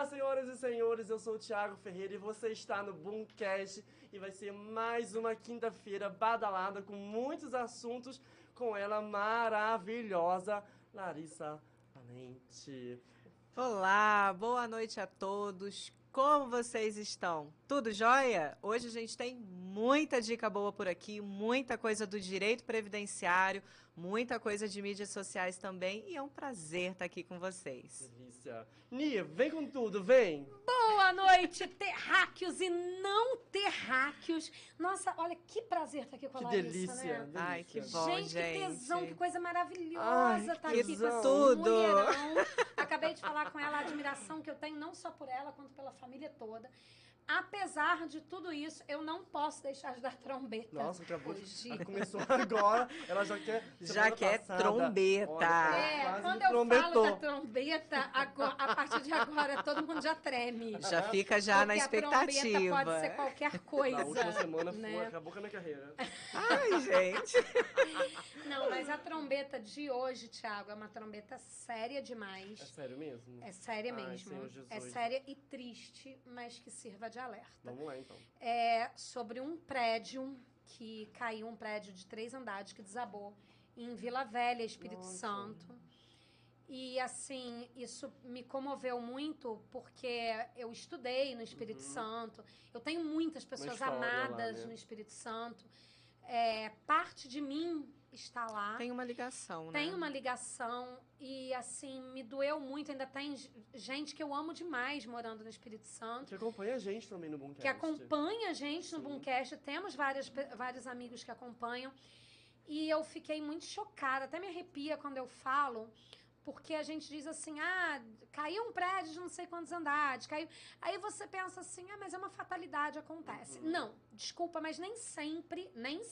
Olá, senhoras e senhores, eu sou o Thiago Ferreira e você está no Boomcast e vai ser mais uma quinta-feira badalada com muitos assuntos com ela maravilhosa, Larissa Valente. Olá, boa noite a todos. Como vocês estão? Tudo jóia? Hoje a gente tem muita dica boa por aqui, muita coisa do direito previdenciário, muita coisa de mídias sociais também, e é um prazer estar aqui com vocês. Delícia. Nia, vem com tudo, vem! Boa noite, terráqueos e não terráqueos. Nossa, olha que prazer estar aqui com a Que Larissa, delícia, né? delícia. Ai, que bom, Gente, que tesão, que coisa maravilhosa Ai, tá que aqui com tesão. esse Tudo. mulherão. Acabei de falar com ela a admiração que eu tenho, não só por ela, quanto pela família toda. Apesar de tudo isso, eu não posso deixar de dar trombeta. Nossa, acabou hoje. de... Começou agora, ela já quer... Já quer passada, trombeta. olha, ela quase Quando me eu trombetou. falo da trombeta, a partir de agora todo mundo já treme. Já fica já na Porque expectativa. a trombeta pode ser qualquer coisa. Na última semana né? foi, acabou com a minha carreira. Ai, gente. Não, mas a trombeta de hoje, Thiago, é uma trombeta séria É demais. sério mesmo? É séria Ai, mesmo. Senhor Jesus. É séria e triste, mas que sirva de alerta. Vamos lá, então. É sobre um prédio que caiu, um prédio de 3 andares que desabou em Vila Velha, Espírito Nossa. Santo. E, assim, isso me comoveu muito porque eu estudei no Espírito Santo. Eu tenho muitas pessoas história amadas lá, né? no Espírito Santo. Parte de mim está lá. Tem uma ligação, né? Tem uma ligação e, assim, me doeu muito. Ainda tem gente que eu amo demais morando no Espírito Santo, Que acompanha a gente também no Boomcast. que acompanha a gente no Sim. Boomcast. Temos vários amigos que acompanham. E eu fiquei muito chocada, até me arrepia quando eu falo, porque a gente diz assim, caiu um prédio de não sei quantos andares, caiu... Aí você pensa assim, mas é uma fatalidade, acontece. Não, desculpa, mas nem sempre,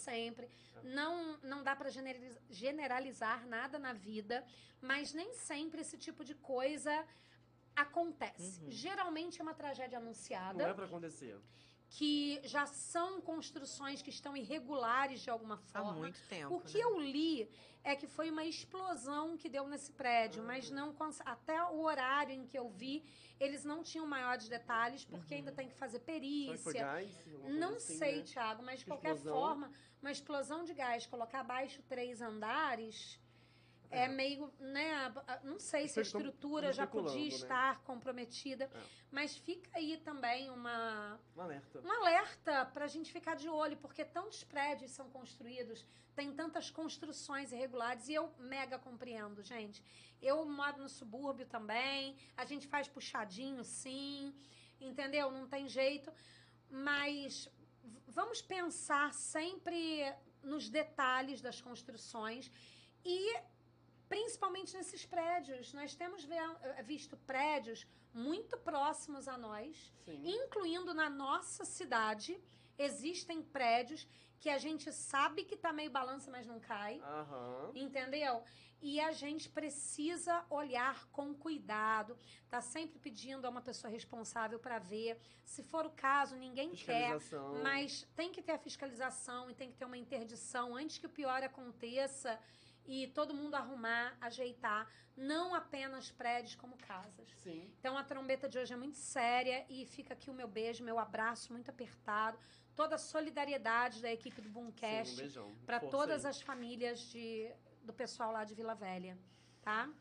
não dá para generalizar nada na vida, mas nem sempre esse tipo de coisa acontece. Geralmente é uma tragédia anunciada. Não é pra acontecer. Que já são construções que estão irregulares de alguma forma. Há muito tempo, O que né? eu li é que foi uma explosão que deu nesse prédio, mas não até o horário em que eu vi, eles não tinham maiores detalhes, porque ainda tem que fazer Será que foi perícia. gás? Alguma coisa Não assim, sei, né? Thiago, mas de Que qualquer explosão. forma, uma explosão de gás, colocar abaixo 3 andares... É meio, né? Não sei se a estrutura já podia especulando, né? estar comprometida, mas fica aí também Um alerta. um alerta para a gente ficar de olho, porque tantos prédios são construídos, tem tantas construções irregulares, e eu mega compreendo, gente. Eu moro no subúrbio também, a gente faz puxadinho, sim, entendeu? Não tem jeito, mas vamos pensar sempre nos detalhes das construções e principalmente nesses prédios. Nós temos visto prédios muito próximos a nós, Sim. incluindo na nossa cidade. Existem prédios que a gente sabe que tá meio balança, mas não cai. Aham. Entendeu? E a gente precisa olhar com cuidado, tá sempre pedindo a uma pessoa responsável para ver. Se for o caso, ninguém quer, Fiscalização. mas tem que ter a fiscalização e tem que ter uma interdição antes que o pior aconteça e todo mundo arrumar, ajeitar, não apenas prédios como casas. Sim. Então a trombeta de hoje é muito séria e fica aqui o meu beijo, meu abraço muito apertado, toda a solidariedade da equipe do Sim, um Boomcast beijão. para Força todas aí. as famílias do pessoal lá de Vila Velha, tá?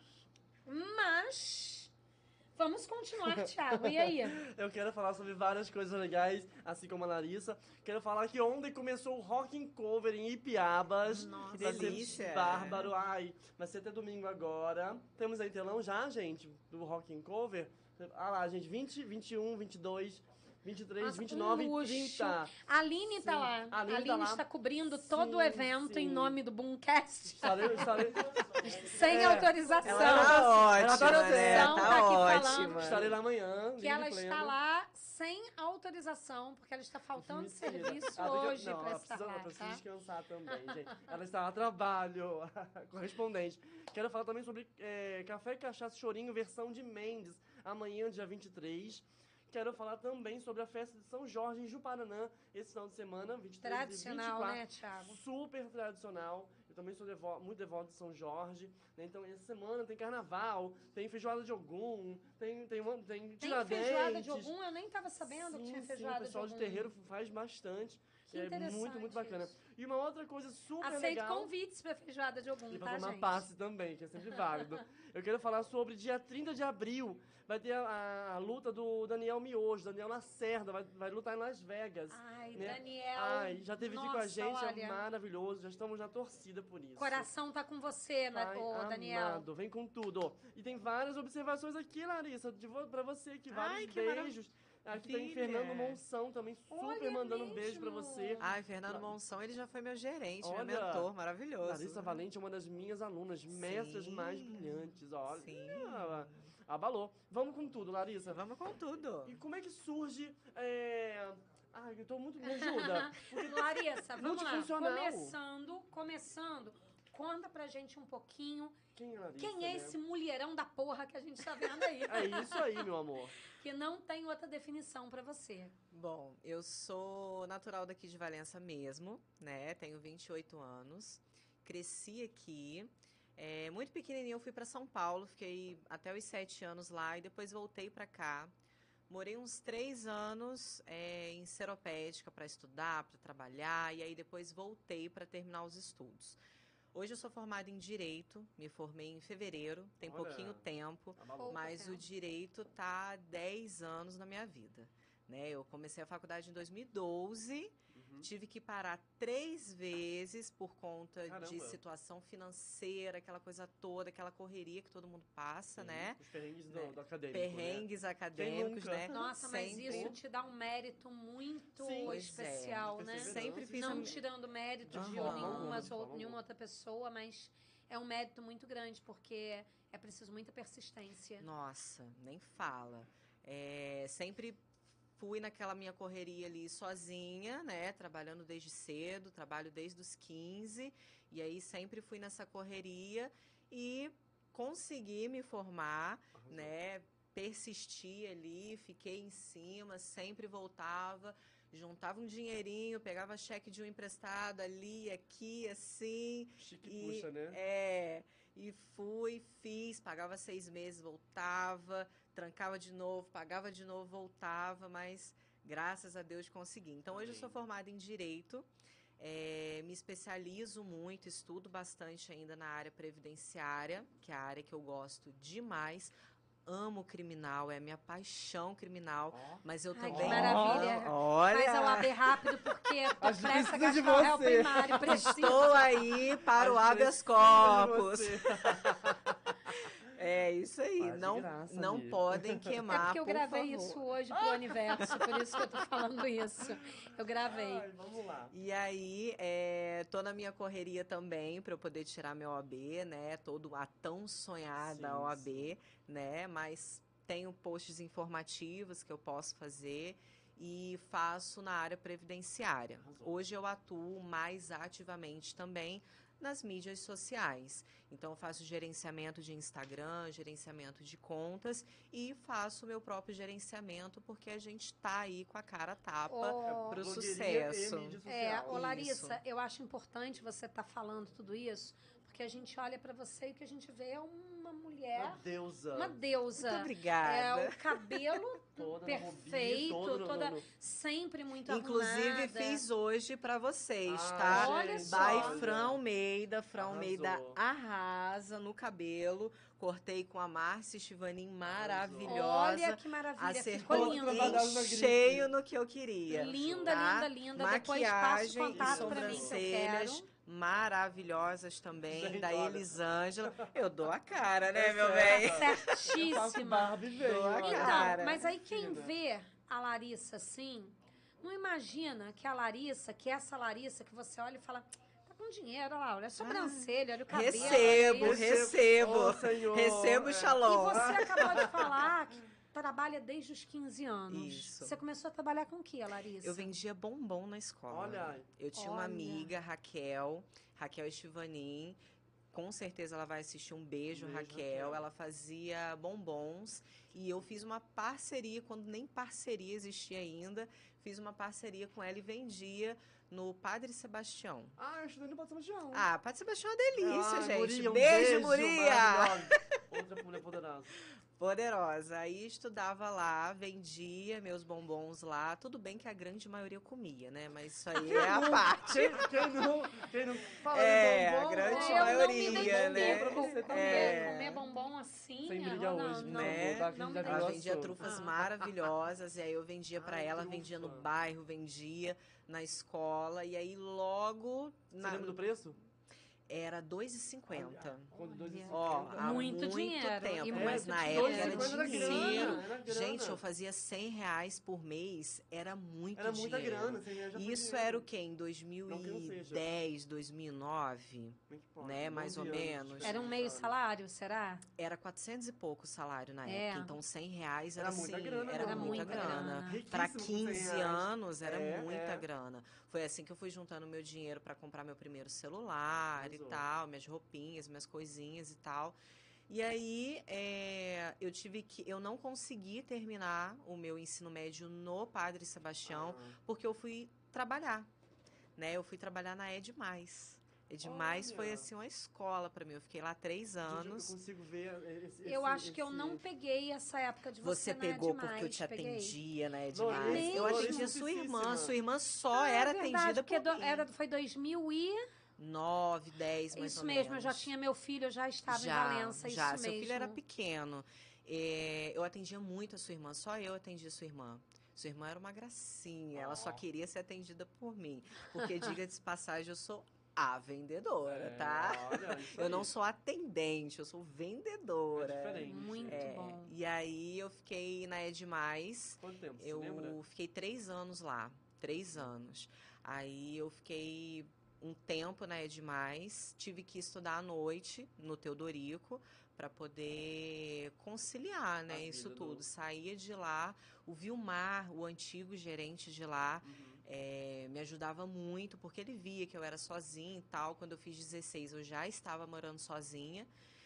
Mas vamos continuar, Thiago. E aí? Eu quero falar sobre várias coisas legais, assim como a Larissa. Quero falar que ontem começou o Rock in Cover em Ipiabas. Nossa. Que Vai ser delícia. bárbaro. Ai, vai ser até domingo agora. Temos aí telão já, gente, do Rock in Cover. Ah lá, gente, 20, 21, 22... 23, Nossa, 29 um e luxo. 30. A Aline Sim. tá lá. A Aline A Aline tá lá. está cobrindo Sim, todo o evento sim. em nome do Boomcast. Estarei... Sem autorização. Ela Tá ela ótima, tá né? produção, tá aqui Tá falando. ótima. Estarei lá amanhã. Que ela livre, está pleno. lá sem autorização, porque ela está faltando Mentira. serviço Ela tem que- hoje não, para ela estar precisa, lá, ela precisa tá? descansar também, gente. Ela está a trabalho, correspondente. Quero falar também sobre Café, Cachaça e Chorinho, versão de Mendes, amanhã, dia 23. Quero falar também sobre a festa de São Jorge em Juparanã, esse final de semana, 23 Tradicional, e 24. né, Thiago? Super tradicional. Eu também sou muito devoto de São Jorge, né? Então, essa semana tem carnaval, tem feijoada de Ogum, tem Tem Tiradentes. feijoada de Ogum? Eu nem tava sabendo que tinha Sim, feijoada o pessoal de de Ogum. terreiro faz bastante. Que É interessante muito bacana. isso. E uma outra coisa super Aceito legal... convites pra feijoada de Ogum, E tá, pra tomar gente? passe também, que é sempre válido. Eu quero falar sobre dia 30 de abril. Vai ter a luta do Daniel Miojo, Daniel Lacerda, vai lutar em Las Vegas. Ai, né? Daniel. Ai, já teve aqui com a Nossa, gente, olha, é maravilhoso. Já estamos na torcida por isso. o coração tá com você, Pai ô, Daniel. amado, vem com tudo. E tem várias observações aqui, Larissa, pra você aqui, vários Ai, que beijos. Aqui tem Fernando Monção também, super Olha mandando um beijo pra mesmo. você. Ai, Fernando Monção, ele já foi meu gerente, meu Olha, mentor, maravilhoso. Larissa Valente é uma das minhas alunas, mestras mais brilhantes, olha. Sim. Abalou. Vamos com tudo, Larissa. Vamos com tudo. E como é que surge... Ai, eu tô muito... Me ajuda. Larissa, vamos lá. Multifuncional. Começando. Conta pra gente um pouquinho Quem é Larissa, quem é né? esse mulherão da porra que a gente tá vendo aí. É isso aí, meu amor. Que não tem outra definição pra você. Bom, eu sou natural daqui de Valença mesmo, né? Tenho 28 anos. Cresci aqui. Muito pequenininha eu fui para São Paulo, fiquei até os 7 anos lá e depois voltei para cá. Morei uns 3 anos em Seropédica para estudar, para trabalhar e aí depois voltei para terminar os estudos. Hoje eu sou formada em Direito, me formei em fevereiro, tem Olha, pouquinho tempo, abalou. mas tempo. o Direito tá há 10 anos na minha vida. Né? Eu comecei a faculdade em 2012, tive que parar 3 vezes por conta de Caramba. situação financeira, aquela coisa toda, aquela correria que todo mundo passa, Sim, né? Os perrengues Né? do acadêmico, Perrengues acadêmicos, nunca? né? Nossa, mas Sempre. isso te dá um mérito muito Sim. Pois especial, é. né? Sempre fiz Não a... tirando mérito de Aham. nenhuma outra pessoa, mas é um mérito muito grande, porque é preciso muita persistência. Nossa, nem fala. Sempre fui naquela minha correria ali sozinha, né? Trabalhando desde cedo, trabalho desde os 15. E aí sempre fui nessa correria e consegui me formar, Arrasou. né? Persisti ali, fiquei em cima, sempre voltava, juntava um dinheirinho, pegava cheque de um emprestado ali, aqui, assim. Chique puxa, né? E fui, fiz, pagava 6 meses, voltava, trancava de novo, pagava de novo, voltava, mas graças a Deus consegui. Então, hoje eu sou formada em Direito, me especializo muito, estudo bastante ainda na área previdenciária, que é a área que eu gosto demais. Amo criminal, é a minha paixão criminal, mas eu Ai, também... que maravilha. Olha! Faz a OAB rápido, porque tô A gente prestes a precisa de gastar o réu você. primário, preciso. Estou aí para o A gente habeas precisa de corpus. você. É isso aí. Faz de Não, graça, não amiga. podem É queimar, porque eu por gravei favor. isso hoje pro universo, por isso que eu tô falando isso. Eu gravei. Ai, vamos lá. E aí, tô na minha correria também para eu poder tirar meu OAB, né? A tão sonhada Sim, OAB, né? Mas tenho posts informativos que eu posso fazer e faço na área previdenciária. Arrasou. Hoje eu atuo mais ativamente também nas mídias sociais. Então, eu faço gerenciamento de Instagram, gerenciamento de contas e faço o meu próprio gerenciamento, porque a gente está aí com a cara a tapa Ô, para o Blogueirinha e sucesso. mídia social. Ô Larissa, Isso. eu acho importante você estar falando tudo isso, porque a gente olha pra você e o que a gente vê é uma mulher, Uma deusa. uma deusa. Muito obrigada. O cabelo Toda no perfeito, Rubi, toda no- sempre muito Inclusive, arrumada. fiz hoje para vocês, Ah, tá? Olha gente, só. By Fran Almeida. Fran Arrasou. Almeida arrasa no cabelo. Cortei com a Márcia Estivanin, maravilhosa. Olha que maravilha, ficou Acertou linda. trabalhada na grife. cheio no que eu queria. Linda, tá? linda, linda. Depois passa o Maquiagem contato e pra mim que eu sobrancelhas quero. maravilhosas também, Gente, da olha. Elisângela. Eu dou a cara, né, É meu certo. bem? Eu faço Certíssima. Barbie e venho, Dou a olha. cara. Mas aí quem Fina. vê a Larissa assim, não imagina que a Larissa, que essa Larissa que você olha e fala, tá com dinheiro, olha lá, olha a sobrancelha, olha o cabelo. Recebo, olha isso. recebo. Ô, Senhor. Recebo É. E shalom. você acabou de falar que trabalha desde os 15 anos. Isso. Você começou a trabalhar com o que, Larissa? Eu vendia bombom na escola. Olha. Eu tinha uma Olha. amiga, Raquel Estivanin. com certeza ela vai assistir. Um beijo, Beijo, Raquel. Raquel. Ela fazia bombons e eu fiz uma parceria, quando nem parceria existia ainda, fiz uma parceria com ela e vendia no Padre Sebastião. Ah, eu estudei no Padre Sebastião. Padre Sebastião é uma delícia, Ah, gente. Guria, um beijo, Muria! maravilhosa. Outra mulher poderosa. Poderosa. Aí estudava lá, vendia meus bombons lá. Tudo bem que a grande maioria eu comia, né? Mas isso aí é a parte. Quem não fala É, de bombom, a grande Eu não me maioria, identifico né? Pra você com também. comer bombom assim. Sem eu briga não, hoje, não, né? tá? não me Já Ela virou vendia assunto. trufas maravilhosas, e aí eu vendia pra Ai, ela, trufa. vendia no bairro, vendia na escola, e aí logo Você lembra do preço? era R$2,50. Quando dois e Ó, cinquenta. há Muito muito dinheiro. tempo, E mas muito na dinheiro. época era 2,50 era dinheiro. grana, era grana. Gente, eu fazia R$100 por mês, era muito Era muita dinheiro. grana. Você já foi Isso dinheiro. era o quê? Em Não que não seja. 2010, 2009? Como é que pode? né, mais 12 ou anos de menos. diferença, Era um meio sabe? salário, será? Era 400 e pouco o salário na É. época, então R$100 era Era muita assim, grana, era né? muita Era muita grana. grana. Riquíssimo Para com 100 15 reais. anos era É, muita é. grana. Foi assim que eu fui juntando meu dinheiro para comprar meu primeiro celular Arrasou. e tal, minhas roupinhas, minhas coisinhas e tal. E aí eu não consegui terminar o meu ensino médio no Padre Sebastião porque eu fui trabalhar, né? Eu fui trabalhar na Edmais. Edmais foi Olha. assim uma escola para mim. Eu fiquei lá 3 Gente, anos. eu consigo ver Eu acho que eu não peguei essa época de Você não é pegou demais, porque eu te peguei. atendia, né, Lourenço, demais. Eu Lourenço, atendia sua irmã. Justíssima. Sua irmã só era verdade, atendida porque por mim. foi 2000 e... 9, 10, mais Isso ou mesmo, menos. eu já tinha meu filho, eu já estava em Valença, já. isso Seu mesmo. filho era pequeno. Eu atendia muito a sua irmã, só eu atendia sua irmã. Sua irmã era uma gracinha, ela só queria ser atendida por mim. Porque, diga-se de passagem, eu sou a vendedora, tá? Olha, isso Eu aí. não sou atendente, eu sou vendedora. É diferente. Muito É, bom. E aí eu fiquei na Edmais. Quanto tempo, você Eu lembra? fiquei 3 anos lá. 3 anos. Aí eu fiquei um tempo na Edmais. Tive que estudar à noite no Teodorico para poder conciliar, né, A isso vida tudo. do- Saía de lá, o Vilmar, o antigo gerente de lá, Uhum. me ajudava muito, porque ele via que eu era sozinha e tal. Quando eu fiz 16, eu já estava morando sozinha.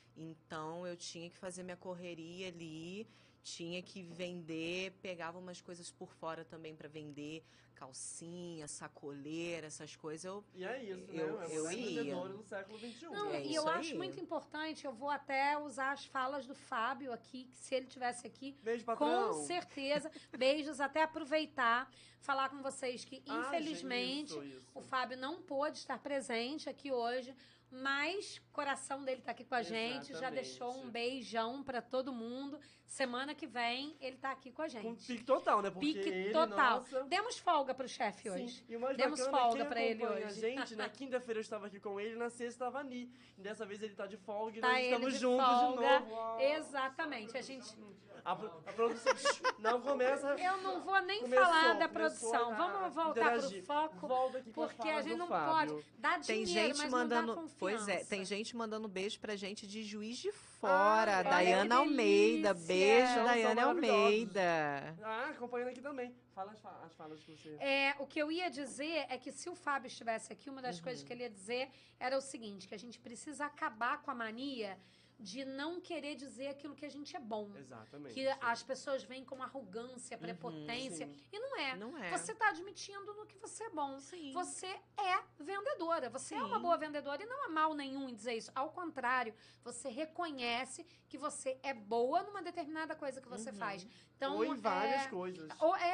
Então, eu tinha que fazer minha correria ali, tinha que vender, pegava umas coisas por fora também para vender, calcinha, sacoleira, essas coisas. E é isso, né? Eu É mulher ia. vendedora do século XXI. Não, É e eu isso acho aí. muito importante, eu vou até usar as falas do Fábio aqui, que se ele tivesse aqui, Beijo, patrão. com certeza. Beijos, até aproveitar, falar com vocês que, Ah, infelizmente, gente, isso. o Fábio não pôde estar presente aqui hoje, mas o coração dele está aqui com a gente, já Exatamente. deixou um beijão para todo mundo. Semana que vem ele está aqui com a Com gente. pique total, né? Porque Pique ele, total. nossa... Demos folga pro chefe hoje. Sim, e o mais Demos bacana folga é que pra ele acompanha hoje. a gente, na quinta-feira eu estava aqui com ele, na sexta estava ali. E dessa vez ele tá de folga e Tá nós ele estamos de juntos folga. de novo. Ó. Exatamente. A gente. A produção não começa. Eu não vou nem Começou, falar da começou produção. a Vamos voltar interagir. pro foco. Volta aqui pra Porque fala a gente do não Fábio. pode dar Tem dinheiro, gente mas mandando, não dá pois é, confiança. tem gente mandando beijo pra gente de Juiz de Fora, olha Daiana que Almeida, delícia! beijo São Daiana maravilhosos. Almeida. Ah, acompanhando aqui também. Fala as falas que você... O que eu ia dizer é que se o Fábio estivesse aqui, uma das coisas que ele ia dizer era o seguinte, que a gente precisa acabar com a mania de não querer dizer aquilo que a gente é bom. Exatamente. Que as pessoas veem com arrogância, prepotência. sim. E não é. Não é. Você está admitindo no que você é bom. Sim. Você é vendedora. Você é Sim. uma boa vendedora. E não há mal nenhum em dizer isso. Ao contrário, você reconhece que você é boa numa determinada coisa que você faz. Então, Ou em várias coisas.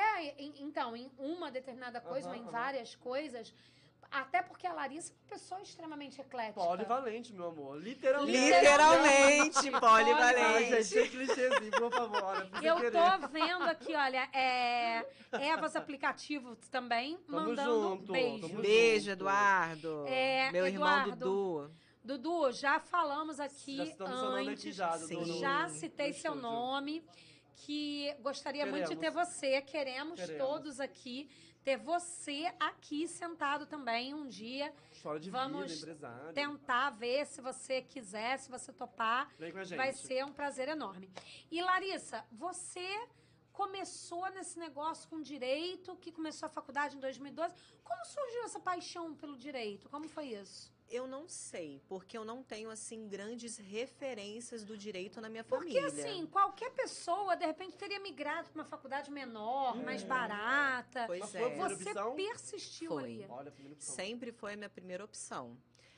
Então, em uma determinada coisa ou em Aham. várias coisas. Até porque a Larissa é uma pessoa extremamente eclética. Polivalente, meu amor. Literalmente. Literalmente, Ai, polivalente. gente, sem clichêzinho, por favor. Olha, pra você Eu querer. tô vendo aqui, olha, Evas Aplicativo também Tamo mandando junto, beijo. tamo Beijo, junto. Eduardo. Meu Eduardo. irmão Dudu. Dudu, já falamos aqui Já estamos seu nome antes. aqui já, Dudu. Sim. Já citei no seu estúdio. nome, que gostaria muito de ter Queremos. você. Queremos todos aqui ter você aqui sentado também um dia. História de Vamos vida, empresário. Tentar ver se você quiser, se você topar. Vem com a gente. Vai ser um prazer enorme. E Larissa, você começou nesse negócio com direito, que começou a faculdade em 2012. Como surgiu essa paixão pelo direito? Como foi isso? Eu não sei, porque eu não tenho, assim, grandes referências do direito na minha Porque, família. assim, qualquer pessoa, de repente, teria migrado para uma faculdade menor, mais barata. Pois Mas foi a é. primeira Você opção? persistiu Foi. ali. Olha, a primeira opção. Sempre foi a minha primeira opção.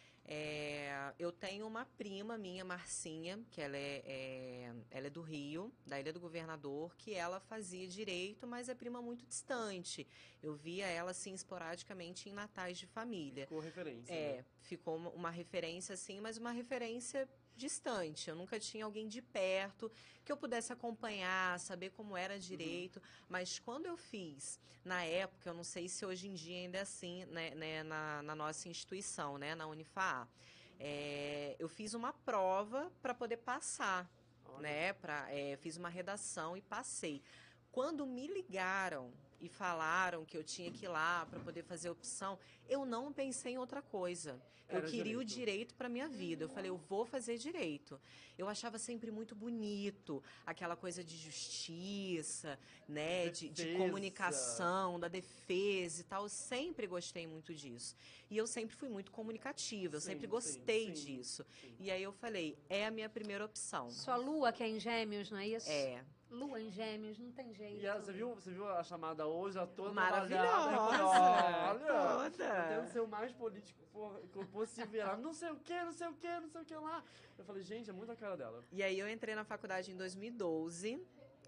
Eu tenho uma prima minha, Marcinha, que ela é do Rio, da Ilha do Governador, que ela fazia direito, mas é prima muito distante. Eu via ela, assim, esporadicamente em natais de família. Ficou referência. Né? Ficou uma referência, assim, mas uma referência distante. Eu nunca tinha alguém de perto que eu pudesse acompanhar, saber como era direito. Mas quando eu fiz, na época, eu não sei se hoje em dia ainda é assim, né, na nossa instituição, né, na Unifaa, eu fiz uma prova para poder passar, Olha. né, fiz uma redação e passei. Quando me ligaram e falaram que eu tinha que ir lá para poder fazer opção, eu não pensei em outra coisa. Eu Era queria o direito. direito para minha vida. Eu falei, eu vou fazer direito. Eu achava sempre muito bonito aquela coisa de justiça, né, de Defesa. comunicação, da defesa e tal. Eu sempre gostei muito disso. E eu sempre fui muito comunicativa, eu Sim, sempre sim, gostei sim, disso. sim. E aí eu falei, é a minha primeira opção. Sua lua, que é em Gêmeos, não é isso? É. Lua em Gêmeos, não tem jeito. E você viu a chamada hoje, a toda Maravilhosa, trabalhada? Eu falei, olha, toda. eu tento ser o mais político possível. Ela, não sei o que, não sei o que, não sei o que lá. Eu falei, gente, é muito a cara dela. E aí eu entrei na faculdade em 2012,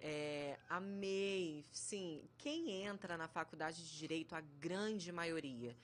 amei, sim, quem entra na faculdade de Direito, a grande maioria,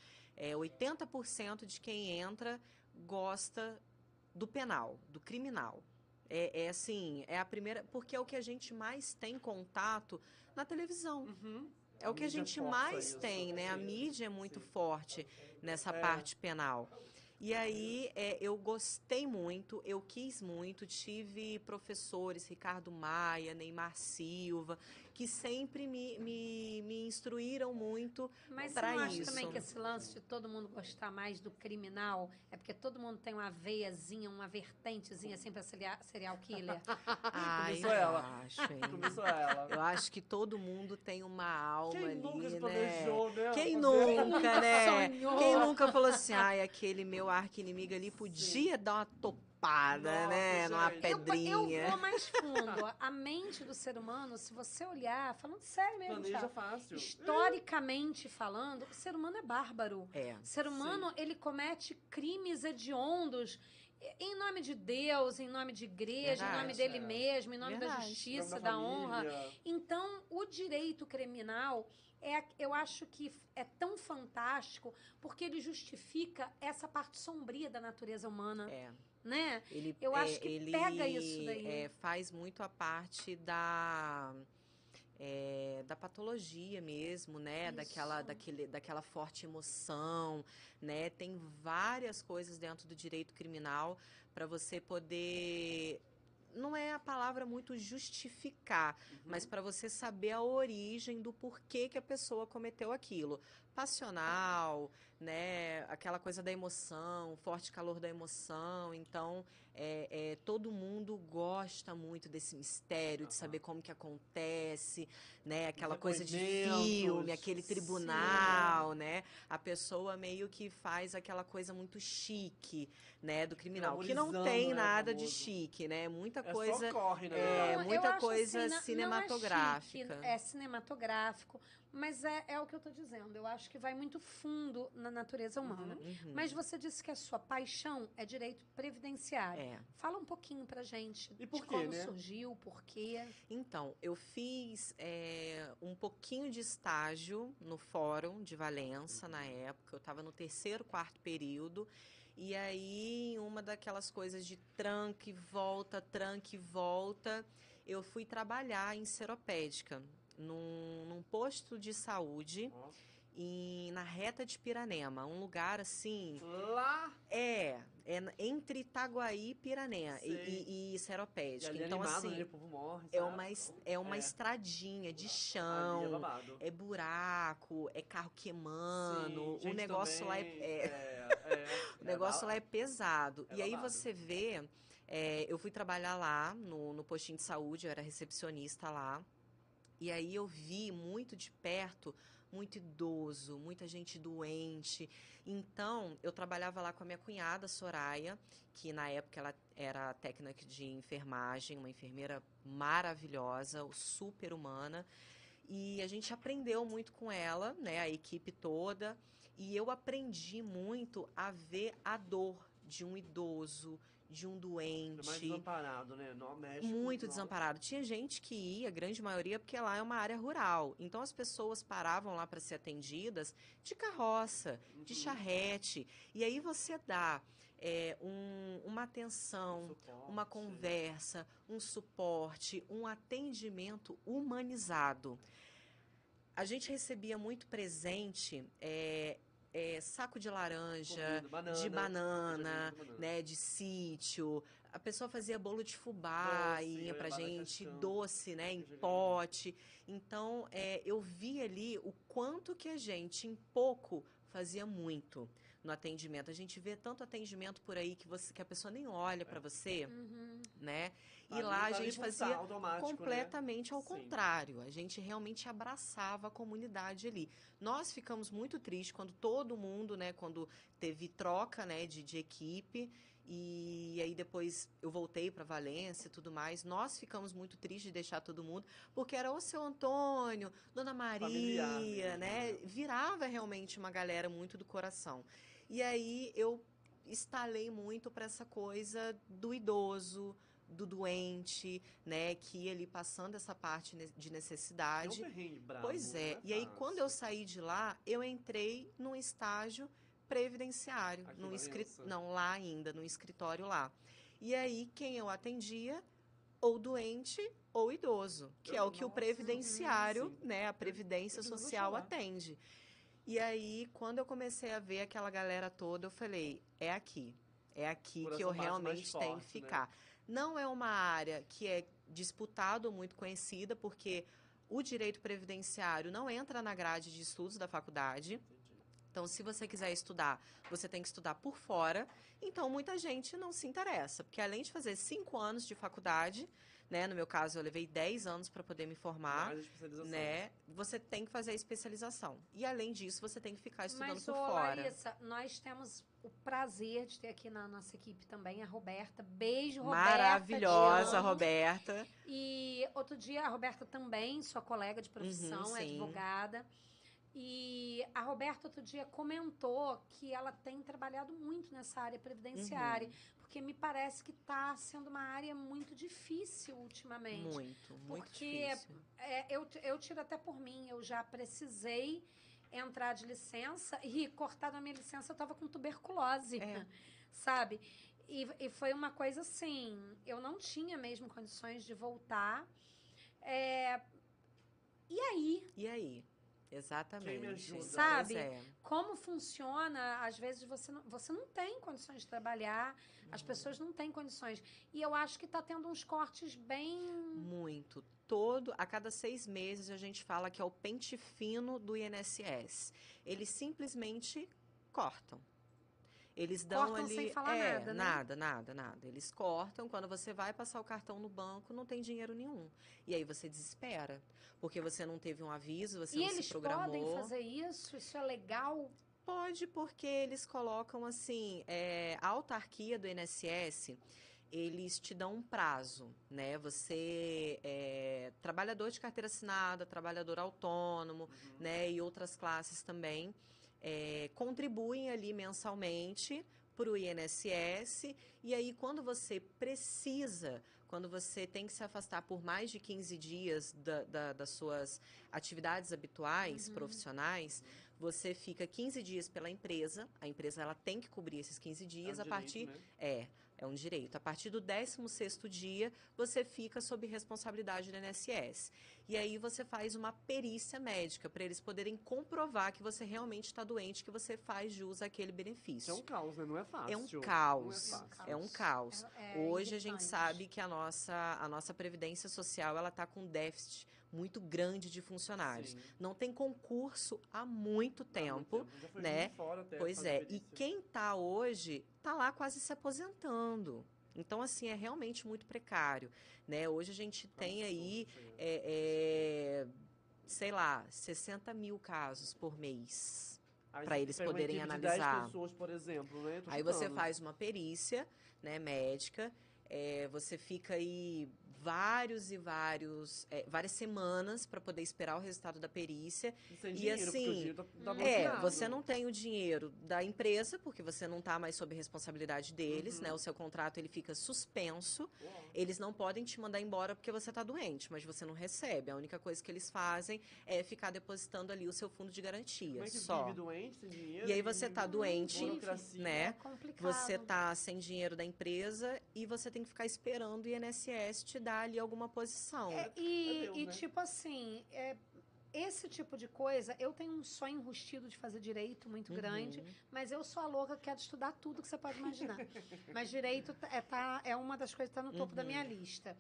80% de quem entra gosta do penal, do criminal. Assim, é a primeira, porque é o que a gente mais tem contato na televisão. Uhum. É o que a mídia gente força mais isso. tem, né? A Sim, mídia é muito sim. forte nessa É. parte penal. E aí, eu gostei muito, eu quis muito, tive professores, Ricardo Maia, Neymar Silva, que sempre me instruíram muito Mas você para não acha isso. também que esse lance de todo mundo gostar mais do criminal é porque todo mundo tem uma veiazinha, uma vertentezinha assim pra serial killer? Ai, Começou ela. acho, hein? Começou ela. Eu acho que todo mundo tem uma alma Quem ali, nunca se né? planejou, né? Quem Fazer- nunca, né? sonhou? Quem nunca falou assim, ai, aquele meu arqui-inimigo ali podia dar uma topada, Nossa, né? Numa gente. pedrinha. Eu vou mais fundo. A mente do ser humano, se você olhar, falando sério mesmo, Planeja Thiago, fácil. historicamente falando, o ser humano é bárbaro. O ser humano, ele comete crimes hediondos em nome de Deus, em nome de igreja, em nome Verdade, dele mesmo, em nome da Verdade. justiça, Nome da família. honra. Então, o direito criminal, eu acho que é tão fantástico porque ele justifica essa parte sombria da natureza humana, É. né? Ele, Eu acho que ele, pega isso daí. faz muito a parte da patologia mesmo, né? Daquela forte emoção, né? Tem várias coisas dentro do direito criminal para você poder. Não é a palavra muito justificar, mas para você saber a origem do porquê que a pessoa cometeu aquilo. Passional, né? Aquela coisa da emoção, forte calor da emoção. Então, todo mundo gosta muito desse mistério, de saber como que acontece, né? Aquela coisa de filme, aquele tribunal, né? A pessoa meio que faz aquela coisa muito chique, né? Do criminal, que não Glamorizando, tem né, nada de famoso. chique, né? Muita É coisa... só corre, na Não, verdade. eu muita acho coisa assim, cinematográfica. Não é chique, é cinematográfico, mas é o que eu tô dizendo. Eu acho que vai muito fundo na natureza humana. Uhum. Mas você disse que a sua paixão é direito previdenciário. É. Fala um pouquinho pra gente E por de quê, como né? surgiu, por quê. Então, eu fiz um pouquinho de estágio no Fórum de Valença, na época. Eu estava no terceiro, quarto período. E aí, uma daquelas coisas de tranque e volta, eu fui trabalhar em Seropédica, num posto de saúde, Ó. na Reta de Piranema. Um lugar, assim... Lá. Entre Itaguaí e Pirané, Sei. e E Seropédica. ali Então, animado, assim... né? O povo morre, É sabe? uma estradinha de Ali é chão, babado. é buraco, é carro queimando, Sim, o negócio lá também, o negócio lá é babado. pesado. É E aí babado. você vê, eu fui trabalhar lá no postinho de saúde, eu era recepcionista lá. E aí eu vi muito de perto, muito idoso, muita gente doente. Então, eu trabalhava lá com a minha cunhada, Soraya, que na época ela era técnica de enfermagem, uma enfermeira maravilhosa, super humana. E a gente aprendeu muito com ela, né, a equipe toda. E eu aprendi muito a ver a dor de um idoso, de um É mais doente, desamparado, né? No México, muito nossa. desamparado. Tinha gente que ia, a grande maioria, porque lá é uma área rural. Então as pessoas paravam lá para ser atendidas de carroça, de charrete. E aí você dá uma atenção, Suporte. uma conversa, um suporte, um atendimento humanizado. A gente recebia muito presente, saco de laranja, Comida, de banana. Eu já banana, vi banana. né, de sítio. A pessoa fazia bolo de fubá, Doce, ia pra gente, abacaxi. doce, né, em Eu já vi. pote. Então, eu vi ali o quanto que a gente, em pouco, fazia muito no atendimento. A gente vê tanto atendimento por aí que a pessoa nem olha pra você, Uhum. né? E Ali- lá a ali gente por fazia automático, completamente né? ao Sim. contrário. A gente realmente abraçava a comunidade ali. Nós ficamos muito tristes quando todo mundo, né, quando teve troca, né, de equipe. E aí depois eu voltei para Valência e tudo mais. Nós ficamos muito tristes de deixar todo mundo, porque era o seu Antônio, Dona Familiar Maria, mesmo, né? né? Virava realmente uma galera muito do coração. E aí eu estalei muito para essa coisa do idoso, do doente, né, que ia ali passando essa parte de É um necessidade. perrengue brabo, Pois não é. é E aí, quando eu fácil. saí de lá, eu entrei num estágio previdenciário, Aqui em Valença. não lá ainda, no escritório lá. E aí, quem eu atendia, ou doente ou idoso, que é o que o Nossa. previdenciário, Sim. né, a Previdência Precisamos Social falar. atende. E aí, quando eu comecei a ver aquela galera toda, eu falei, é aqui. É aqui que eu Coração bate mais realmente tenho que forte, né? ficar. Não é uma área que é disputado, muito conhecida, porque o direito previdenciário não entra na grade de estudos da faculdade. Entendi. Então, se você quiser estudar, você tem que estudar por fora. Então, muita gente não se interessa, porque além de fazer 5 anos de faculdade, né, no meu caso, eu levei 10 anos para poder me formar, Mais especialização. né, você tem que fazer a especialização. E, além disso, você tem que ficar estudando Mas, por ô, fora. Larissa, nós temos o prazer de ter aqui na nossa equipe também a Roberta. Beijo, Roberta. Maravilhosa, te amo. Roberta. E outro dia a Roberta também, sua colega de profissão, é sim. advogada. E a Roberta outro dia comentou que ela tem trabalhado muito nessa área previdenciária, porque me parece que está sendo uma área muito difícil ultimamente. Muito Porque difícil. eu tiro até por mim, eu já precisei entrar de licença e cortar da minha licença eu estava com tuberculose, sabe? E foi uma coisa assim, eu não tinha mesmo condições de voltar. E aí? E aí? Exatamente. Quem me ajuda? Sabe? Pois é. Como funciona? Às vezes você não tem condições de trabalhar, as pessoas não têm condições. E eu acho que está tendo uns cortes bem. Muito. A cada 6 meses a gente fala que é o pente fino do INSS. Eles simplesmente cortam. Eles dão Cortam ali. sem falar nada, né? Nada. Eles cortam. Quando você vai passar o cartão no banco, não tem dinheiro nenhum. E aí você desespera. Porque você não teve um aviso, você E não se eles programou. podem fazer isso? Isso é legal? Pode, porque eles colocam assim, a autarquia do INSS, eles te dão um prazo, né? Você é trabalhador de carteira assinada, trabalhador autônomo, né? E outras classes também contribuem ali mensalmente para o INSS. E aí, quando você precisa, quando você tem que se afastar por mais de 15 dias das suas atividades habituais, profissionais, você fica 15 dias pela empresa. A empresa ela tem que cobrir esses 15 dias. É um direito, né? É um direito. A partir do 16º dia, você fica sob responsabilidade do INSS. E aí você faz uma perícia médica para eles poderem comprovar que você realmente está doente, que você faz jus àquele benefício. É um caos, né? Não é fácil. É um caos. Não é fácil. É um caos. É Hoje a gente irritante. sabe que a nossa Previdência Social ela está com um déficit muito grande de funcionários. Sim. Não tem concurso há muito tempo, Já foi né? juiz de fora até Pois fazer é. E perícia. quem está hoje está lá quase se aposentando. Então, assim, é realmente muito precário, né? Hoje a gente tem aí, sei lá, 60 mil casos por mês Aí para você eles pega uma poderem equipe de analisar. 10 pessoas, por exemplo, né? Tô Aí você chutando. faz uma perícia, né, médica, você fica aí várias semanas para poder esperar o resultado da perícia. E sem E dinheiro, porque o assim, dinheiro tá bloqueado. você não tem o dinheiro da empresa, porque você não está mais sob responsabilidade deles, né? O seu contrato ele fica suspenso. Uau. Eles não podem te mandar embora porque você está doente, mas você não recebe. A única coisa que eles fazem é ficar depositando ali o seu fundo de garantia, Como é que só. vive doente, sem dinheiro? E aí você tá doente, burocracia. né? É complicado. Você tá sem dinheiro da empresa e você tem que ficar esperando o INSS te dar ali alguma posição. Deus, E né? tipo assim, esse tipo de coisa, eu tenho um sonho enrustido de fazer direito muito grande, mas eu sou a louca que quero estudar tudo que você pode imaginar. Mas direito é uma das coisas que está no topo da minha lista.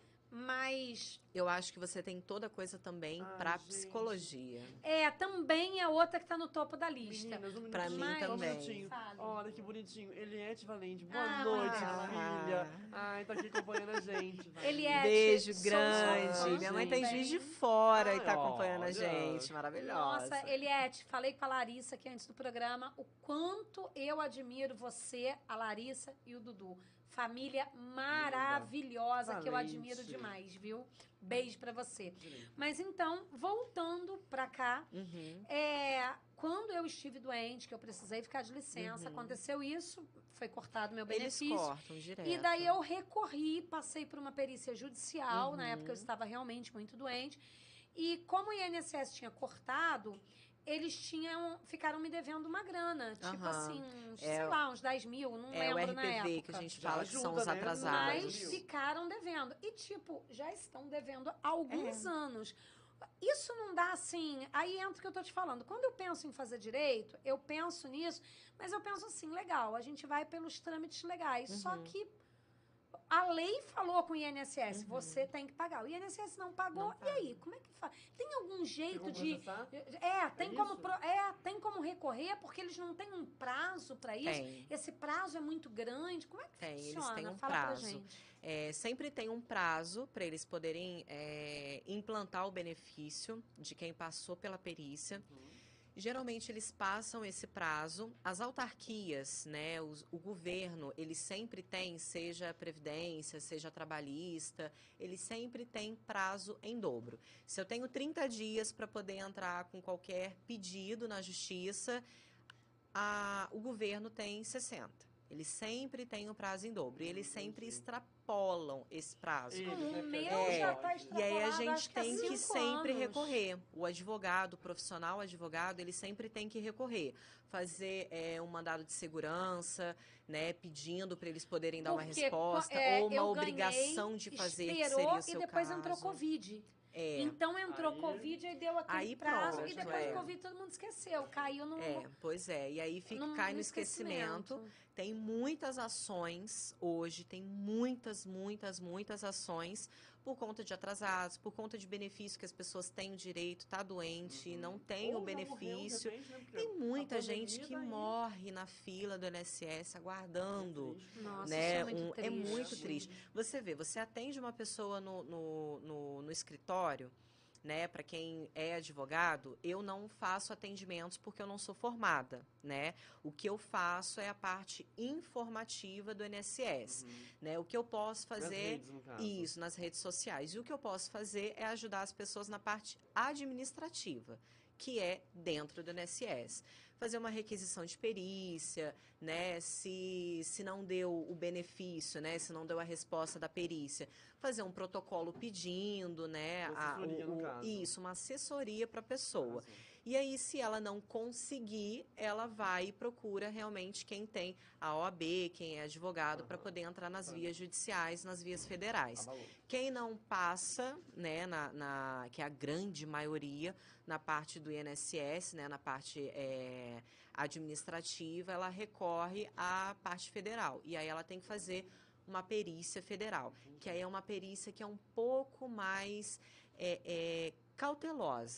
Mas Eu acho que você tem toda coisa também Ai, pra gente. psicologia. também é outra que está no topo da lista. Meninas, um Pra minutinho, mim só um também. minutinho. Fale. Olha que bonitinho. Eliette Valente, boa Ah, noite, Marcela. filha. Ai, tá aqui acompanhando a gente. Valente. Eliette, Beijo sou sua grande. fã Minha mãe tem também. Juiz de Fora e Ai, tá acompanhando a olha. gente. Maravilhosa. Nossa, Eliette, falei com a Larissa aqui antes do programa o quanto eu admiro você, a Larissa e o Dudu. Família maravilhosa que eu Valente. admiro demais, viu? Beijo pra você. Mas então, voltando pra cá, quando eu estive doente, que eu precisei ficar de licença, aconteceu isso, foi cortado meu Eles benefício. cortam direto. E daí eu recorri, passei por uma perícia judicial, na época eu estava realmente muito doente. E como o INSS tinha cortado, eles ficaram me devendo uma grana. Tipo assim, sei lá, uns 10 mil, não É o lembro na RPV época. que a gente Já fala que são ajuda, os né? atrasados. Mas ficaram devendo. E, tipo, já estão devendo há alguns anos. Isso não dá assim. Aí entra o que eu tô te falando. Quando eu penso em fazer direito, eu penso nisso, mas eu penso assim, legal, a gente vai pelos trâmites legais. Só que a lei falou com o INSS, você tem que pagar. O INSS não pagou, Não paga. e aí? Como é que faz? Tem algum jeito como de. processar? Tem como recorrer, porque eles não têm um prazo para isso. Tem. Esse prazo é muito grande. Como é que Tem, funciona? eles têm um Fala pra prazo. gente. Sempre tem um prazo para eles poderem implantar o benefício de quem passou pela perícia. Geralmente eles passam esse prazo. As autarquias, né, o governo, ele sempre tem, seja previdência, seja trabalhista, ele sempre tem prazo em dobro. Se eu tenho 30 dias para poder entrar com qualquer pedido na justiça, o governo tem 60. Eles sempre têm o prazo em dobro. E eles sempre extrapolam esse prazo. Eles, O né, porque meu a gente já pode. tá E aí a extrapolado, acho gente que há tem que 5 sempre anos. recorrer. O advogado, o profissional advogado, ele sempre tem que recorrer. Fazer um mandado de segurança, né, pedindo para eles poderem dar uma Porque, resposta, ou uma eu obrigação ganhei, de fazer, que esperou, seria o seu e depois caso. entrou Covid. É. Então entrou Aí- Covid e deu aquele Aí prazo, pronto, e depois é. do Covid todo mundo esqueceu, caiu no. Pois é. E aí cai no esquecimento. Tem muitas ações hoje, tem muitas ações por conta de atrasados, por conta de benefício que as pessoas têm o direito, tá doente, não tem Ou o já morreu, de benefício. repente, né, porque Tem muita a gente pandemia que tá aí. morre na fila do INSS aguardando. Nossa, Né? isso é muito triste. É muito triste. Você vê, você atende uma pessoa no escritório, né? Para quem é advogado, eu não faço atendimentos porque eu não sou formada, né? O que eu faço é a parte informativa do INSS, né? O que eu posso Nas fazer redes, no caso. isso nas redes sociais. E o que eu posso fazer é ajudar as pessoas na parte administrativa, que é dentro do INSS. Fazer uma requisição de perícia, né? Se não deu o benefício, né? Se não deu a resposta da perícia, fazer um protocolo pedindo, né? Uma assessoria, no caso. Isso, uma assessoria para a pessoa. Arrasou. E aí, se ela não conseguir, ela vai e procura realmente quem tem a OAB, quem é advogado, para poder entrar nas vias judiciais, nas vias federais. Abalou. Quem não passa, né, que é a grande maioria, na parte do INSS, né, na parte administrativa, ela recorre à parte federal. E aí ela tem que fazer uma perícia federal, que aí é uma perícia que é um pouco mais cautelosa.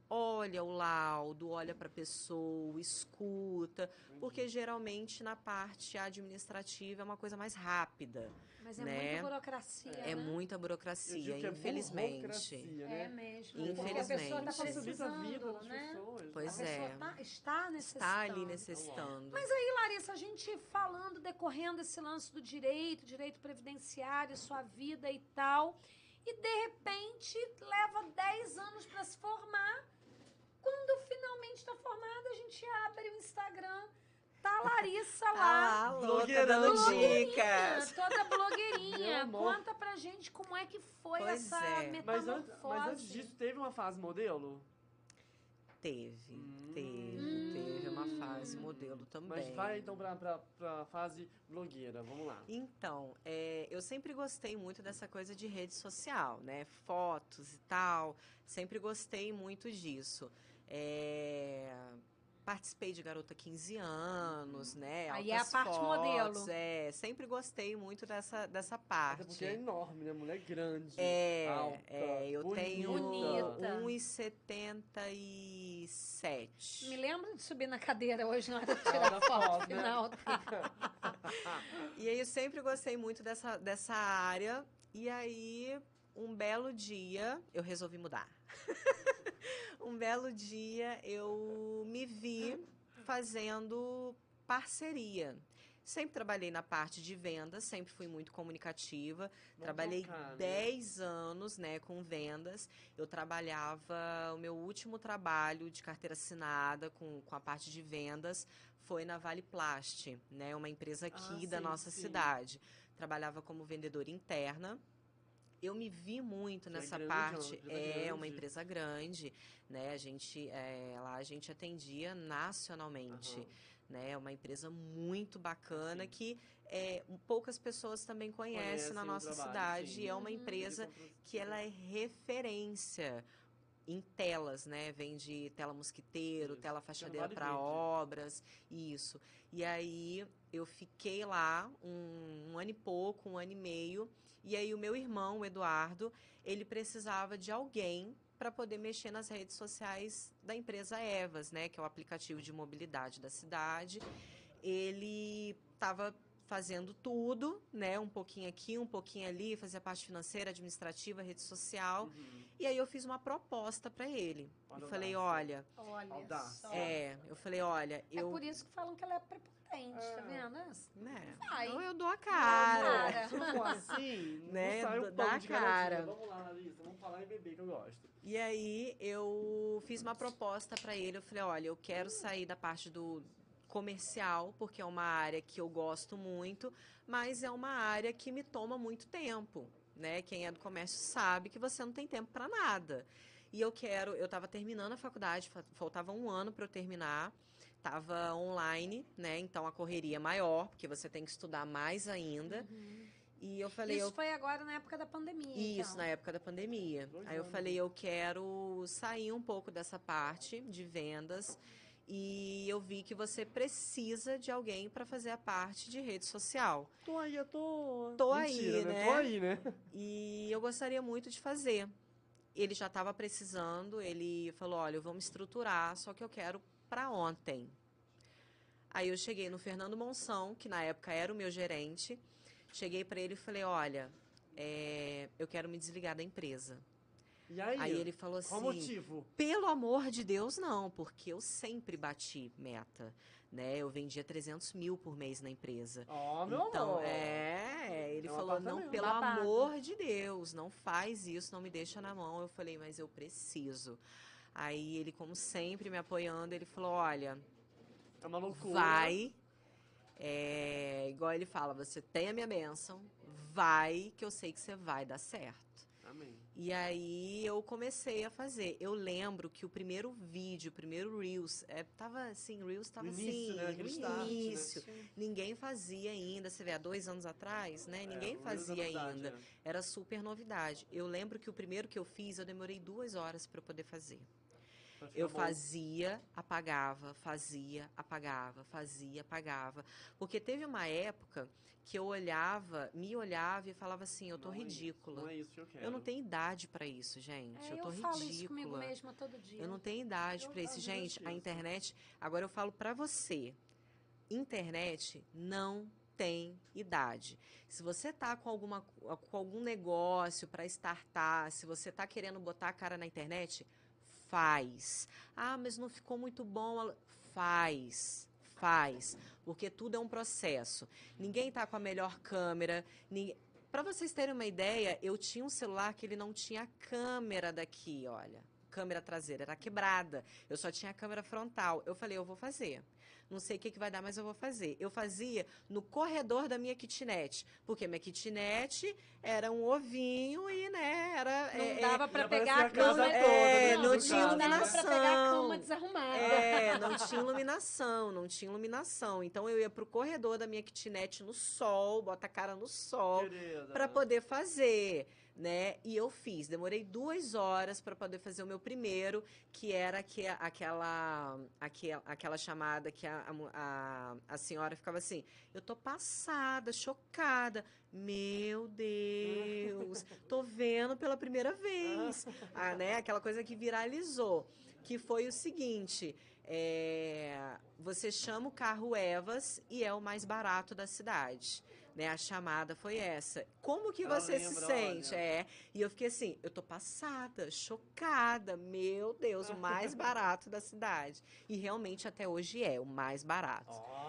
olha o laudo, olha para a pessoa, escuta, porque geralmente na parte administrativa é uma coisa mais rápida. Mas é né? muita burocracia, É né? muita Eu burocracia, digo que é infelizmente. burocracia, É né? mesmo. Infelizmente. Porque a pessoa está Facilita a vida precisando, das né? pessoas. Pois A pessoa é. está necessitando. Está ali necessitando. Mas aí, Larissa, a gente falando, decorrendo esse lance do direito previdenciário, sua vida e tal, e de repente leva 10 anos para se formar. Quando finalmente está formada, a gente abre o Instagram, tá a Larissa lá. Ah, louca, blogueirando. dando Blogueirinha, dicas. toda blogueirinha. Meu amor. Conta pra gente como é que foi Pois essa é. metamorfose. Mas antes disso, teve uma fase modelo? Teve uma fase modelo também. Mas vai então pra fase blogueira, vamos lá. Então, eu sempre gostei muito dessa coisa de rede social, né? Fotos e tal. Sempre gostei muito disso. Participei de Garota 15 anos, né? Aí é a Altas parte fotos, modelo. sempre gostei muito dessa Até parte. porque é enorme, né? Mulher grande, alta, eu bonita. tenho Bonita. 1,77. Me lembra de subir na cadeira hoje na hora de Na hora tirar da foto foto, né? final. Tá? E aí eu sempre gostei muito dessa área. E aí, um belo dia, eu resolvi mudar. Um belo dia, eu me vi fazendo parceria. Sempre trabalhei na parte de vendas, sempre fui muito comunicativa. Trabalhei focar, né? 10 anos, né, com vendas. Eu trabalhava, o meu último trabalho de carteira assinada com a parte de vendas foi na Vale Plast, né, uma empresa aqui da sim, nossa sim. cidade. Trabalhava como vendedora interna. Eu me vi muito Que é nessa grande, parte. é É uma uma empresa empresa grande, né? Lá a gente atendia nacionalmente, Aham. né? É uma empresa muito bacana Sim. que poucas pessoas também conhecem na Conhecem o nossa trabalho, cidade. sim. E é uma Uhum. empresa que ela é referência em telas, né? Vende tela mosquiteiro, Isso. tela Que faxadeira Vale para Verde. obras, isso. E aí eu fiquei lá um ano e pouco, um ano e meio. E aí o meu irmão, o Eduardo, ele precisava de alguém para poder mexer nas redes sociais da empresa Evas, né? Que é o aplicativo de mobilidade da cidade. Ele estava fazendo tudo, né? Um pouquinho aqui, um pouquinho ali, fazia parte financeira, administrativa, rede social. Uhum. E aí eu fiz uma proposta para ele. Olha Eu a falei, audácia. olha, Olha Audácia. só. eu falei, olha, É eu, por isso que falam que ela é prepotente, tá vendo? né? Vai. Então eu dou a Cara. cara. Se não for assim, Né, não sai um dá pano de cada dia. cara. Vamos lá, Larissa, vamos falar em bebê que eu gosto. E aí eu fiz uma proposta para ele. Eu falei, olha, eu quero sair da parte do comercial, porque é uma área que eu gosto muito, mas é uma área que me toma muito tempo, né? Quem é do comércio sabe que você não tem tempo para nada. E eu estava terminando a faculdade, faltava um ano para eu terminar, estava online, né? Então a correria é maior, porque você tem que estudar mais ainda. E eu falei, Isso foi agora na época da pandemia. isso, então. na época da pandemia. 2 Aí eu anos. falei, eu quero sair um pouco dessa parte de vendas e eu vi que você precisa de alguém para fazer a parte de rede social. Tô aí, eu tô. Tô Mentira, aí, né? né? Tô aí, né? E eu gostaria muito de fazer. Ele já estava precisando, ele falou, olha, vamos estruturar, só que eu quero para ontem. Aí eu cheguei no Fernando Monção, que na época era o meu gerente, cheguei para ele e falei, olha, eu quero me desligar da empresa. E aí? Aí ele falou Qual o assim, motivo? pelo amor de Deus, não, porque eu sempre bati meta, né? Eu vendia 300 mil por mês na empresa. Ó, meu Então, amor. ele É um falou, não, apartamento. pelo Babado. amor de Deus, não faz isso, não me deixa na mão. Eu falei, mas eu preciso. Aí ele, como sempre, me apoiando, ele falou, olha, É uma loucura. vai, igual ele fala, você tem a minha bênção, vai, que eu sei que você vai dar certo. Amém. E aí eu comecei a fazer. Eu lembro que o primeiro vídeo, o primeiro Reels, Reels tava No início, né? assim, Aquele no start, né? início. Ninguém fazia ainda, você vê, há 2 anos atrás, né? Ninguém fazia ainda. Era super novidade. Eu lembro que o primeiro que eu fiz, eu demorei 2 horas para poder fazer. Pra ficar Eu bom. fazia, apagava, fazia, apagava, fazia, apagava. Porque teve uma época que eu me olhava e falava assim, eu tô Não é isso, ridícula. não é isso que eu quero. Eu não tenho idade pra isso, gente. Eu tô eu falo isso comigo ridícula. mesma todo dia. Eu não tenho idade Eu, pra isso. às vezes, eu Gente, a esqueço. internet... Agora eu falo pra você. Internet não tem idade. Se você tá com algum negócio para startar, se você tá querendo botar a cara na internet, faz. Ah, mas não ficou muito bom. Faz. Faz. Porque tudo é um processo. Ninguém tá com a melhor câmera. Para vocês terem uma ideia, eu tinha um celular que ele não tinha câmera daqui, olha. Câmera traseira era quebrada. Eu só tinha a câmera frontal. Eu falei, eu vou fazer. Não sei o que vai dar, mas eu vou fazer. Eu fazia no corredor da minha kitnet. Porque minha kitnet era um ovinho e, né, era... Não dava pra ia pegar aparecer a a casa cama. toda, não no tinha caso, né? Não dava pra pegar a cama desarrumada. não tinha iluminação, não tinha iluminação. Então eu ia pro corredor da minha kitnet no sol, bota a cara no sol, Querida. para poder fazer, né? E eu fiz. Demorei 2 horas para poder fazer o meu primeiro, que era aquela chamada que a senhora ficava assim, eu tô passada, chocada. Meu Deus, tô vendo pela primeira vez. Né? Aquela coisa que viralizou, que foi o seguinte... você chama o carro Evas e é o mais barato da cidade. Né? A chamada foi essa. Como que Ela você se lembra, sente? olha. E eu fiquei assim, eu tô passada, chocada. Meu Deus, o mais barato da cidade. E realmente até hoje é o mais barato.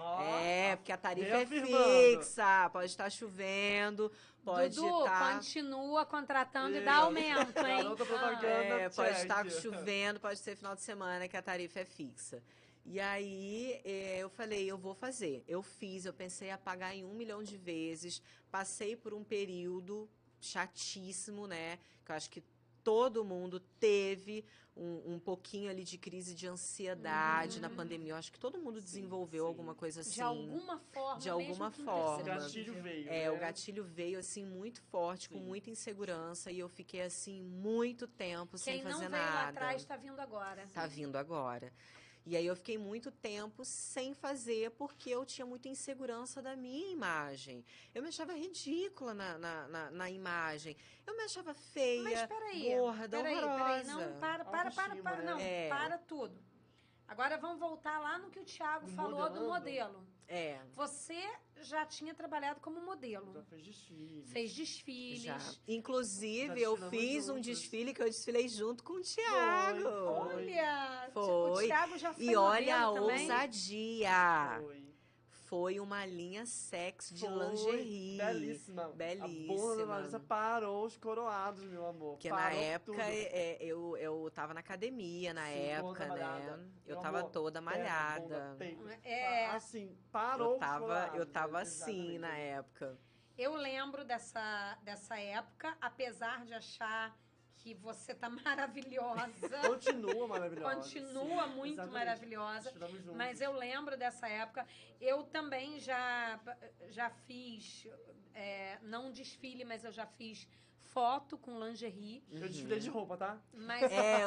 Ó, Porque a tarifa é reafirmando. fixa, pode estar chovendo, pode Dudu, estar... continua contratando e Isso. dá aumento, hein? Garota propaganda. Pode check. estar chovendo, pode ser final de semana que a tarifa é fixa. E aí eu falei, eu vou fazer. Eu fiz, eu pensei a pagar em 1 milhão de vezes. Passei por um período chatíssimo, né? Que eu acho que todo mundo teve um pouquinho ali de crise de ansiedade na pandemia. Eu acho que todo mundo desenvolveu sim. alguma coisa assim. De alguma forma, De alguma mesmo que forma. O imperceptível. gatilho veio, O né? gatilho veio assim muito forte, com Sim. muita insegurança, e eu fiquei assim muito tempo sem Quem não fazer veio nada. lá atrás está vindo agora. Tá vindo agora. E aí eu fiquei muito tempo sem fazer, porque eu tinha muita insegurança da minha imagem. Eu me achava ridícula na imagem. Eu me achava feia, Mas peraí, gorda, horrorosa. não, para, Autoestima, né? não, É. para tudo. Agora vamos voltar lá no que o Thiago falou do Modelando. modelo. É, Você já tinha trabalhado como modelo. Já fez desfile. Fez desfiles. já. Inclusive, Já eu desfilamos fiz um juntos. desfile que eu desfilei junto com o Thiago. Foi. Olha, Foi. o Thiago já foi E olha a modelo também. ousadia. Foi. Foi uma linha sexy de Foi. lingerie. Belíssima. Belíssima. A bunda da Larissa parou os coroados, meu amor. Porque Parou na época tudo. eu tava na academia, na Sim, época, toda né? malhada. Eu Meu tava amor, toda perna, malhada. bunda, peito. É. Assim, parou Eu os tava coroados, assim exatamente. na época. Eu lembro dessa época, apesar de achar que você tá maravilhosa. Continua maravilhosa. Continua muito Exatamente. maravilhosa. Estivemos juntos. Mas eu lembro dessa época. Eu também já fiz, não desfile, mas eu já fiz foto com lingerie. Eu desfilei de roupa, tá? Mas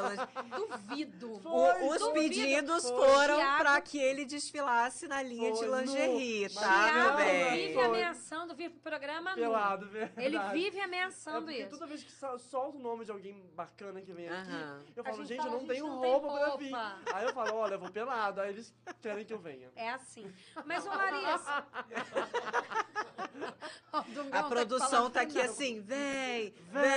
duvido. Foi, Os foi. pedidos Foi. foram Thiago- pra que ele desfilasse na linha de Foi, lingerie, nu. tá, Thiago meu bem? vive Foi. ameaçando vir pro programa nu. Pelado, verdade. Ele vive É ameaçando porque isso. toda vez que solta o nome de alguém bacana que vem aqui, Aham. eu A falo, gente gente, fala, eu não "A gente tenho não tem roupa pra vir. roupa." Aí eu falo, olha, eu vou pelado. Aí eles querem que eu venha. É assim. Mas, ô Larissa... Ó, o Dungão A produção falando tá aqui não. assim, vem.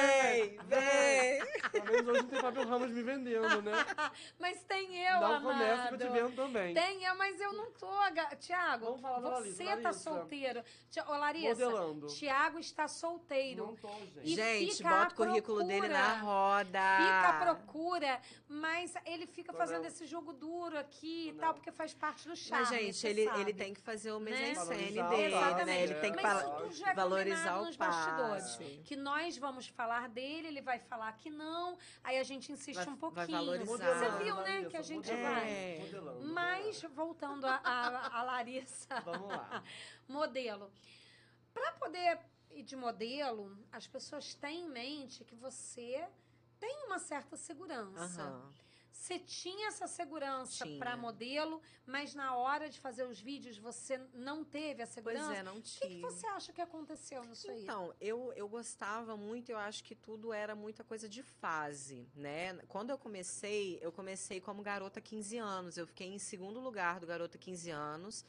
Pelo menos hoje não tem Fábio Ramos me vendendo, né? Mas tem eu, Não amado. começa que eu te vendo também. Tem eu, mas eu não tô... Tiago, Vamos falar da você Larissa. tá Larissa. solteiro. Ô, Larissa, Modelando. Tiago está solteiro. Não tô, gente. E Gente, fica bota à o currículo dele procura. na roda. Fica à procura, mas ele fica Tô fazendo não. esse jogo duro aqui e Tô tal, não. porque faz parte do charme. Mas, gente, você ele sabe. tem que fazer o Né? mise-en-scène Valorizar o dele, Exatamente. né? Ele tem que Mas isso tudo já é valorizar combinado o nos bastidores. passe. Que nós vamos falar dele, ele vai falar que não, aí a gente insiste Vai- um vai pouquinho. valorizar. Você viu, né, que a gente vai. Modelando. Mas, voltando a Larissa, Vamos lá. modelo. Para poder ir de modelo, as pessoas têm em mente que você tem uma certa segurança. Aham. você tinha essa segurança Tinha. para modelo, mas na hora de fazer os vídeos você não teve a segurança? Pois é, não O tive. que você acha que aconteceu nisso aí? Então, eu gostava muito, eu acho que tudo era muita coisa de fase, né? Quando eu comecei como garota 15 anos. Eu fiquei em segundo lugar do garota 15 anos.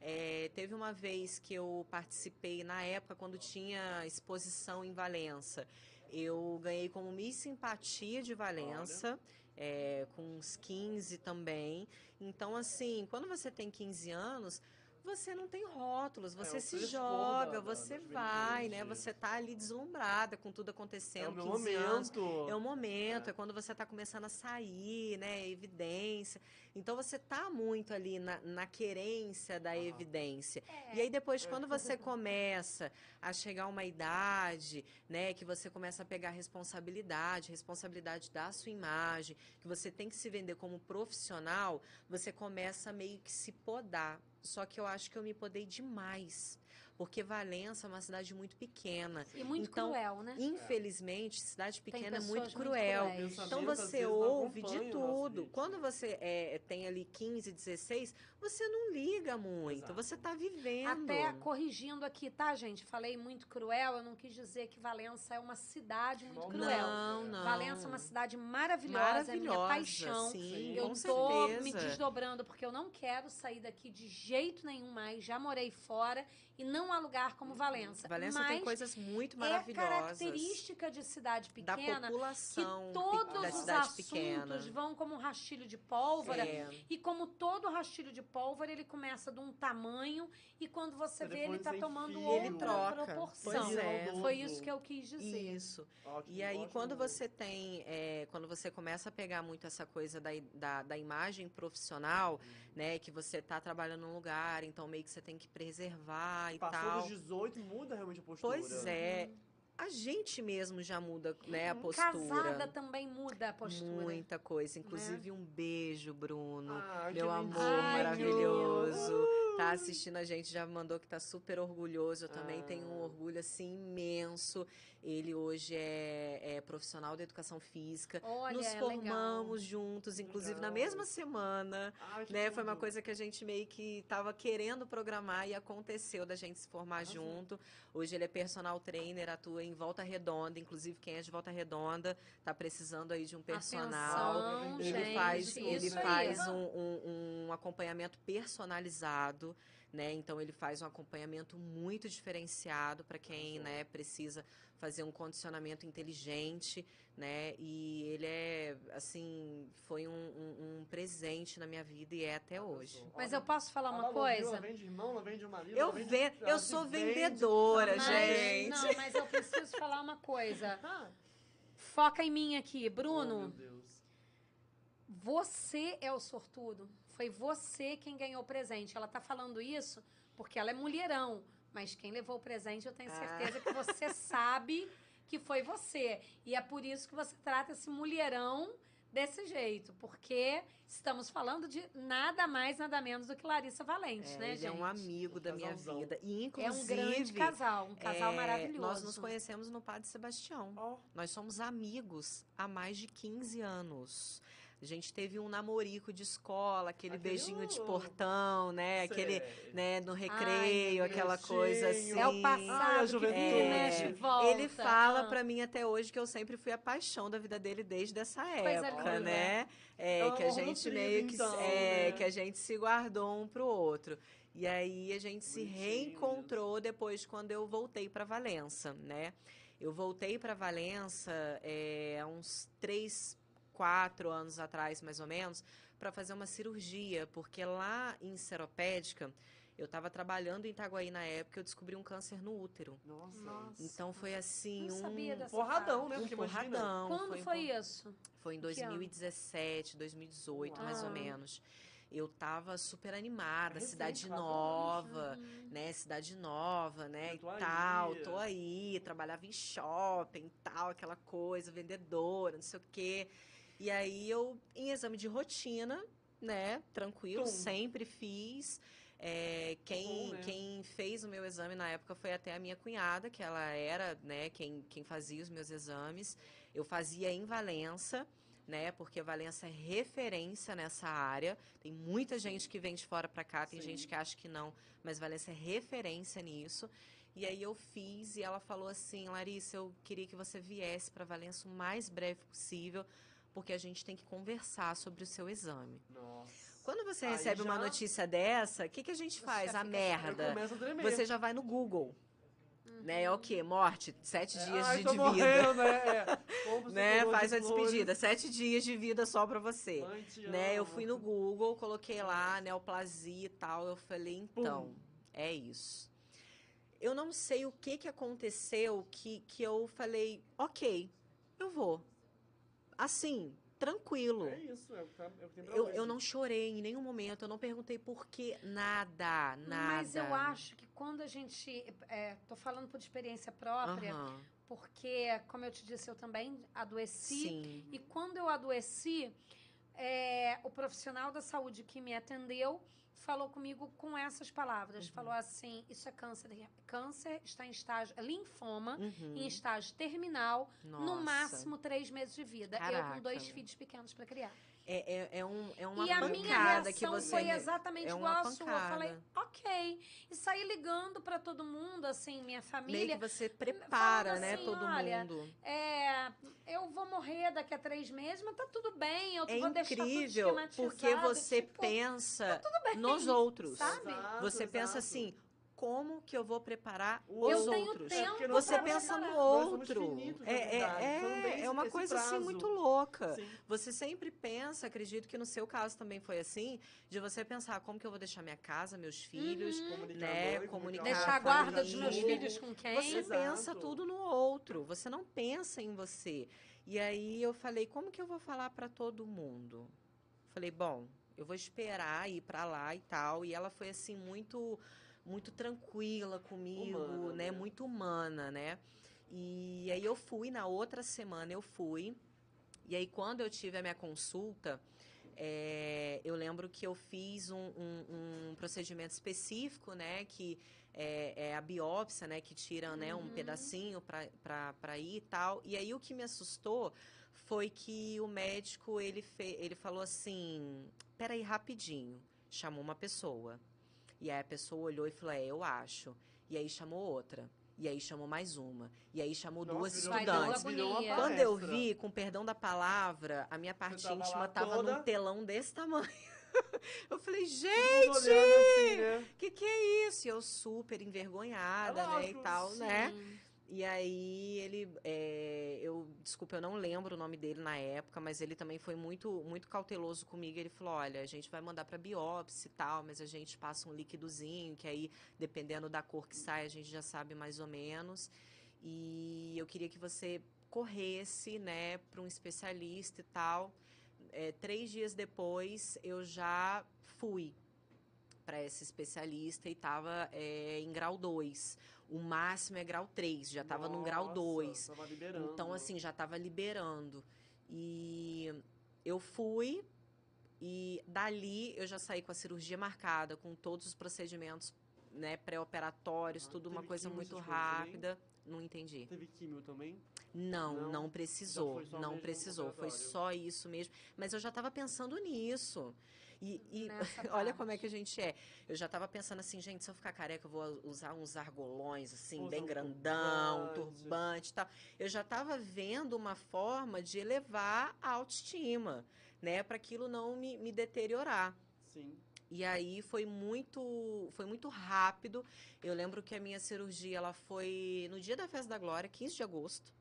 Teve uma vez que eu participei, na época, quando tinha exposição em Valença. Eu ganhei como Miss Simpatia de Valença, com uns 15 também. Então, assim, quando você tem 15 anos, você não tem rótulos, você o se frescor joga, da você juventude. vai, né? Você tá ali deslumbrada com tudo É acontecendo, o meu 15 anos. momento. É o momento, É. é quando você tá começando a sair, né? Evidência. Então você tá muito ali na querência da evidência. E aí depois, quando você começa a chegar a uma idade, né, que você começa a pegar responsabilidade da sua imagem, que você tem que se vender como profissional, você começa a meio que se podar. Só que eu acho que eu me podei demais. Porque Valença é uma cidade muito pequena. E muito Então, cruel, né? infelizmente, cidade pequena é pessoas muito muito cruel. cruéis. Então Pensamento, às você vezes, não ouve de acompanha o nosso tudo. ritmo. Quando você tem ali 15, 16, você não liga muito. Exato. Você está vivendo. Até corrigindo aqui, tá, gente? Falei muito cruel, eu não quis dizer que Valença é uma cidade muito Não, cruel. Não. Valença é uma cidade maravilhosa, é minha paixão. Sim, Eu com tô certeza. me desdobrando porque eu não quero sair daqui de jeito nenhum mais. Já morei fora e não há lugar como Valença. Valença Mas tem coisas muito é maravilhosas. característica de cidade Da pequena que população todos da os cidade assuntos pequena. vão como um rastilho de pólvora. É. E como todo rastilho de pólvora, ele começa de um tamanho e quando você vê, ele depois tá sem tomando fio. outra Ele troca. proporção. Pois é. Foi isso que eu quis dizer. Isso. Ótimo, E aí, ótimo. quando você tem, quando você começa a pegar muito essa coisa da imagem profissional, né, que você tá trabalhando num lugar, então meio que você tem que preservar e Passou tal. dos 18, muda realmente a postura. Pois é. A gente mesmo já muda, né, a Casada postura. também muda a postura. Muita coisa. Inclusive, um beijo, Bruno. Ai, Meu que amor lindinho. maravilhoso. Tá assistindo a gente, já mandou que tá super orgulhoso. Eu também tenho um orgulho, assim, imenso. Ele hoje é profissional da educação física. Olha, Nos é formamos legal. juntos, inclusive na Legal. mesma semana. Ai, que Né? Foi uma tudo. coisa que a gente meio que tava querendo programar e aconteceu da gente se formar Arrasou. junto. Hoje ele é personal trainer, atua em Volta Redonda. Inclusive, quem é de Volta Redonda tá precisando aí de um personal. Atenção, Ele gente, faz, ele isso aí. faz um acompanhamento personalizado, né? Então ele faz um acompanhamento muito diferenciado para quem, né, precisa fazer um condicionamento inteligente, né? E ele foi um presente na minha vida e é até hoje. Mas eu posso falar uma Ela não viu, coisa? Ela vende irmão, ela vende marido, Eu ela vende- ela eu se sou vende. vendedora, Mas- gente. Não, mas eu preciso falar uma coisa. Ah, Foca em mim aqui, oh, Bruno. meu Deus. Você é o sortudo. Foi você quem ganhou o presente. Ela tá falando isso porque ela é mulherão. Mas quem levou o presente, eu tenho certeza que você sabe que foi você. E é por isso que você trata esse mulherão desse jeito. Porque estamos falando de nada mais, nada menos do que Larissa Valente, né, Ele gente? é um amigo da minha Casalzão. vida. E, É inclusive, um grande casal, um casal maravilhoso. Nós nos conhecemos no Padre Sebastião. Ó, Nós somos amigos há mais de 15 anos. A gente teve um namorico de escola, aquele Aquele, beijinho de oh, portão, né? sei. Aquele, né, no Ai, recreio, meu aquela Deus. coisa assim. É o Ai, a passado que juventude. vira e mexe e volta. Ele fala Ah. pra mim até hoje que eu sempre fui a paixão da vida dele desde essa Coisa época, linda. né? É um Que a amor gente nutrido, meio que então, né? que a gente se guardou um pro outro. E aí a gente se Bonitinho reencontrou depois quando eu voltei para Valença, né? Eu voltei para Valença há uns 4 anos atrás, mais ou menos, para fazer uma cirurgia, porque lá em Seropédica, eu estava trabalhando em Itaguaí na época, eu descobri um câncer no útero. Nossa. Nossa. Então foi assim, Não sabia dessa Porradão, parte. né? um Porque imagina. porradão. Quando foi um isso? Foi em Que ano? 2017, 2018, mais ou Uau. menos. Eu tava super animada, Recente, cidade 4 nova, Uhum. né? Cidade nova, né? Eu E tô aí. tal, tô aí, trabalhava em shopping e tal, aquela coisa, vendedora, não sei o quê. E aí eu, em exame de rotina, né? Tranquilo, Tum. sempre fiz. Bom, né? Quem fez o meu exame na época foi até a minha cunhada, que ela era, né, quem fazia os meus exames. Eu fazia em Valença, né? Porque Valença é referência nessa área. Tem muita gente que vem de fora para cá, tem Sim. gente que acha que não, mas Valença é referência nisso. E aí eu fiz e ela falou assim, Larissa, eu queria que você viesse para Valença o mais breve possível, porque a gente tem que conversar sobre o seu exame. Nossa. Quando você Aí recebe uma já- notícia dessa, o que a gente Você faz? já A fica Eu merda. começo a tremer. Você já vai no Google. Né? É o quê? Morte, 7 dias Ai, de tô vida. morrendo, né? Compra o seu Né? coroa Faz de a flores. despedida, 7 dias de vida só pra você. Mãe, te Né? Eu amo. fui no Google, coloquei lá neoplasia e tal, eu falei, então, é isso. Eu não sei o que aconteceu que eu falei, ok, eu vou. Assim, tranquilo. É isso, é o que tem pra Eu hoje. não chorei em nenhum momento, eu não perguntei por quê, nada. Mas eu acho que quando a gente. Tô falando por experiência própria, Aham, porque, como eu te disse, eu também adoeci. sim. E quando eu adoeci, o profissional da saúde que me atendeu falou comigo com essas palavras. Falou assim: isso é câncer. Câncer está em estágio. Linfoma, em estágio terminal, no Nossa. máximo 3 meses de vida. Eu Caraca. com 2 filhos pequenos para criar. É uma E a pancada minha que reação você... foi exatamente é igual uma à sua. Eu falei, pancada. ok. E saí ligando para todo mundo, assim, minha Meio família. que você prepara, falando né, assim, todo olha, mundo. Eu vou morrer daqui a 3 meses, mas tá tudo bem. Eu É vou deixar tudo incrível, esquematizado. porque você tipo, pensa nos outros. sabe? Exato, Você pensa exato. assim, como que eu vou preparar O os Eu tenho outros? tempo porque Você nós pensa somos- no nós somos outro. finitos, na verdade. Não tem É uma esse coisa assim prazo. muito louca. Sim. Você sempre pensa, acredito que no seu caso também foi assim, de você pensar como que eu vou deixar minha casa, meus filhos, Comunicar né, a mãe, comunicar Deixar a a guarda dos família. meus filhos com quem? Você Exato. pensa tudo no outro, você não pensa em você. E aí eu falei, como que eu vou falar para todo mundo? Falei, bom, eu vou esperar ir para lá e tal. E ela foi assim muito tranquila comigo, Humana, né? né? Muito humana, né? E aí eu fui, na outra semana eu fui. E aí quando eu tive a minha consulta, eu lembro que eu fiz um procedimento específico, né? Que é a biópsia, né? Que tira, né, um pedacinho para ir e tal. E aí o que me assustou foi que o médico, ele falou assim, peraí, rapidinho. Chamou uma pessoa. E aí a pessoa olhou e falou, eu acho. E aí chamou outra. E aí chamou mais uma. E aí chamou Nossa, duas virou- Vai dando estudantes. virou uma agonia. Quando eu palestra. vi, com perdão da palavra, a minha parte tava lá íntima tava toda- num telão desse tamanho. Eu falei, Todo mundo gente, olhando assim, né? que é isso? E eu super envergonhada, É né, e lógico, tal, né? Sim. E aí desculpa, eu não lembro o nome dele na época, mas ele também foi muito cauteloso comigo. Ele falou, olha, a gente vai mandar para biópsia e tal, mas a gente passa um líquidozinho, que aí, dependendo da cor que sai, a gente já sabe mais ou menos. E eu queria que você corresse, né, para um especialista e tal. 3 dias depois, eu já fui para esse especialista e estava em grau 2. O máximo é grau 3, já estava no grau 2. Tava liberando. Então, assim, já estava liberando. E eu fui, e dali eu já saí com a cirurgia marcada, com todos os procedimentos, né, pré-operatórios, tudo uma Teve coisa químio, muito essas coisas também? rápida. Não entendi. Teve químio também? Não, Não? não precisou, Já foi só não mesmo precisou, foi operatório? só isso mesmo. Mas eu já estava pensando nisso. E Nessa olha parte. como é que a gente é. Eu já estava pensando assim, gente, se eu ficar careca, eu vou usar uns argolões, assim, Usa bem um grandão, turbante. turbante e tal. Eu já estava vendo uma forma de elevar a autoestima, né, para aquilo não me deteriorar. Sim. E aí foi muito rápido. Eu lembro que a minha cirurgia, ela foi no dia da Festa da Glória, 15 de agosto.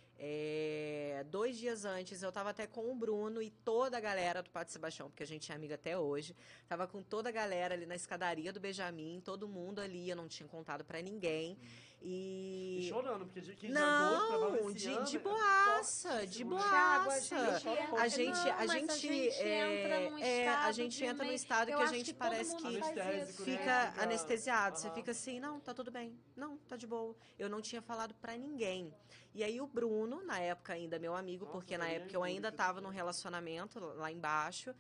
2 dias antes, eu tava até com o Bruno e toda a galera do Pátio Sebastião, porque a gente é amiga até hoje. Tava com toda a galera ali na escadaria do Benjamin, todo mundo ali, eu não tinha contado pra ninguém. E E chorando, porque de 15 de agosto pra não, Valenciana de é boaça, fortíssimo, de né? boaça. A gente entra num estado A gente de entra num meio- estado eu que a acho gente que todo parece mundo que faz Anestésico, isso, né? fica Fica- anestesiado. Você Aham. fica assim, não, tá tudo bem. Não, tá de boa. Eu não tinha falado pra ninguém. E aí o Bruno, na época ainda meu amigo, Nossa, porque pra na mim é época eu tudo ainda que tava eu num sei. relacionamento lá embaixo.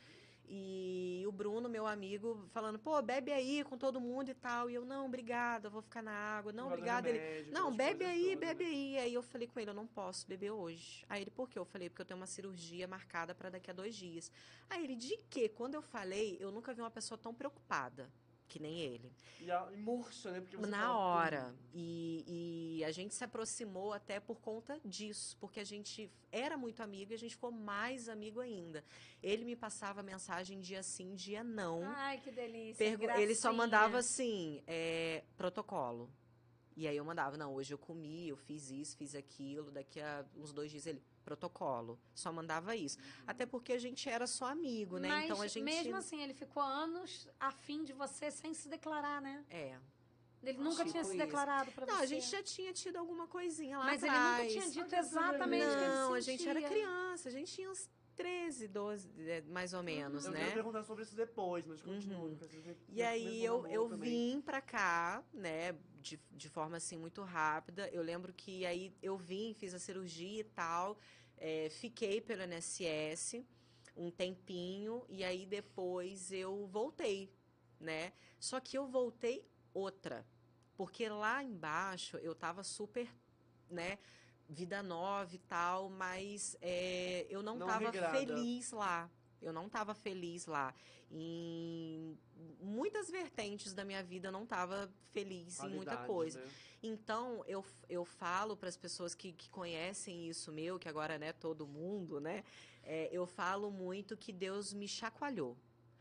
E o Bruno, meu amigo, falando, pô, bebe aí com todo mundo e tal. E eu, não, obrigada, eu vou ficar na água. Não, Por causa do obrigada. Ele, remédio, não, pelas bebe coisas aí, todas, bebe né? aí. Aí eu falei com ele, eu não posso beber hoje. Aí ele, por quê? Eu falei, porque eu tenho uma cirurgia marcada para daqui a 2 dias. Aí ele, de quê? Quando eu falei, eu nunca vi uma pessoa tão preocupada que nem ele. E murcha, né? Porque você Na fala, pô, hora. E a gente se aproximou até por conta disso, porque a gente era muito amigo e a gente ficou mais amigo ainda. Ele me passava mensagem dia sim, dia não. Ai, que delícia. Ele só Gracinha. mandava assim, protocolo. E aí eu mandava, não, hoje eu comi, eu fiz isso, fiz aquilo, daqui a uns 2 dias ele, protocolo. Só mandava isso. Até porque a gente era só amigo, né? Mas Então a gente. mesmo assim, ele ficou anos afim de você sem se declarar, né? Ele nunca Tipo tinha se isso. declarado pra Não, você. a gente já tinha tido alguma coisinha lá Mas atrás. ele nunca tinha dito exatamente o que ele Não, a sentia. gente era criança, a gente tinha uns 13, 12, mais ou menos, eu né? quero perguntar sobre isso depois, mas continua. Porque às vezes E aí levou na mão eu também. vim pra cá, né, de forma assim muito rápida. Eu lembro que aí eu vim, fiz a cirurgia e tal, fiquei pelo INSS um tempinho e aí depois eu voltei, né? Só que eu voltei outra, porque lá embaixo eu tava super, né, vida nova e tal, mas eu não Não tava regrada. feliz lá. Eu não estava feliz lá. Em muitas vertentes da minha vida, eu não estava feliz em muita Qualidades, coisa. né? Então, eu falo para as pessoas que conhecem isso meu, que agora, né, todo mundo, né? Eu falo muito que Deus me chacoalhou.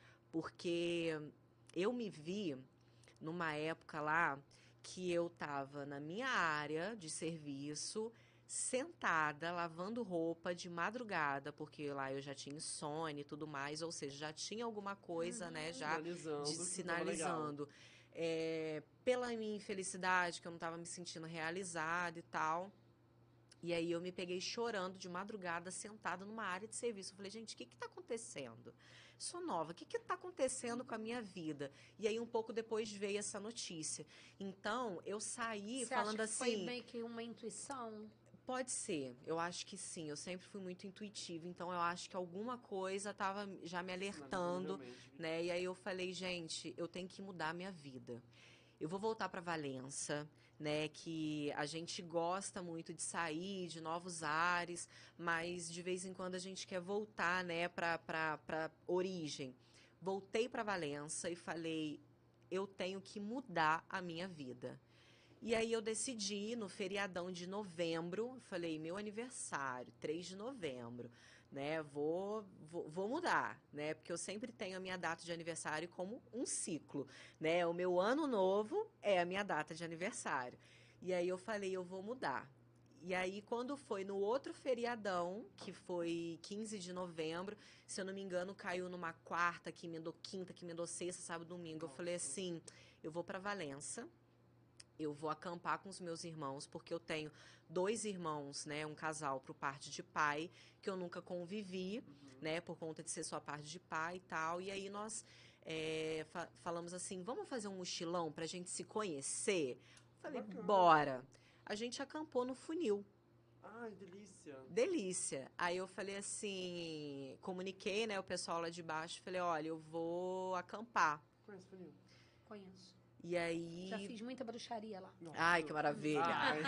Porque eu me vi numa época lá que eu estava na minha área de serviço, sentada, lavando roupa de madrugada, porque lá eu já tinha insônia e tudo mais, ou seja, já tinha alguma coisa, né, já Sinalizando que não tava legal. sinalizando. Pela minha infelicidade, que eu não estava me sentindo realizada e tal. E aí eu me peguei chorando de madrugada, sentada numa área de serviço. Eu falei, gente, o que está acontecendo? Sou nova, o que está acontecendo com a minha vida? E aí um pouco depois veio essa notícia. Então, eu saí Você falando acha que foi assim... meio que uma intuição? Pode ser, eu acho que sim. Eu sempre fui muito intuitiva, então eu acho que alguma coisa estava já me alertando, Realmente. né? E aí eu falei, gente, eu tenho que mudar a minha vida. Eu vou voltar para Valença, né? Que a gente gosta muito de sair, de novos ares, mas de vez em quando a gente quer voltar, né? Para origem. Voltei para Valença e falei, eu tenho que mudar a minha vida. E aí eu decidi, no feriadão de novembro, falei, meu aniversário, 3 de novembro, né, vou mudar, né, porque eu sempre tenho a minha data de aniversário como um ciclo, né, o meu ano novo é a minha data de aniversário. E aí eu falei, eu vou mudar. E aí, quando foi no outro feriadão, que foi 15 de novembro, se eu não me engano, caiu numa quarta, que emendou quinta, que emendou sexta, sábado, domingo. Eu falei assim, eu vou para Valença. Eu vou acampar com os meus irmãos, porque eu tenho 2 irmãos, né? Um casal por parte de pai, que eu nunca convivi, né? Por conta de ser só a parte de pai e tal. E aí nós falamos assim, vamos fazer um mochilão pra gente se conhecer? Falei, Bacana. bora. A gente acampou no Funil. Ai, delícia. Delícia. Aí eu falei assim, comuniquei, né? O pessoal lá de baixo, falei, olha, eu vou acampar. Conhece o funil? Conheço. E aí... Já fiz muita bruxaria lá. Ai, que maravilha. Ai,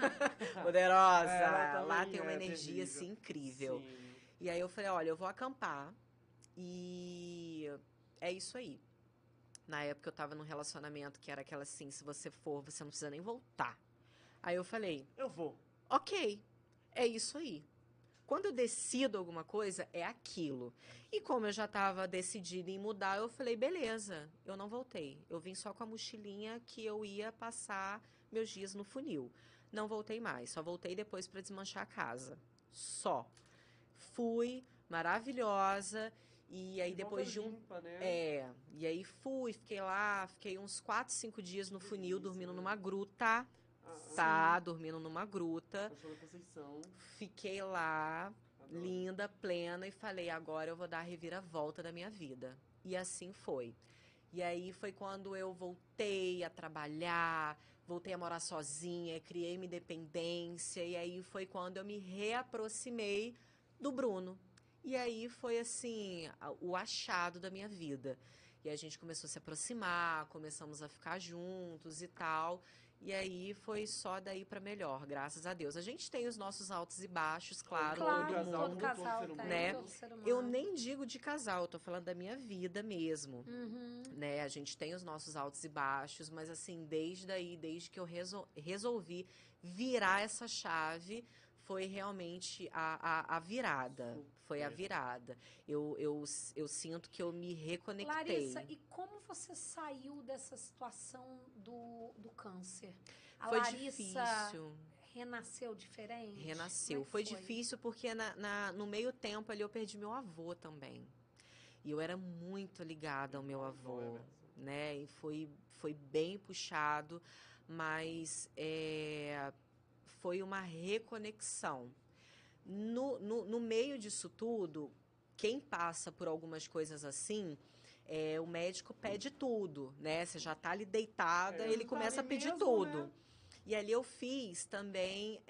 Poderosa. ela Lá também tem uma é energia terrível. assim incrível. Sim. E aí eu falei, olha, eu vou acampar e é isso aí. Na época eu tava num relacionamento que era aquela assim, se você for, você não precisa nem voltar. Aí eu falei, Eu vou. ok, é isso aí. Quando eu decido alguma coisa, é aquilo. E como eu já estava decidida em mudar, eu falei, beleza, eu não voltei. Eu vim só com a mochilinha que eu ia passar meus dias no funil. Não voltei mais, só voltei depois para desmanchar a casa. Só. Fui, maravilhosa, e aí E depois volta de um... limpa, né? E aí fui, fiquei lá, fiquei uns 4, 5 dias no Que funil, delícia, dormindo né? numa gruta. Ah, Tá, dormindo numa gruta. Baixou da Conceição. Fiquei lá, Adoro. linda, plena, e falei, agora eu vou dar a reviravolta da minha vida. E assim foi. E aí foi quando eu voltei a trabalhar, voltei a morar sozinha, criei minha independência, e aí foi quando eu me reaproximei do Bruno. E aí foi assim, o achado da minha vida. E a gente começou a se aproximar, começamos a ficar juntos e tal. E aí foi só daí pra melhor, graças a Deus. A gente tem os nossos altos e baixos, claro, Claro, todo casal, todo mundo, casal todo ser tem, né? todo ser humano. Eu nem digo de casal, eu tô falando da minha vida mesmo. Uhum. Né? A gente tem os nossos altos e baixos, mas assim, desde aí, desde que eu resolvi virar essa chave, foi realmente a virada. Foi a Super. virada. Eu sinto que eu me reconectei. Larissa, e como você saiu dessa situação do câncer? A Foi Larissa difícil. renasceu diferente? Renasceu. Como é que Foi difícil porque no meio tempo ali eu perdi meu avô também. E eu era muito ligada ao meu avô, né? E foi bem puxado, mas foi uma reconexão. No meio disso tudo, quem passa por algumas coisas assim, o médico pede tudo, né? Você já tá ali deitada, ele Tá começa a ali pedir mesmo, tudo. né? E ali eu fiz também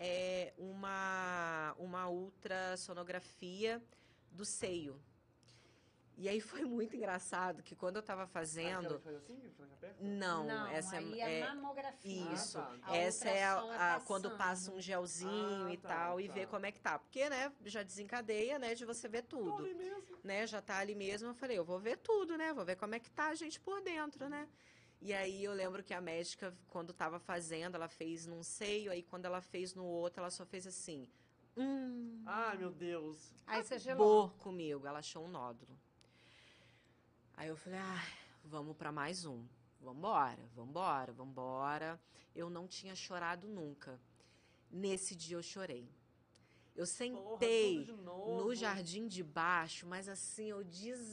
uma ultrassonografia do seio. E aí foi muito engraçado que quando eu tava Aquela fazendo. que faz assim, que fica perto? Não, essa aí é. é mamografia. Isso. Ah, tá. A Essa é ultrassom quando passa passando. um gelzinho e tá, tal e tá. vê como é que tá. Porque, né, já desencadeia, né, de você ver Tô tudo. ali mesmo. Né, já tá ali mesmo. Eu falei, eu vou ver tudo, né? Vou ver como é que tá a gente por dentro, né? E aí eu lembro que a médica, quando tava fazendo, ela fez num seio, aí quando ela fez no outro, ela só fez assim. Ai, meu Deus. Aí você gelou. Acabou comigo. Ela achou um nódulo. Aí eu falei, vamos pra mais um. Vambora, vambora, vambora. Eu não tinha chorado nunca. Nesse dia eu chorei. Eu sentei tudo de novo. no jardim de baixo, mas assim, eu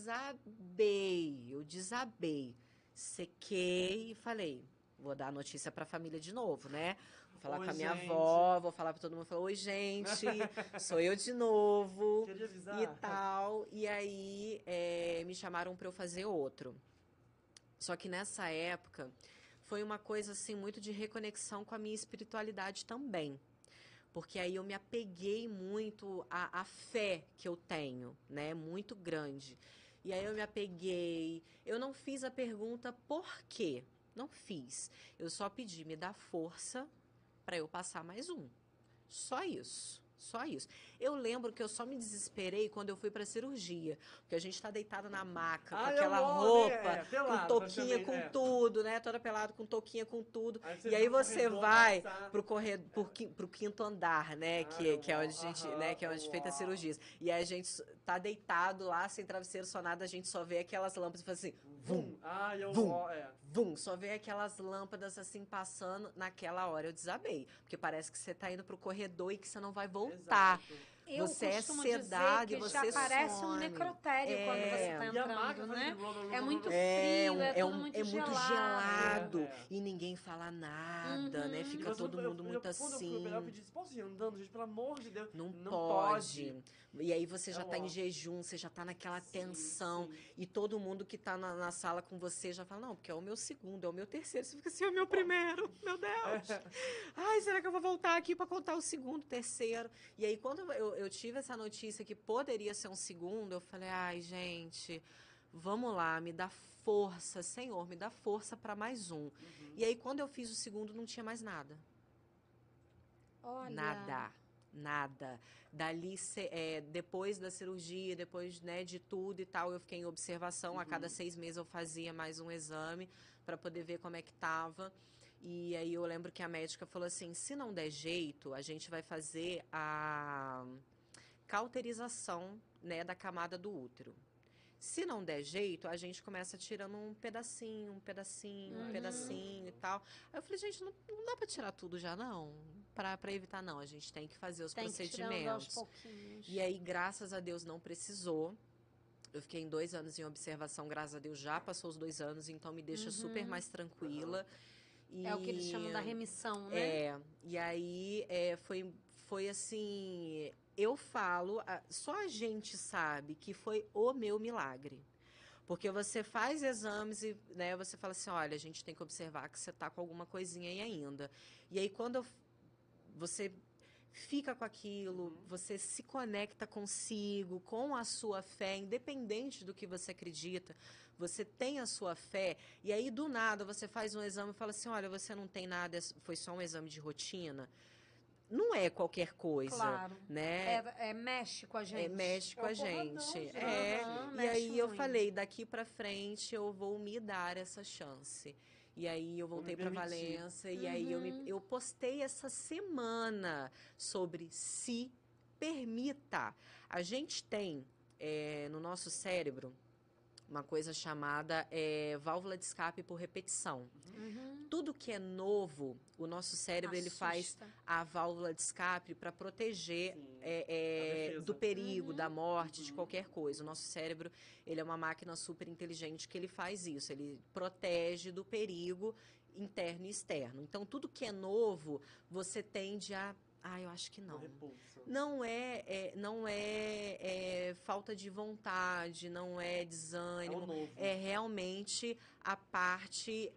desabei. Sequei e falei, vou dar a notícia pra família de novo, né? Vou falar Oi, com a minha gente. avó, vou falar pra todo mundo, falar, oi, gente, sou eu de novo. Queria avisar. E tal. E aí me chamaram pra eu fazer outro. Só que nessa época foi uma coisa assim muito de reconexão com a minha espiritualidade também. Porque aí eu me apeguei muito à fé que eu tenho, né? Muito grande. E aí eu me apeguei. Eu não fiz a pergunta por quê. Não fiz. Eu só pedi, me dá força para eu passar mais um. Só isso. Só isso. Eu lembro que eu só me desesperei quando eu fui pra cirurgia. Porque a gente tá deitado na maca, com aquela roupa, pelado, com touquinha, praticamente, com tudo, né? Toda pelada, com touquinha, com tudo. E aí vê o você corredor vai passar. pro corredor, pro quinto andar, né? Que é onde a gente, né? Que é onde é feita as cirurgias. E aí a gente tá deitado lá, sem travesseiro, só nada, a gente só vê aquelas lâmpadas e faz assim, vum, vum. Vum, só vê aquelas lâmpadas assim passando naquela hora. Eu desabei. Porque parece que você tá indo pro corredor e que você não vai voltar. Exato. Eu Você é costumo sedado dizer e que você já parece um some. necrotério quando você tá E a maca entrando, faz né? aquele É muito É, frio, tudo muito gelado. e ninguém fala nada, né? Uhum. Fica todo mundo muito Quando eu fui operar, eu assim. pedi, posso ir andando, gente? Pelo amor de Deus. Não pode. pode. E aí você já tá em ó. jejum, você já tá naquela Sim, tensão. sim. E todo mundo que tá na sala com você já fala, não, porque é o meu segundo, é o meu terceiro. Você fica assim, é o meu primeiro, meu Deus. Ai, será que eu vou voltar aqui pra contar o segundo, terceiro? E aí quando eu tive essa notícia que poderia ser um segundo, eu falei, ai, gente, vamos lá, me dá força, Senhor, me dá força pra mais um. E aí quando eu fiz o segundo, não tinha mais nada. Olha. Nada. Dali, depois da cirurgia, depois, né, de tudo e tal, eu fiquei em observação. A cada 6 meses eu fazia mais um exame para poder ver como é que tava. E aí eu lembro que a médica falou assim, se não der jeito, a gente vai fazer a cauterização, né, da camada do útero. Se não der jeito, a gente começa tirando um pedacinho e tal. Aí eu falei, gente, não dá pra tirar tudo já, não? Pra evitar, não. A gente tem que fazer os Tem que ir tirando aos procedimentos. pouquinhos. E aí, graças a Deus, não precisou. Eu fiquei em 2 anos em observação, graças a Deus, já passou os 2 anos, então me deixa super mais tranquila. É o que eles chamam da remissão, né? E aí foi assim, eu falo, só a gente sabe que foi o meu milagre. Porque você faz exames e, né, você fala assim, olha, a gente tem que observar que você tá com alguma coisinha aí ainda. E aí quando você fica com aquilo, você se conecta consigo, com a sua fé, independente do que você acredita, você tem a sua fé, e aí do nada você faz um exame e fala assim, olha, você não tem nada, foi só um exame de rotina. Não é qualquer coisa, Claro. né? Mexe com a gente. Mexe com a porradão, gente. gente. Aham, E mexe aí eu muito. falei, daqui pra frente eu vou me dar essa chance. E aí eu voltei para permitir. Valência e aí eu postei essa semana sobre se permita. A gente tem no nosso cérebro uma coisa chamada válvula de escape por repetição. Tudo que é novo, o nosso cérebro ele faz Assusta. a válvula de escape para proteger Sim, a defesa. do perigo, da morte, de qualquer coisa. O nosso cérebro ele é uma máquina super inteligente que ele faz isso. Ele protege do perigo interno e externo. Então, tudo que é novo, você tende a... eu acho que não. Repulsa. Não é falta de vontade, não é desânimo. É o novo. É realmente a parte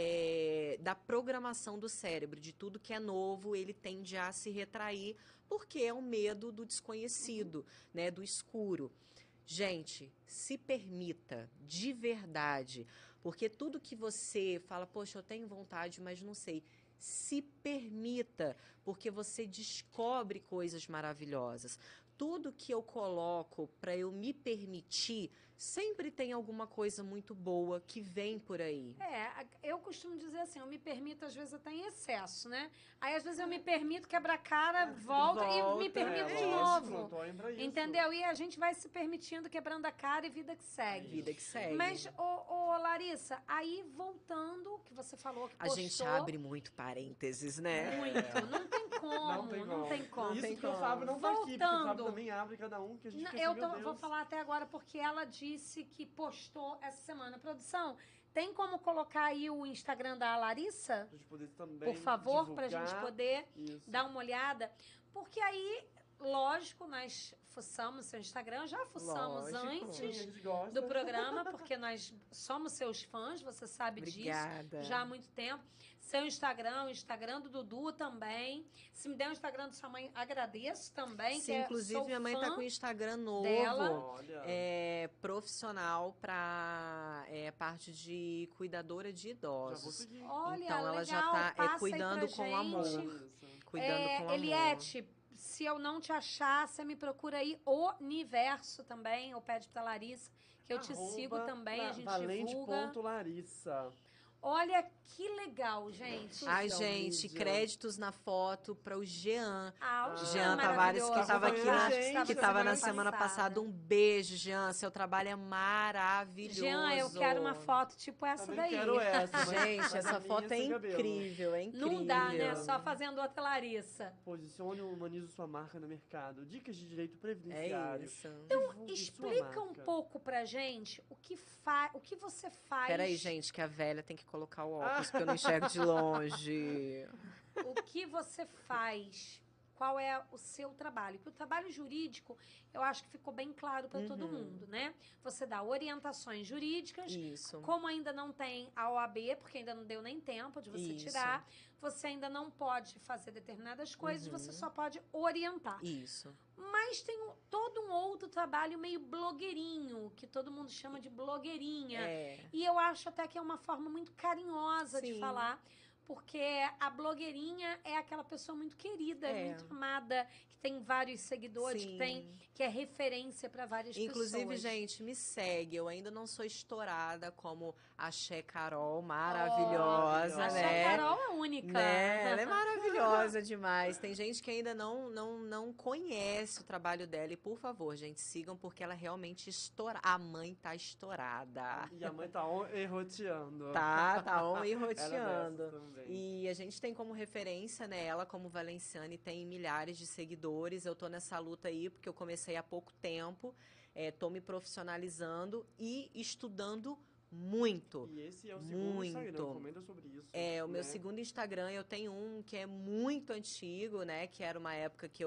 da programação do cérebro. De tudo que é novo, ele tende a se retrair, porque é o medo do desconhecido, né, do escuro. Gente, se permita, de verdade, porque tudo que você fala, poxa, eu tenho vontade, mas não sei. Se permita, porque você descobre coisas maravilhosas. Tudo que eu coloco para eu me permitir, sempre tem alguma coisa muito boa que vem por aí. Eu costumo dizer assim, eu me permito às vezes até em excesso, né? Aí às vezes eu me permito quebrar a cara, volta e me permito de novo. Entendeu? E a gente vai se permitindo, quebrando a cara e vida que segue. Vida que segue. Mas, Larissa, aí voltando, que você falou que A postou... gente abre muito parênteses, né? Muito, não tem como, não tem como. Isso que o Fábio não tá aqui, porque o Fábio Voltando. também abre cada um que a gente Não, fica eu assim, meu Deus. vou falar até agora porque ela disse que postou essa semana. Produção, tem como colocar aí o Instagram da Larissa? Pra gente poder também Por favor, pra divulgar. gente poder Isso. dar uma olhada. Porque aí, lógico, nós fuçamos seu Instagram, já fuçamos Sim, a antes gente gosta. do programa, porque nós somos seus fãs, você sabe Obrigada. disso, já há muito tempo. Seu Instagram, o Instagram do Dudu também. Se me der o Instagram da sua mãe, agradeço também. Sim, que inclusive sou minha mãe tá fã com o Instagram novo. dela. Olha. Profissional para parte de cuidadora de Já vou idosos. seguir. Olha, Então ela já legal, tá passa aí cuidando pra com amor. gente. Isso. Cuidando com amor. Eliette, se eu não te achar, você me procura aí o Universo também, ou pede pra Larissa, que eu te sigo também, a gente divulga. Valente.larissa. Olha que legal, gente. Ai, Social gente, media. créditos na foto para o Jean. O Jean é Tavares, que maravilhoso. estava aqui Gente, na semana semana passada. Um beijo, Jean. Seu trabalho é maravilhoso. Jean, eu quero uma foto tipo essa Também daí. quero essa. mas Gente, a essa minha foto é sem cabelo. incrível, é incrível. Não dá, né? Só fazendo outra Larissa. Posicione e humanize sua marca no mercado. Dicas de direito É previdenciário. isso. Divulgue sua Explica um marca. pouco pra gente o que você faz. Peraí, gente, que a velha tem que colocar o óculos, porque eu não enxergo de longe. O que você faz? Qual é o seu trabalho? Porque o trabalho jurídico, eu acho que ficou bem claro para todo mundo, né? Você dá orientações jurídicas. Isso. Como ainda não tem a OAB, porque ainda não deu nem tempo de você Isso. tirar, você ainda não pode fazer determinadas coisas, você só pode orientar. Isso. Mas tem todo um outro trabalho meio blogueirinho, que todo mundo chama de blogueirinha. E eu acho até que é uma forma muito carinhosa de Sim. falar, porque a blogueirinha é aquela pessoa muito querida, muito amada, que tem vários seguidores, Sim. que é referência para várias Inclusive, pessoas. gente, me segue. Eu ainda não sou estourada como a Xé Carol, maravilhosa, A né? Xé Carol é única. Né? Ela é maravilhosa demais. Tem gente que ainda não conhece o trabalho dela. E, por favor, gente, sigam, porque ela realmente estoura. A mãe tá estourada. E a mãe tá erroteando. Tá on e Ela é roteando. dessas também. E a gente tem como referência, né? Ela, como Valenciane, tem milhares de seguidores. Eu tô nessa luta aí, porque eu comecei há pouco tempo. Tô me profissionalizando e estudando muito. E esse é o segundo Instagram, comenta sobre isso. O meu segundo Instagram, eu tenho um que é muito antigo, né? Que era uma época que eu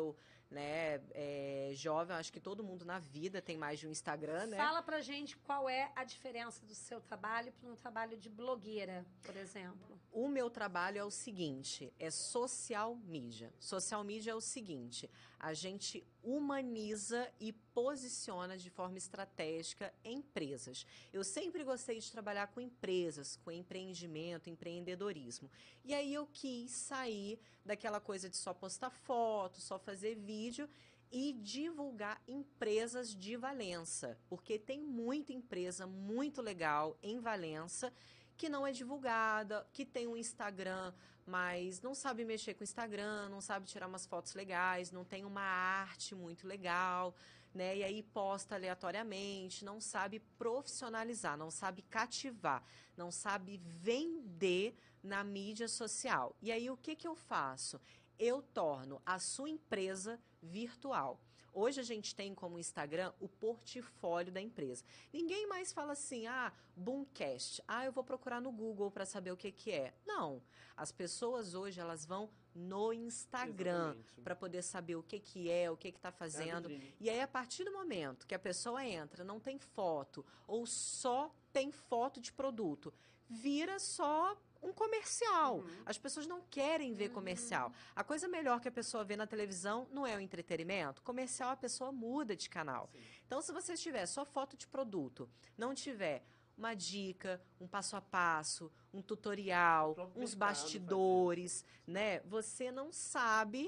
né? Jovem, acho que todo mundo na vida tem mais de um Instagram, né? Fala pra gente qual é a diferença do seu trabalho para um trabalho de blogueira, por exemplo. O meu trabalho é o seguinte, é social media. Social media é o seguinte, a gente humaniza e posiciona de forma estratégica empresas. Eu sempre gostei de trabalhar com empresas, com empreendimento, empreendedorismo. E aí eu quis sair daquela coisa de só postar foto, só fazer vídeo e divulgar empresas de Valença, porque tem muita empresa muito legal em Valença que não é divulgada, que tem um Instagram, mas não sabe mexer com o Instagram, não sabe tirar umas fotos legais, não tem uma arte muito legal, né? E aí posta aleatoriamente, não sabe profissionalizar, não sabe cativar, não sabe vender na mídia social. E aí o que que eu faço? Eu torno a sua empresa virtual. Hoje a gente tem como Instagram o portfólio da empresa. Ninguém mais fala assim, Boomcast, eu vou procurar no Google para saber o que que é. Não, as pessoas hoje elas vão no Instagram para poder saber o que que é, o que que está fazendo. E aí a partir do momento que a pessoa entra, não tem foto ou só tem foto de produto, vira só um comercial. As pessoas não querem ver comercial. A coisa melhor que a pessoa vê na televisão não é o entretenimento. Comercial, a pessoa muda de canal. Sim. Então, se você tiver só foto de produto, não tiver uma dica, um passo a passo, um tutorial, uns bastidores, né? Você não sabe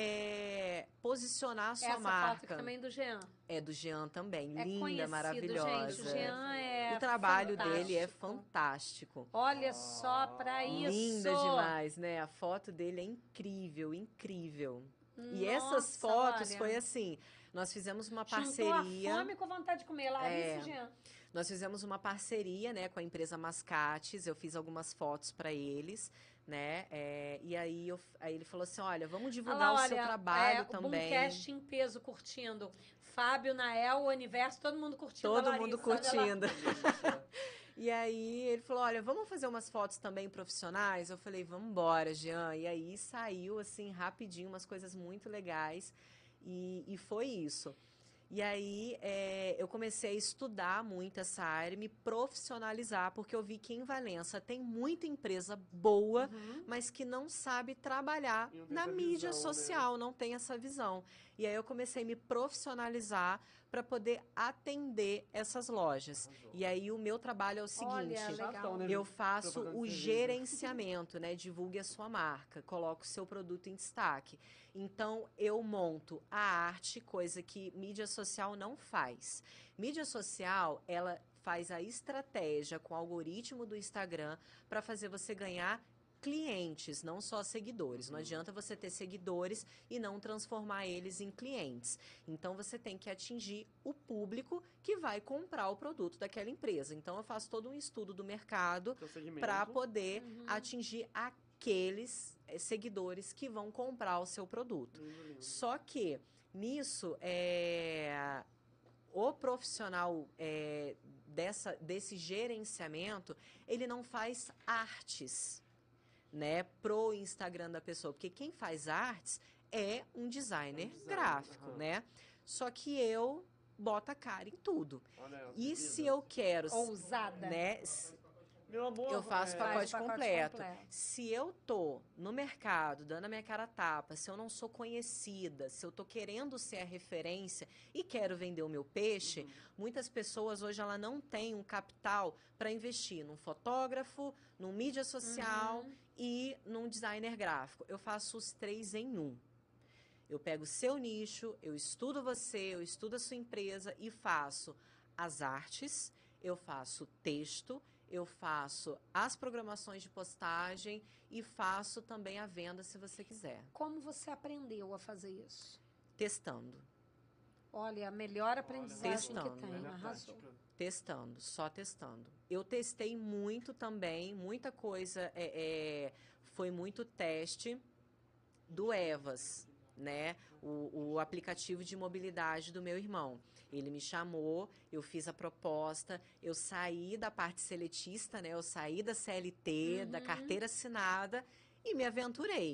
posicionar a sua marca. Essa foto aqui também do Jean. É do Jean também, é linda, maravilhosa. Gente, o Jean é o trabalho fantástico. dele é fantástico. Olha só pra isso. Linda demais, né? A foto dele é incrível, incrível. Nossa, e essas fotos olha. foi assim, nós fizemos uma Juntou parceria. A fome com vontade de comer, Larissa, Jean. Nós fizemos uma parceria, né, com a empresa Mascates. Eu fiz algumas fotos para eles, né? E aí ele falou assim, olha, vamos divulgar o seu trabalho também. O Boomcast em peso curtindo. Fábio, Nael, o Universo, todo mundo curtindo. Todo mundo curtindo. E aí ele falou, olha, vamos fazer umas fotos também profissionais? Eu falei, vamos embora, Jean. E aí saiu, assim, rapidinho, umas coisas muito legais. E foi isso. E aí eu comecei a estudar muito essa área, me profissionalizar, porque eu vi que em Valença tem muita empresa boa, mas que não sabe trabalhar na mídia social, né? Não tem essa visão. E aí eu comecei a me profissionalizar para poder atender essas lojas. E aí o meu trabalho é o seguinte, eu faço o gerenciamento, né? Divulgue a sua marca, coloque o seu produto em destaque. Então, eu monto a arte, coisa que mídia social não faz. Mídia social, ela faz a estratégia com o algoritmo do Instagram para fazer você ganhar clientes, não só seguidores. Não adianta você ter seguidores e não transformar eles em clientes. Então, você tem que atingir o público que vai comprar o produto daquela empresa. Então, eu faço todo um estudo do mercado para poder atingir aqueles seguidores que vão comprar o seu produto. Só que, nisso, o profissional desse gerenciamento, ele não faz artes, né, pro Instagram da pessoa, porque quem faz artes é um designer gráfico, né? Só que eu boto a cara em tudo. E se eu quero... Ousada. Né, meu amor, eu faço pacote completo. Se eu tô no mercado, dando a minha cara a tapa, se eu não sou conhecida, se eu tô querendo ser a referência e quero vender o meu peixe, muitas pessoas hoje ela não têm um capital para investir num fotógrafo, num mídia social e num designer gráfico. Eu faço os 3 em 1. Eu pego o seu nicho, eu estudo você, eu estudo a sua empresa e faço as artes, eu faço texto, eu faço as programações de postagem e faço também a venda se você quiser. Como você aprendeu a fazer isso? Testando. Olha, a melhor aprendizagem que tem. Arrasou. Testando, só testando. Eu testei muito também, muita coisa, foi muito teste do Evas, né? O aplicativo de mobilidade do meu irmão. Ele me chamou, eu fiz a proposta, eu saí da parte seletista, né? Eu saí da CLT, da carteira assinada e me aventurei.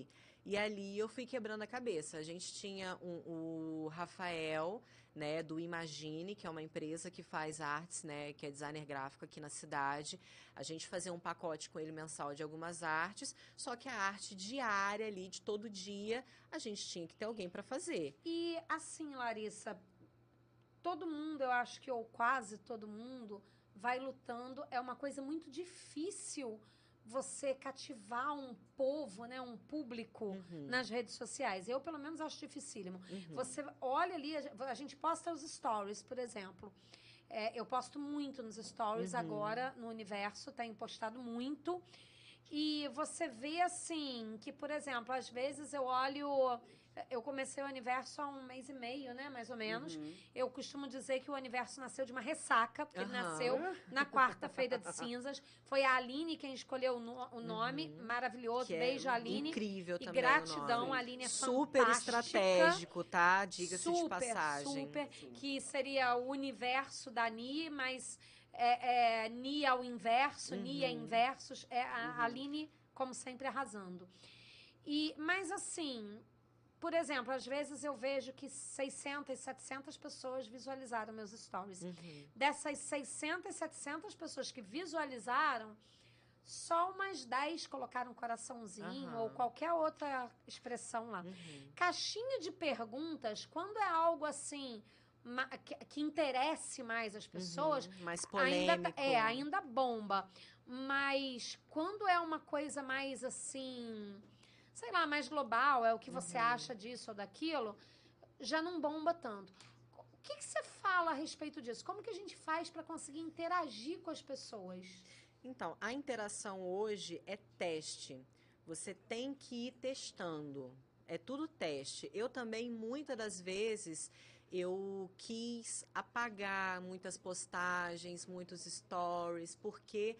E ali eu fui quebrando a cabeça. A gente tinha o Rafael, né, do Imagine, que é uma empresa que faz artes, né, que é designer gráfico aqui na cidade. A gente fazia um pacote com ele mensal de algumas artes, só que a arte diária ali, de todo dia, a gente tinha que ter alguém para fazer. E assim, Larissa, todo mundo, eu acho que, ou quase todo mundo, vai lutando. É uma coisa muito difícil você cativar um povo, né, um público nas redes sociais. Eu, pelo menos, acho dificílimo. Você olha ali, a gente posta os stories, por exemplo. Eu posto muito nos stories agora, no Universo, tenho postado muito. E você vê, assim, que, por exemplo, às vezes eu olho... Eu comecei o Universo há 1 mês e meio, né, mais ou menos. Eu costumo dizer que o Universo nasceu de uma ressaca, porque ele nasceu na quarta-feira de cinzas. Foi a Aline quem escolheu o nome, maravilhoso. Que Beijo, é Aline. incrível E também gratidão, o nome. a Aline é super fantástica. estratégico, tá? Diga-se de passagem. Super, que seria o universo da Ni, mas Ni ao inverso, Ni é inversos. A Aline, como sempre, arrasando. Mas assim... Por exemplo, às vezes eu vejo que 600, 700 pessoas visualizaram meus stories. Dessas 600, 700 pessoas que visualizaram, só umas 10 colocaram um coraçãozinho ou qualquer outra expressão lá. Caixinha de perguntas, quando é algo assim que interesse mais as pessoas, mais polêmico. ainda bomba. Mas quando é uma coisa mais assim... sei lá, mais global, é o que você acha disso ou daquilo, já não bomba tanto. O que você fala a respeito disso? Como que a gente faz para conseguir interagir com as pessoas? Então, a interação hoje é teste. Você tem que ir testando. É tudo teste. Eu também, muitas das vezes, eu quis apagar muitas postagens, muitos stories, porque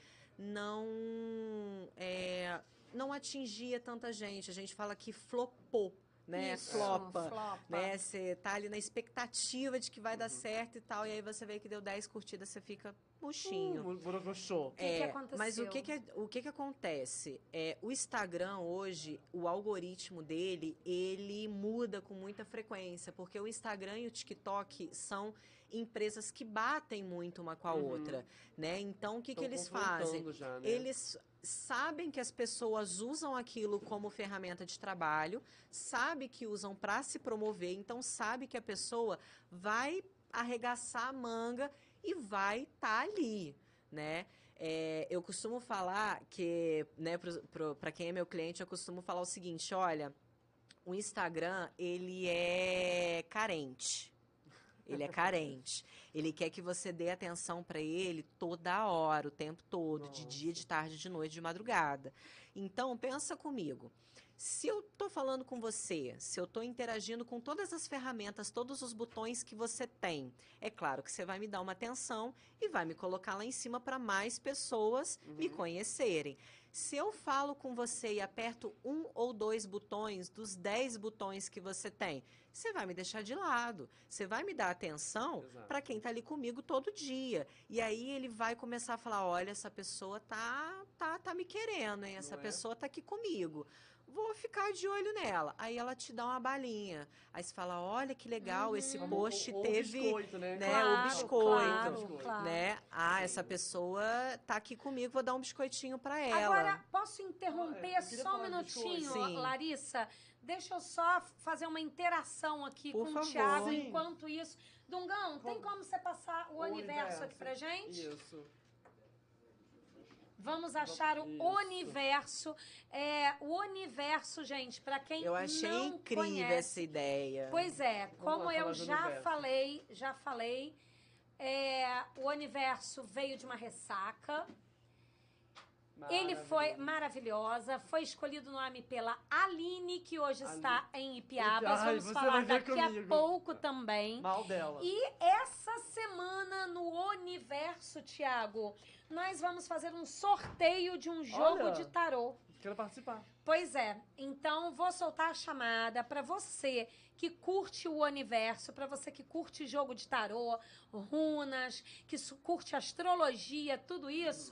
não atingia tanta gente. A gente fala que flopou, né? Isso, flopa. Né? Você tá ali na expectativa de que vai dar certo e tal, e aí você vê que deu 10 curtidas, você fica murchinho. Borocochô. O que aconteceu? Mas o que acontece? O Instagram hoje, o algoritmo dele, ele muda com muita frequência, porque o Instagram e o TikTok são empresas que batem muito uma com a outra, né? Então, o que eles fazem? Já, né? Eles sabem que as pessoas usam aquilo como ferramenta de trabalho, sabe que usam para se promover, então sabe que a pessoa vai arregaçar a manga e vai estar ali, né? Eu costumo falar que, né, para quem é meu cliente, eu costumo falar o seguinte, olha, o Instagram, ele é carente. Ele é carente. Ele quer que você dê atenção para ele toda hora, o tempo todo, de dia, de tarde, de noite, de madrugada. Então, pensa comigo. Se eu estou falando com você, se eu estou interagindo com todas as ferramentas, todos os botões que você tem, é claro que você vai me dar uma atenção e vai me colocar lá em cima para mais pessoas me conhecerem. Se eu falo com você e aperto 1 ou 2 botões dos 10 botões que você tem, você vai me deixar de lado. Você vai me dar atenção para quem está ali comigo todo dia. E aí ele vai começar a falar, olha, essa pessoa tá me querendo, hein? Essa pessoa tá aqui comigo. Vou ficar de olho nela. Aí ela te dá uma balinha. Aí você fala, olha que legal, esse post teve... O biscoito, né? O biscoito, Claro. né? Essa pessoa tá aqui comigo, vou dar um biscoitinho para ela. Agora, posso interromper só um minutinho, Larissa? Deixa eu só fazer uma interação aqui com o Thiago. Sim. Enquanto isso... Dungão, tem como você passar o universo aqui pra gente? Isso. Vamos achar o universo. O universo, gente, para quem eu achei não incrível conhece, essa ideia. Pois como eu já falei, o universo veio de uma ressaca. Ele foi maravilhosa, foi escolhido o nome pela Aline, que hoje está em Ipiabas. Vamos falar daqui a pouco também. Mal dela. E essa semana no Universo, Thiago, nós vamos fazer um sorteio de um jogo de tarô. Quero participar. Pois é. Então, vou soltar a chamada para você que curte o universo, para você que curte jogo de tarô, runas, que curte astrologia, tudo isso.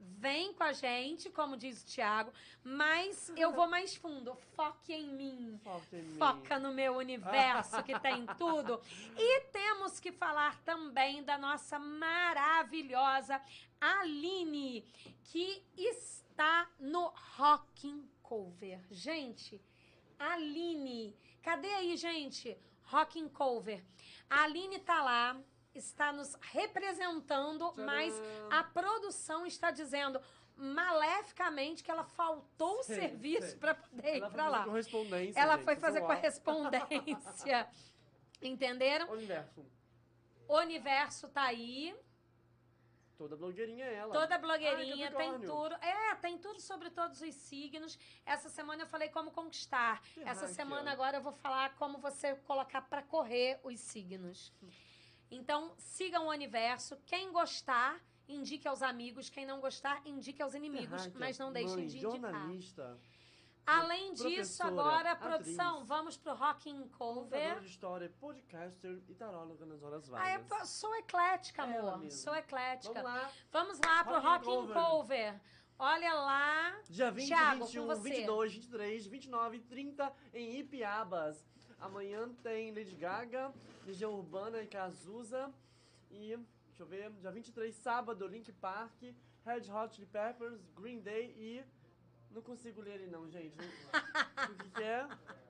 vem com a gente, como diz o Thiago, mas eu vou mais fundo. Foque em mim. Foca no meu universo, que tem tudo. E temos que falar também da nossa maravilhosa Aline, que está no Rocking Cover. Gente, Aline, cadê aí, gente? Rocking Cover. A Aline tá lá, está nos representando, Tcharam! mas a produção está dizendo maleficamente que ela faltou o serviço para poder ir para lá. Correspondência, Ela gente, foi vocês fazer são ó. correspondência. Entenderam? Universo. O universo tá aí. Toda blogueirinha é ela. Toda blogueirinha, Ai, tem Capricórnio. tudo. Tem tudo sobre todos os signos. Essa semana eu falei como conquistar. Essa Terráquea. semana agora eu vou falar como você colocar para correr os signos. Então, sigam o universo. Quem gostar, indique aos amigos. Quem não gostar, indique aos inimigos. Terráquea, Mas não deixem mãe, de indicar. jornalista, Além disso, professora, agora, atriz, produção, vamos pro Rocking contadora Cover. de história, podcaster e taróloga nas horas Ah, vagas. sou eclética, Ela amor. mesma. Sou eclética. Vamos lá. Vamos lá pro Rocking Rocking Cover. Olha lá. Dia 20, Thiago, 21, com você. 22, 23, 29 e 30 em Ipiabas. Amanhã tem Lady Gaga, Legião Urbana e Cazuza. E, deixa eu ver, dia 23, sábado, Link Park, Red Hot Chili Peppers, Green Day e... Não consigo ler ele não, gente. O que é?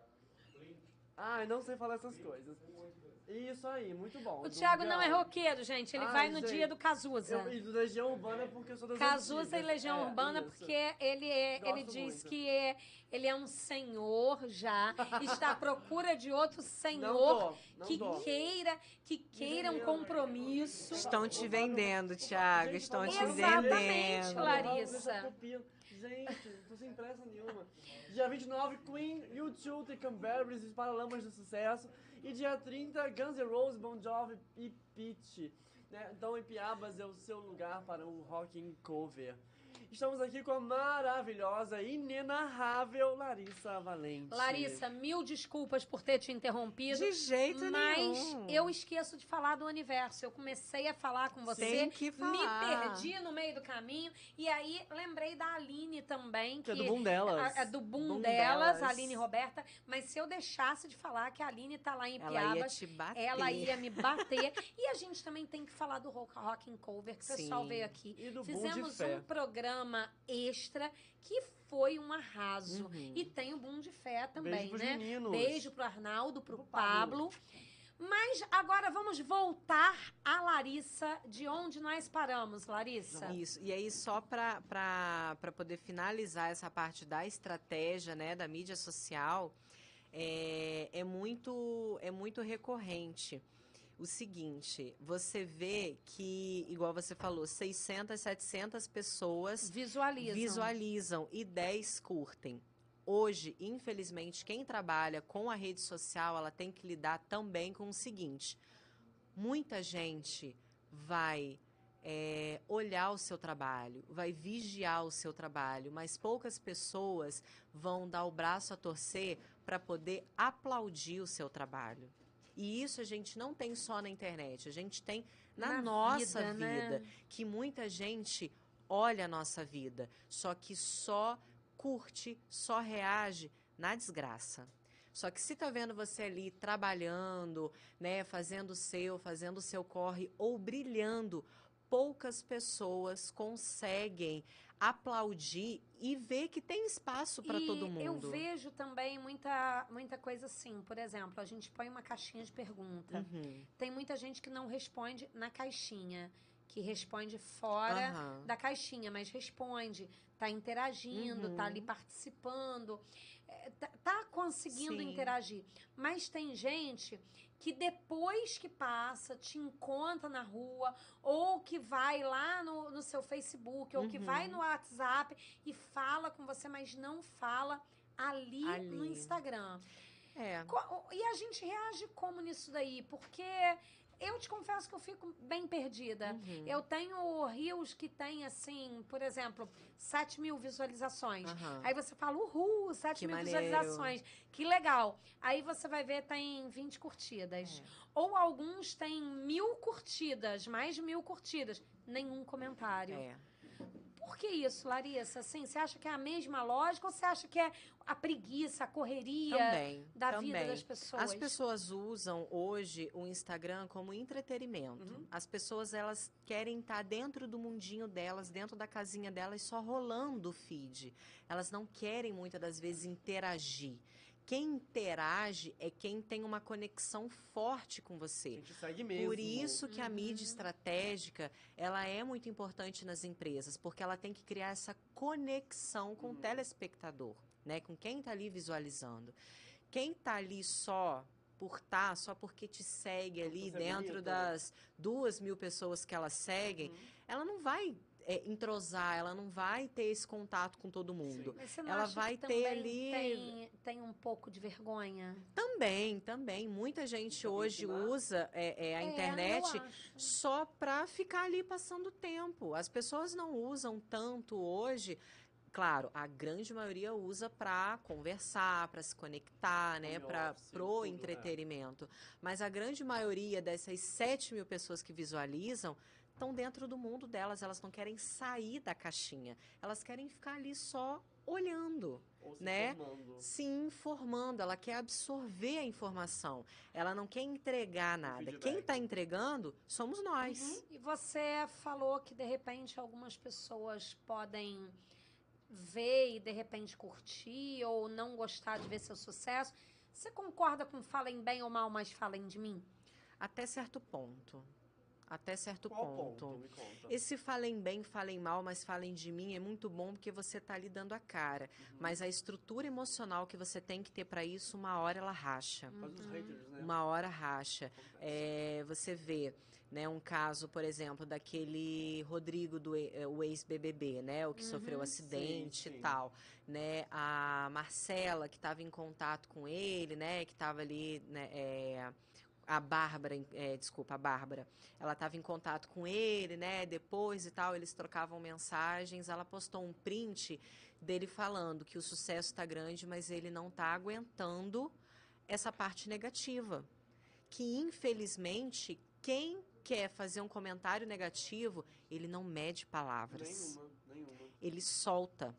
Ai, não sei falar essas coisas. Isso aí, muito bom. O Thiago não é Mundial. roqueiro, gente. Ele Ai, vai no gente, dia do Cazuza. Eu, e do Legião Urbana porque eu sou das Cazuza e antigas. Legião Urbana, isso. porque ele Gosto diz muito. que ele é um senhor já, está à procura de outro Não senhor tô. que queira um compromisso. Estão te vendendo, Thiago. Gente, Estão te Exatamente, vendendo. Larissa. Gente, tô sem pressa nenhuma. Dia 29, Queen, U2, The Cranberries e Paralamas do Sucesso. E dia 30, Guns N' Roses, Bon Jovi e Pitty. Né? Então, Ipiabas é o seu lugar para o Rocking Cover. Estamos aqui com a maravilhosa e inenarrável Larissa Valente. Larissa, mil desculpas por ter te interrompido. De jeito Mas nenhum. eu esqueço de falar do universo. Eu comecei a falar com você, Tem que falar. me perdi no meio do caminho. E aí lembrei da Aline também. Que é do boom delas. Do boom Boom delas, delas. a Aline Roberta. Mas se eu deixasse de falar que a Aline tá lá em Ela ia Piabas, te bater. ela ia me bater. E a gente também tem que falar do Rocking Cover, que o pessoal Sim. veio aqui. E do Boom de Fizemos Fé. um programa extra que foi um arraso. Uhum. E tem o Boom de Fé também, Beijo pros né? meninos. Beijo pro Arnaldo, pro Pro Pablo. Mas agora vamos voltar a Larissa, de onde nós paramos, Larissa. Isso. E aí, só para poder finalizar essa parte da estratégia, né, da mídia social, é muito recorrente. O seguinte, você vê que, igual você falou, 600, 700 pessoas visualizam e 10 curtem. Hoje, infelizmente, quem trabalha com a rede social, ela tem que lidar também com o seguinte: muita gente vai olhar o seu trabalho, vai vigiar o seu trabalho, mas poucas pessoas vão dar o braço a torcer para poder aplaudir o seu trabalho. E isso a gente não tem só na internet, a gente tem na nossa vida, né? que muita gente olha a nossa vida, só que só curte, só reage na desgraça. Só que se tá vendo você ali trabalhando, né, fazendo o seu corre ou brilhando, poucas pessoas conseguem aplaudir e ver que tem espaço para todo mundo. Eu vejo também muita coisa assim. Por exemplo, a gente põe uma caixinha de pergunta. Uhum. Tem muita gente que não responde na caixinha, que responde fora Aham. da caixinha, mas responde, tá interagindo, Uhum. tá ali participando, tá conseguindo Sim. interagir. Mas tem gente que depois que passa, te encontra na rua, ou que vai lá no seu Facebook, ou que Uhum. vai no WhatsApp e fala com você, mas não fala ali. No Instagram. É. E a gente reage como nisso daí? Porque eu te confesso que eu fico bem perdida. Uhum. Eu tenho reels que tem, assim, por exemplo, 7 mil visualizações. Aham. Aí você fala, uhul, 7 Que mil maneiro. visualizações. Que legal. Aí você vai ver, tem 20 curtidas. É. Ou alguns têm 1000 curtidas, mais de 1000 curtidas. Nenhum comentário. É. Por que isso, Larissa? Assim, você acha que é a mesma lógica ou você acha que é a preguiça, a correria da vida das pessoas? As pessoas usam hoje o Instagram como entretenimento. As pessoas, elas querem estar dentro do mundinho delas, dentro da casinha delas, só rolando o feed. Elas não querem, muitas das vezes, interagir. Quem interage é quem tem uma conexão forte com você. A gente segue mesmo. Por isso que a mídia estratégica, ela é muito importante nas empresas, porque ela tem que criar essa conexão com o telespectador, né? Com quem está ali visualizando. Quem está ali só porque te segue ali dentro das 2.000 pessoas que ela segue, ela não vai entrosar, ela não vai ter esse contato com todo mundo. Mas você não ela acha vai que ter também ali tem um pouco de vergonha? também. Muita gente hoje usa a internet eu acho. só para ficar ali passando tempo. As pessoas não usam tanto hoje. Claro, a grande maioria usa para conversar, para se conectar, né, para pro entretenimento. Mas a grande maioria dessas 7.000 pessoas que visualizam estão dentro do mundo delas. Elas não querem sair da caixinha. Elas querem ficar ali só olhando, Ou se né? informando. Se informando. Ela quer absorver a informação. Ela não quer entregar nada. feedback. Quem está entregando somos nós. E você falou que, de repente, algumas pessoas podem ver e, de repente, curtir ou não gostar de ver seu sucesso. Você concorda com falem bem ou mal, mas falem de mim? Até certo ponto. Até certo Qual ponto. ponto? Me conta. Esse falem bem, falem mal, mas falem de mim é muito bom porque você está ali dando a cara. Mas a estrutura emocional que você tem que ter para isso, uma hora ela racha. Mas os haters, né? Uma hora racha. Você vê, né, um caso, por exemplo, daquele Rodrigo, o ex-BBB, né, o que sofreu acidente sim. e tal, né, a Marcela, que estava em contato com ele, né, que estava ali, né, a Bárbara, a Bárbara, ela estava em contato com ele, né, depois e tal, eles trocavam mensagens, ela postou um print dele falando que o sucesso está grande, mas ele não está aguentando essa parte negativa, que infelizmente, quem quer fazer um comentário negativo, ele não mede palavras. Nenhuma. Ele solta,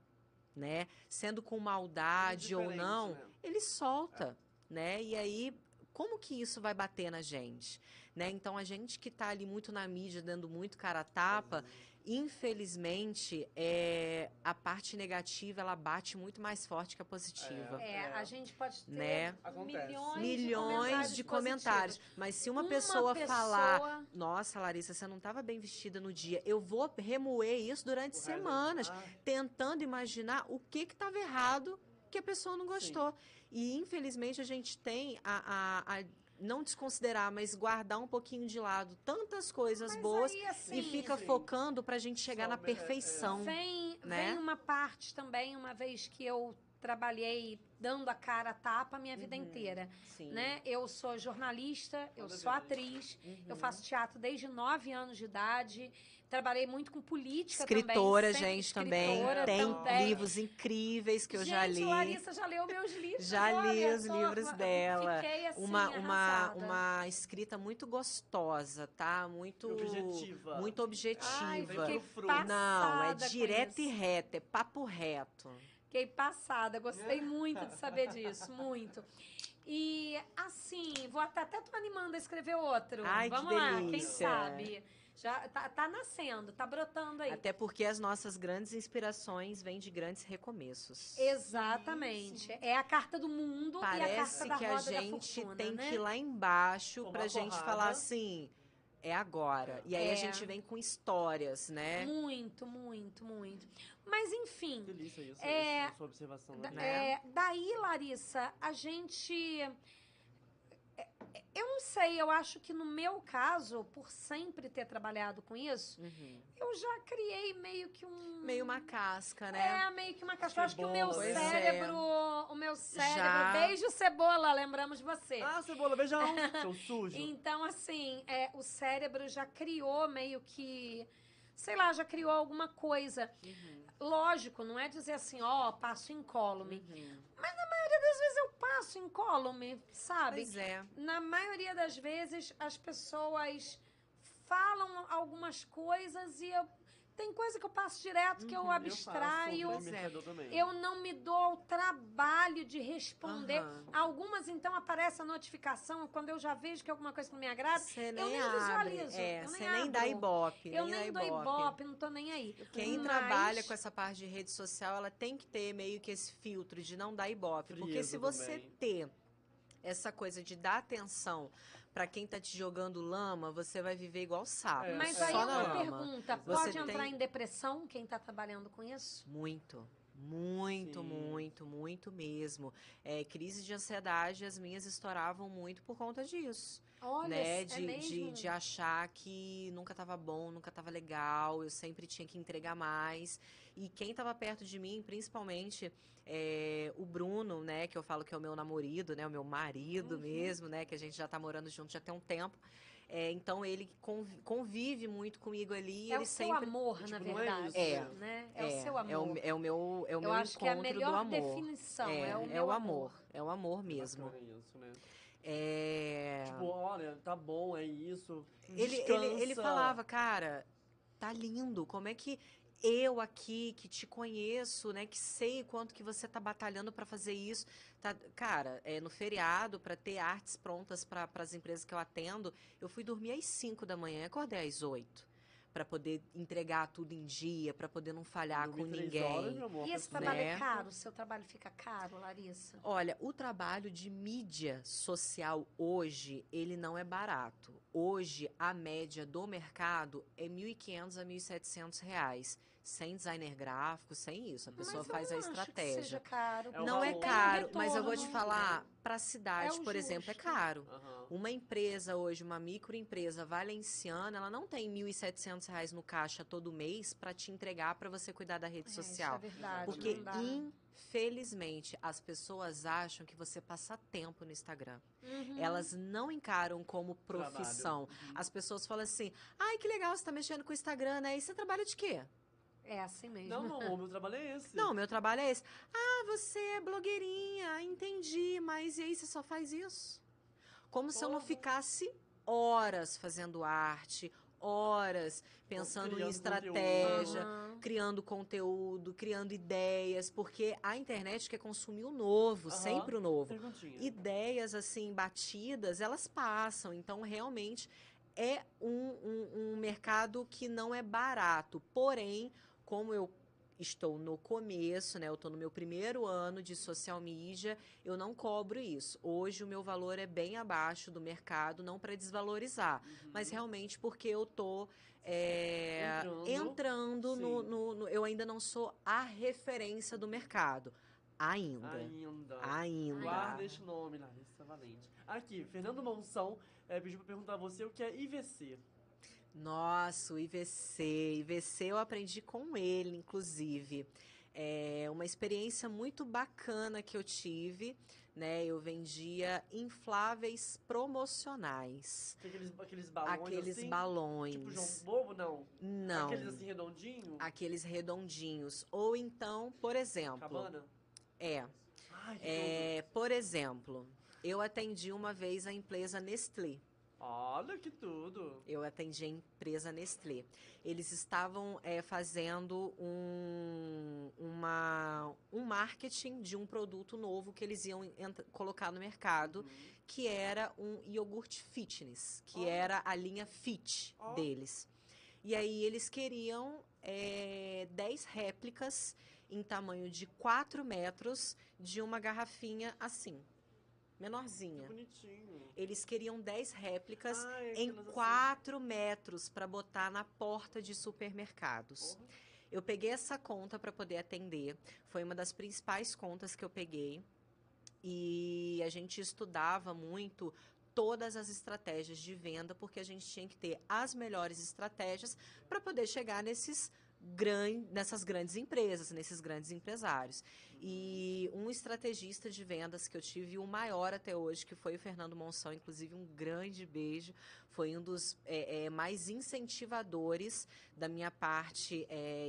né, sendo com maldade ou não, né? ele solta, né, e aí como que isso vai bater na gente? Né? Então, a gente que está ali muito na mídia, dando muito cara a tapa, infelizmente, a parte negativa, ela bate muito mais forte que a positiva. A gente pode ter Né? milhões de comentários. Mas se uma pessoa falar, nossa, Larissa, você não estava bem vestida no dia, eu vou remoer isso durante semanas, tentando imaginar o que estava errado que a pessoa não gostou. Sim. E, infelizmente, a gente tem a não desconsiderar, mas guardar um pouquinho de lado tantas coisas boas aí, assim, e fica focando pra gente chegar na perfeição. Vem uma parte também, uma vez que eu trabalhei dando a cara a tapa a minha vida inteira, né? Eu sou jornalista, eu sou atriz, eu faço teatro desde 9 anos de idade, trabalhei muito com política escritora, também. Gente, também. Tem livros incríveis que eu já li. Larissa já leu meus livros. Já li os livros dela. Fiquei assim, uma escrita muito gostosa, tá? Muito objetiva. Muito objetiva. Ai, fiquei passada. Não, é direto e reto, é papo reto. Fiquei passada, gostei muito de saber disso, muito. E, assim, vou até tô animando a escrever outro. Ai, vamos que lá, delícia. quem sabe? Já tá nascendo, tá brotando aí. Até porque as nossas grandes inspirações vêm de grandes recomeços. Exatamente. É a carta do mundo e a carta da roda da fortuna. Parece que a gente tem né? que ir lá embaixo pra gente falar assim... É agora. E aí a gente vem com histórias, né? Muito. Mas, enfim... Delícia isso, essa sua observação. Né? Daí, Larissa, a gente... Eu não sei, eu acho que no meu caso, por sempre ter trabalhado com isso, eu já criei meio que meio uma casca, né? Meio que uma casca. Eu acho que o meu cérebro... Já... Beijo, Cebola, lembramos de você. Ah, Cebola, beijão, seu sujo. Então, assim, o cérebro já criou meio que... Sei lá, já criou alguma coisa. Lógico, não é dizer assim, passo incólume. Mas na maioria das vezes eu passo incólume, sabe? Pois é. Na maioria das vezes as pessoas falam algumas coisas e Tem coisa que eu passo direto, que eu abstraio. Eu também. Eu não me dou ao trabalho de responder. Aham. Algumas, então, aparece a notificação. Quando eu já vejo que alguma coisa não me agrada, Você eu nem nem abre. visualizo. É, eu você nem nem dá abro. ibope. Eu nem nem dá dou ibope, não tô nem aí. Quem Mas- trabalha com essa parte de rede social, ela tem que ter meio que esse filtro de não dar ibope. Porque Frieza se você também. ter essa coisa de dar atenção pra quem tá te jogando lama, você vai viver igual sapo. Mas só aí na uma lama. pergunta, Você pode entrar tem- em depressão quem tá trabalhando com isso? Muito. Muito, Sim. muito, muito mesmo. Crise de ansiedade, as minhas estouravam muito por conta disso. Olha, Né? é De, mesmo? de achar que nunca tava bom, nunca tava legal, eu sempre tinha que entregar mais. E quem tava perto de mim, principalmente o Bruno, né? Que eu falo que é o meu namorado, né? O meu marido mesmo, né? Que a gente já tá morando junto já tem um tempo. Então ele convive muito comigo ali. É ele o seu sempre amor, Tipo, na não é verdade. isso, Né? É o seu amor. É o meu Eu encontro acho que é a do melhor amor. definição. É, o É meu o amor. É o amor mesmo. Bacana isso, né? É... Tipo, olha, tá bom, é isso. Ele Descansa. falava, cara, tá lindo, como é que eu aqui, que te conheço, né, que sei o quanto que você tá batalhando pra fazer isso, tá, cara, no feriado, pra ter artes prontas para as empresas que eu atendo, eu fui dormir às 5 da manhã, acordei às 8, pra poder entregar tudo em dia, pra poder não falhar com Dormir 3 ninguém. horas, meu amor, E esse pra trabalho né? é caro? O seu trabalho fica caro, Larissa? Olha, o trabalho de mídia social hoje, ele não é barato. Hoje, a média do mercado é R$ 1.500 a R$ 1.700, sem designer gráfico, sem isso. A pessoa Mas eu faz não a acho que estratégia. seja caro. É o Não é valor. caro, Tem um mas eu vou te retorno. falar, para a cidade, É o por exemplo, é justo. caro. Aham. Uma empresa hoje, uma microempresa valenciana, ela não tem R$ 1.700 no caixa todo mês para te entregar para você cuidar da rede social. Isso é verdade. Porque, não dá. infelizmente, as pessoas acham que você passa tempo no Instagram. Uhum. Elas não encaram como profissão. As pessoas falam assim, ai, que legal, você tá mexendo com o Instagram, né? E você trabalha de quê? É assim mesmo. Não, o meu trabalho é esse. Não, meu trabalho é esse. Ah, você é blogueirinha, entendi, mas e aí você só faz isso? Como se eu não Porra. ficasse horas fazendo arte, horas pensando em Criando estratégia, Aham. criando conteúdo, criando ideias, porque a internet quer consumir o novo, Aham. sempre o novo. Perguntinha. Ideias assim batidas, elas passam. Então, realmente é um mercado que não é barato. Porém, como eu estou no começo, né? Eu estou no meu primeiro ano de social media, eu não cobro isso. Hoje o meu valor é bem abaixo do mercado, não para desvalorizar, mas realmente porque eu estou entrando Sim. eu ainda não sou a referência do mercado. Ainda. Guarda este nome, Larissa Valente. Aqui, Fernando Monção pediu pra perguntar a você o que é IVC. Nossa, o IVC. IVC eu aprendi com ele, inclusive. É uma experiência muito bacana que eu tive, né? Eu vendia infláveis promocionais. Aqueles balões Aqueles assim? balões. Tipo João Bobo, não? Não. Aqueles assim redondinhos? Aqueles redondinhos. Ou então, por exemplo. Cabana? Ai, que Por exemplo, eu atendi uma vez a empresa Nestlé. Olha que tudo. Eu atendi a empresa Nestlé. Eles estavam fazendo um marketing de um produto novo que eles iam colocar no mercado, que era um iogurte fitness, que era a linha fit deles. E aí eles queriam 10 réplicas em tamanho de 4 metros de uma garrafinha assim, menorzinha. Que bonitinho. Eles queriam 10 réplicas em aquelas 4 metros para botar na porta de supermercados. Porra. Eu peguei essa conta para poder atender. Foi uma das principais contas que eu peguei. E a gente estudava muito todas as estratégias de venda, porque a gente tinha que ter as melhores estratégias para poder chegar nessas grandes empresas, nesses grandes empresários. E um estrategista de vendas que eu tive, o maior até hoje, que foi o Fernando Monção, inclusive um grande beijo, foi um dos mais incentivadores da minha parte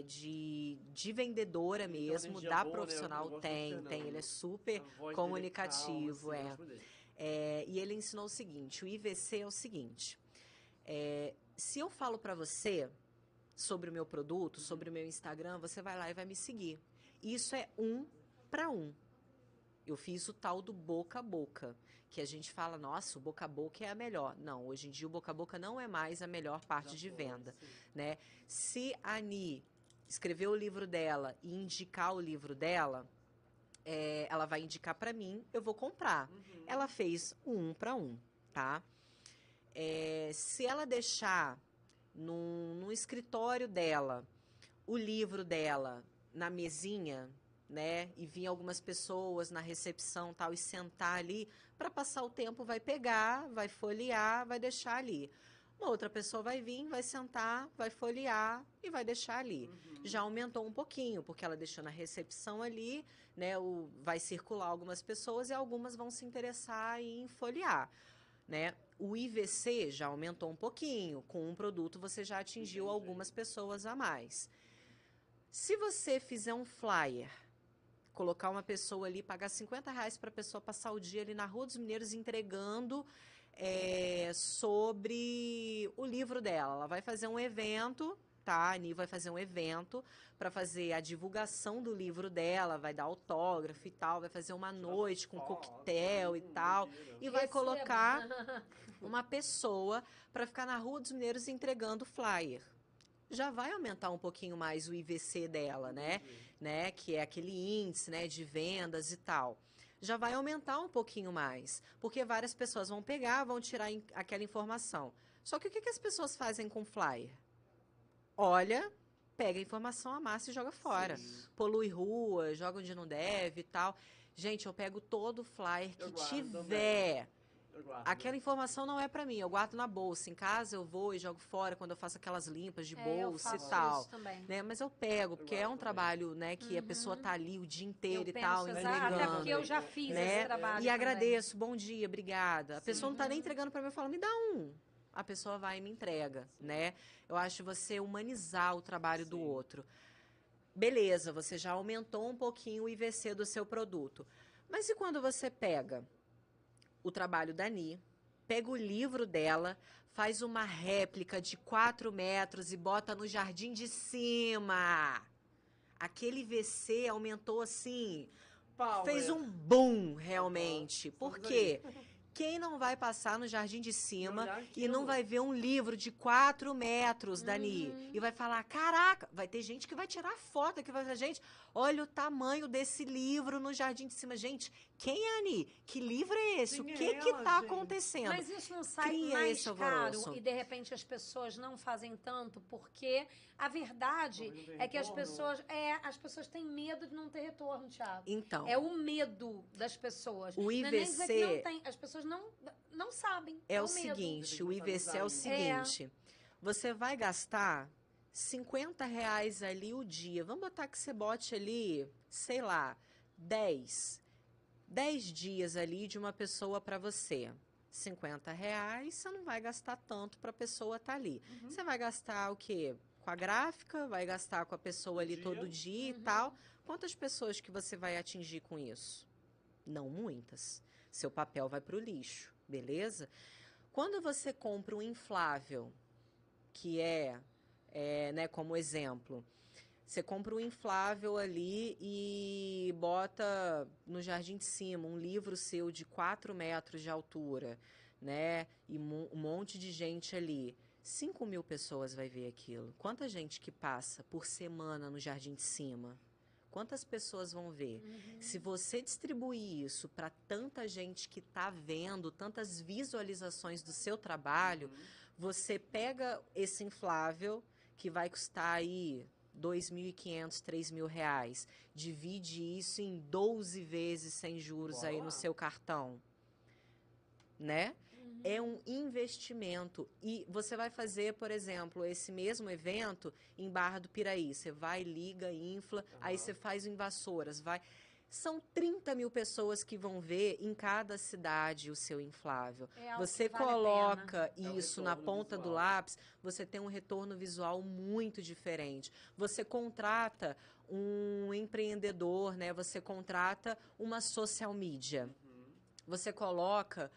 de vendedora Ele tem uma mesmo, energia da boa, né? Eu profissional. gosto do Tem, Fernando. ele é super A voz comunicativo, dele é calma, assim, eu gosto dele. e ele ensinou o seguinte, o IVC é o seguinte, se eu falo para você sobre o meu produto, sobre o meu Instagram, você vai lá e vai me seguir. Isso é 1 para 1. Eu fiz o tal do boca a boca, que a gente fala, nossa, o boca a boca é a melhor. Não, hoje em dia o boca a boca não é mais a melhor parte de venda, né? Se a Ani escrever o livro dela e indicar o livro dela, ela vai indicar para mim, eu vou comprar. Ela fez o 1 para 1, tá? Se ela deixar no escritório dela o livro dela na mesinha, né, e vir algumas pessoas na recepção tal e sentar ali, para passar o tempo vai pegar, vai folhear, vai deixar ali. Uma outra pessoa vai vir, vai sentar, vai folhear e vai deixar ali. Já aumentou um pouquinho, porque ela deixou na recepção ali, né, vai circular algumas pessoas e algumas vão se interessar em folhear, né? O IVC já aumentou um pouquinho. Com um produto você já atingiu algumas pessoas a mais. Se você fizer um flyer, colocar uma pessoa ali, pagar R$50 para a pessoa passar o dia ali na Rua dos Mineiros entregando sobre o livro dela. Ela vai fazer um evento, tá? A Ani vai fazer um evento para fazer a divulgação do livro dela, vai dar autógrafo e tal, vai fazer uma noite com coquetel e tal, e vai colocar uma pessoa para ficar na Rua dos Mineiros entregando flyer. Já vai aumentar um pouquinho mais o IVC dela, né? Que é aquele índice, né, de vendas e tal. Já vai aumentar um pouquinho mais, porque várias pessoas vão pegar, vão tirar aquela informação. Só que o que as pessoas fazem com flyer? Olha, pega a informação, amassa e joga fora. Polui rua, joga onde não deve e tal. Gente, eu pego todo o flyer que tiver. Aquela informação não é para mim, eu guardo na bolsa. Em casa eu vou e jogo fora quando eu faço aquelas limpas de bolsa e tal. Isso também. Né? Mas eu pego, porque é um trabalho, né, que a pessoa tá ali o dia inteiro Eu e tal, penso, entregando. até porque eu já fiz né? esse trabalho E agradeço, bom dia, obrigada. A pessoa não tá nem Uhum. entregando para mim, eu falo, me dá um. A pessoa vai e me entrega, né? Eu acho você humanizar o trabalho do outro. Beleza, você já aumentou um pouquinho o IVC do seu produto. Mas e quando você pega o trabalho da Ani, pega o livro dela, faz uma réplica de 4 metros e bota no jardim de cima? Aquele IVC aumentou assim, fez um boom realmente. Por quê? Quem não vai passar no jardim de cima e não vai ver um livro de 4 metros, Dani? E vai falar, caraca, vai ter gente que vai tirar foto, que vai falar, gente, olha o tamanho desse livro no jardim de cima. Gente, quem é a Ani? Que livro é esse? Quem o que é que ela, tá gente? acontecendo? Mas isso não sai Cria mais esse caro alvoroço. e de repente as pessoas não fazem tanto, porque a verdade é que as pessoas têm medo de não ter retorno, Thiago. Então, É o medo das pessoas. o Não é nem dizer que não IVC tem, as pessoas não sabem. é o o medo. seguinte, o IVC é o seguinte, você vai gastar R$50 ali o dia. Vamos botar que você bote ali, sei lá, 10 dias ali de uma pessoa para você. R$50, você não vai gastar tanto para a pessoa estar ali. Você vai gastar o quê? Com a gráfica, vai gastar com a pessoa ali todo dia e tal. Quantas pessoas que você vai atingir com isso? Não muitas. Seu papel vai para o lixo, beleza? Quando você compra um inflável, que né, como exemplo, você compra um inflável ali e bota no jardim de cima um livro seu de 4 metros de altura, né? E um monte de gente ali. 5.000 pessoas vai ver aquilo. Quanta gente que passa por semana no jardim de cima? Quantas pessoas vão ver? Se você distribuir isso para tanta gente que está vendo, tantas visualizações do seu trabalho, você pega esse inflável, que vai custar aí R$2.500, R$3.000, divide isso em 12 vezes sem juros aí no seu cartão, né? É um investimento. E você vai fazer, por exemplo, esse mesmo evento em Barra do Piraí. Você vai, liga, infla, aí você faz em Vassouras. São 30.000 pessoas que vão ver em cada cidade o seu inflável. Você coloca isso na ponta do lápis, você tem um retorno visual muito diferente. Você contrata um empreendedor, né? Você contrata uma social media. você coloca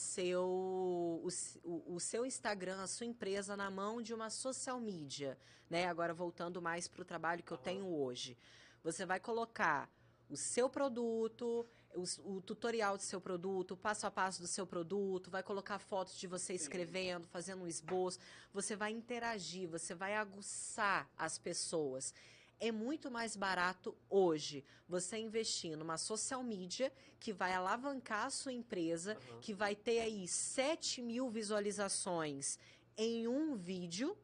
o seu Instagram, a sua empresa na mão de uma social media, né? Agora voltando mais para o trabalho que eu tenho hoje. Você vai colocar o seu produto, o tutorial do seu produto, o passo a passo do seu produto, vai colocar fotos de você escrevendo, fazendo um esboço, você vai interagir, você vai aguçar as pessoas. É muito mais barato hoje você investir numa social media que vai alavancar a sua empresa, que vai ter aí 7.000 visualizações em um vídeo.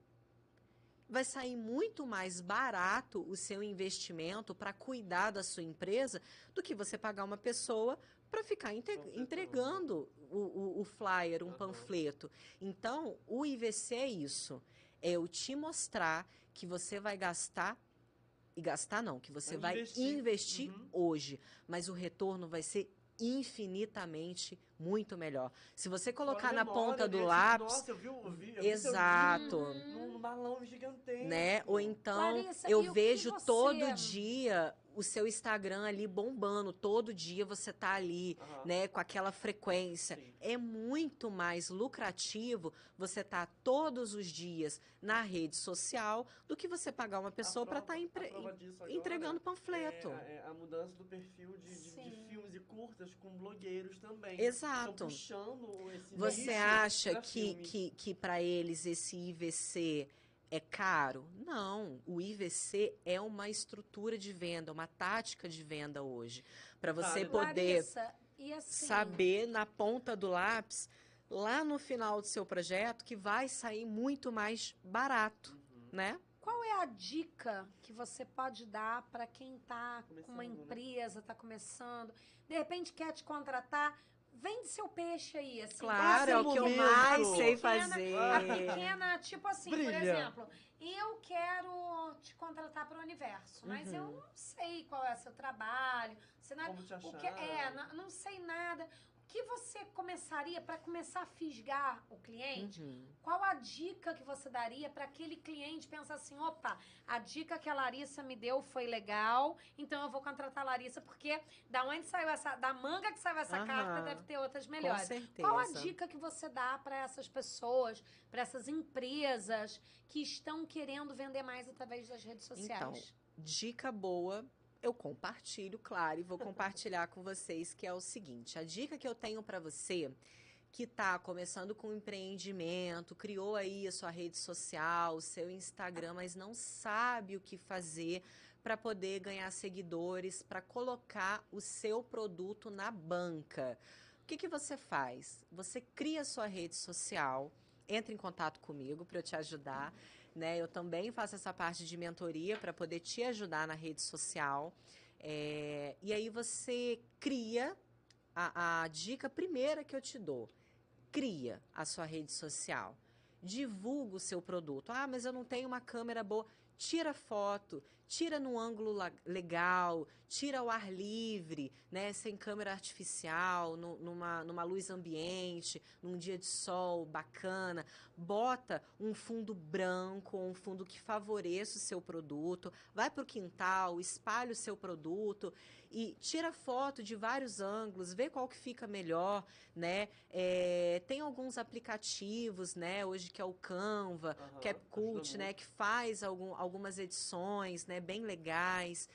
Vai sair muito mais barato o seu investimento para cuidar da sua empresa do que você pagar uma pessoa para ficar entregando o flyer, um panfleto. Então, o IVC é isso. É eu te mostrar que você vai gastar. E gastar não, que você vai investir hoje. Mas o retorno vai ser infinitamente muito melhor. Se você colocar na ponta do lápis... Nossa, eu vi exato. Num balão gigantesco. Né? Ou então, Larissa, eu vejo todo dia o seu Instagram ali bombando. Todo dia você tá ali, né? Com aquela frequência. Sim. É muito mais lucrativo você tá todos os dias na rede social do que você pagar uma pessoa para estar entregando panfleto. A mudança do perfil de filmes e curtas com blogueiros também. Exato. Estão puxando esse Você nicho acha pra que para eles esse IVC é caro? Não, o IVC é uma estrutura de venda, uma tática de venda hoje. Para você poder Larissa, e assim, saber na ponta do lápis, lá no final do seu projeto, que vai sair muito mais barato, né? qual é a dica que você pode dar para quem está com uma empresa, está começando, de repente quer te contratar? Vende seu peixe aí, assim. Claro, é o que eu mais sei fazer. A pequena, tipo assim, Brilha. por exemplo, eu quero te contratar para o universo, mas eu não sei qual é o seu trabalho, você não, Como te achar. não sei nada. O que você começaria para começar a fisgar o cliente? Qual a dica que você daria para aquele cliente pensar assim, opa, a dica que a Larissa me deu foi legal, então eu vou contratar a Larissa, porque da manga que saiu essa carta deve ter outras melhores. Com certeza. Qual a dica que você dá para essas pessoas, para essas empresas que estão querendo vender mais através das redes sociais? Então, dica boa, eu compartilho, claro, e vou compartilhar com vocês, que é o seguinte, a dica que eu tenho para você que está começando com um empreendimento, criou aí a sua rede social, o seu Instagram, mas não sabe o que fazer para poder ganhar seguidores, para colocar o seu produto na banca. O que você faz? Você cria a sua rede social, entra em contato comigo para eu te ajudar. Né? Eu também faço essa parte de mentoria para poder te ajudar na rede social. E aí você cria a dica primeira que eu te dou. Cria a sua rede social. Divulga o seu produto. Ah, mas eu não tenho uma câmera boa. Tira foto, tira no ângulo legal, tira ao ar livre, né, sem câmera artificial, numa luz ambiente, num dia de sol bacana. Bota um fundo branco, um fundo que favoreça o seu produto. Vai para o quintal, espalha o seu produto e tira foto de vários ângulos, vê qual que fica melhor, né? Tem alguns aplicativos, né? Hoje que é o Canva, CapCut, né? Que faz algumas edições, né? Bem legais.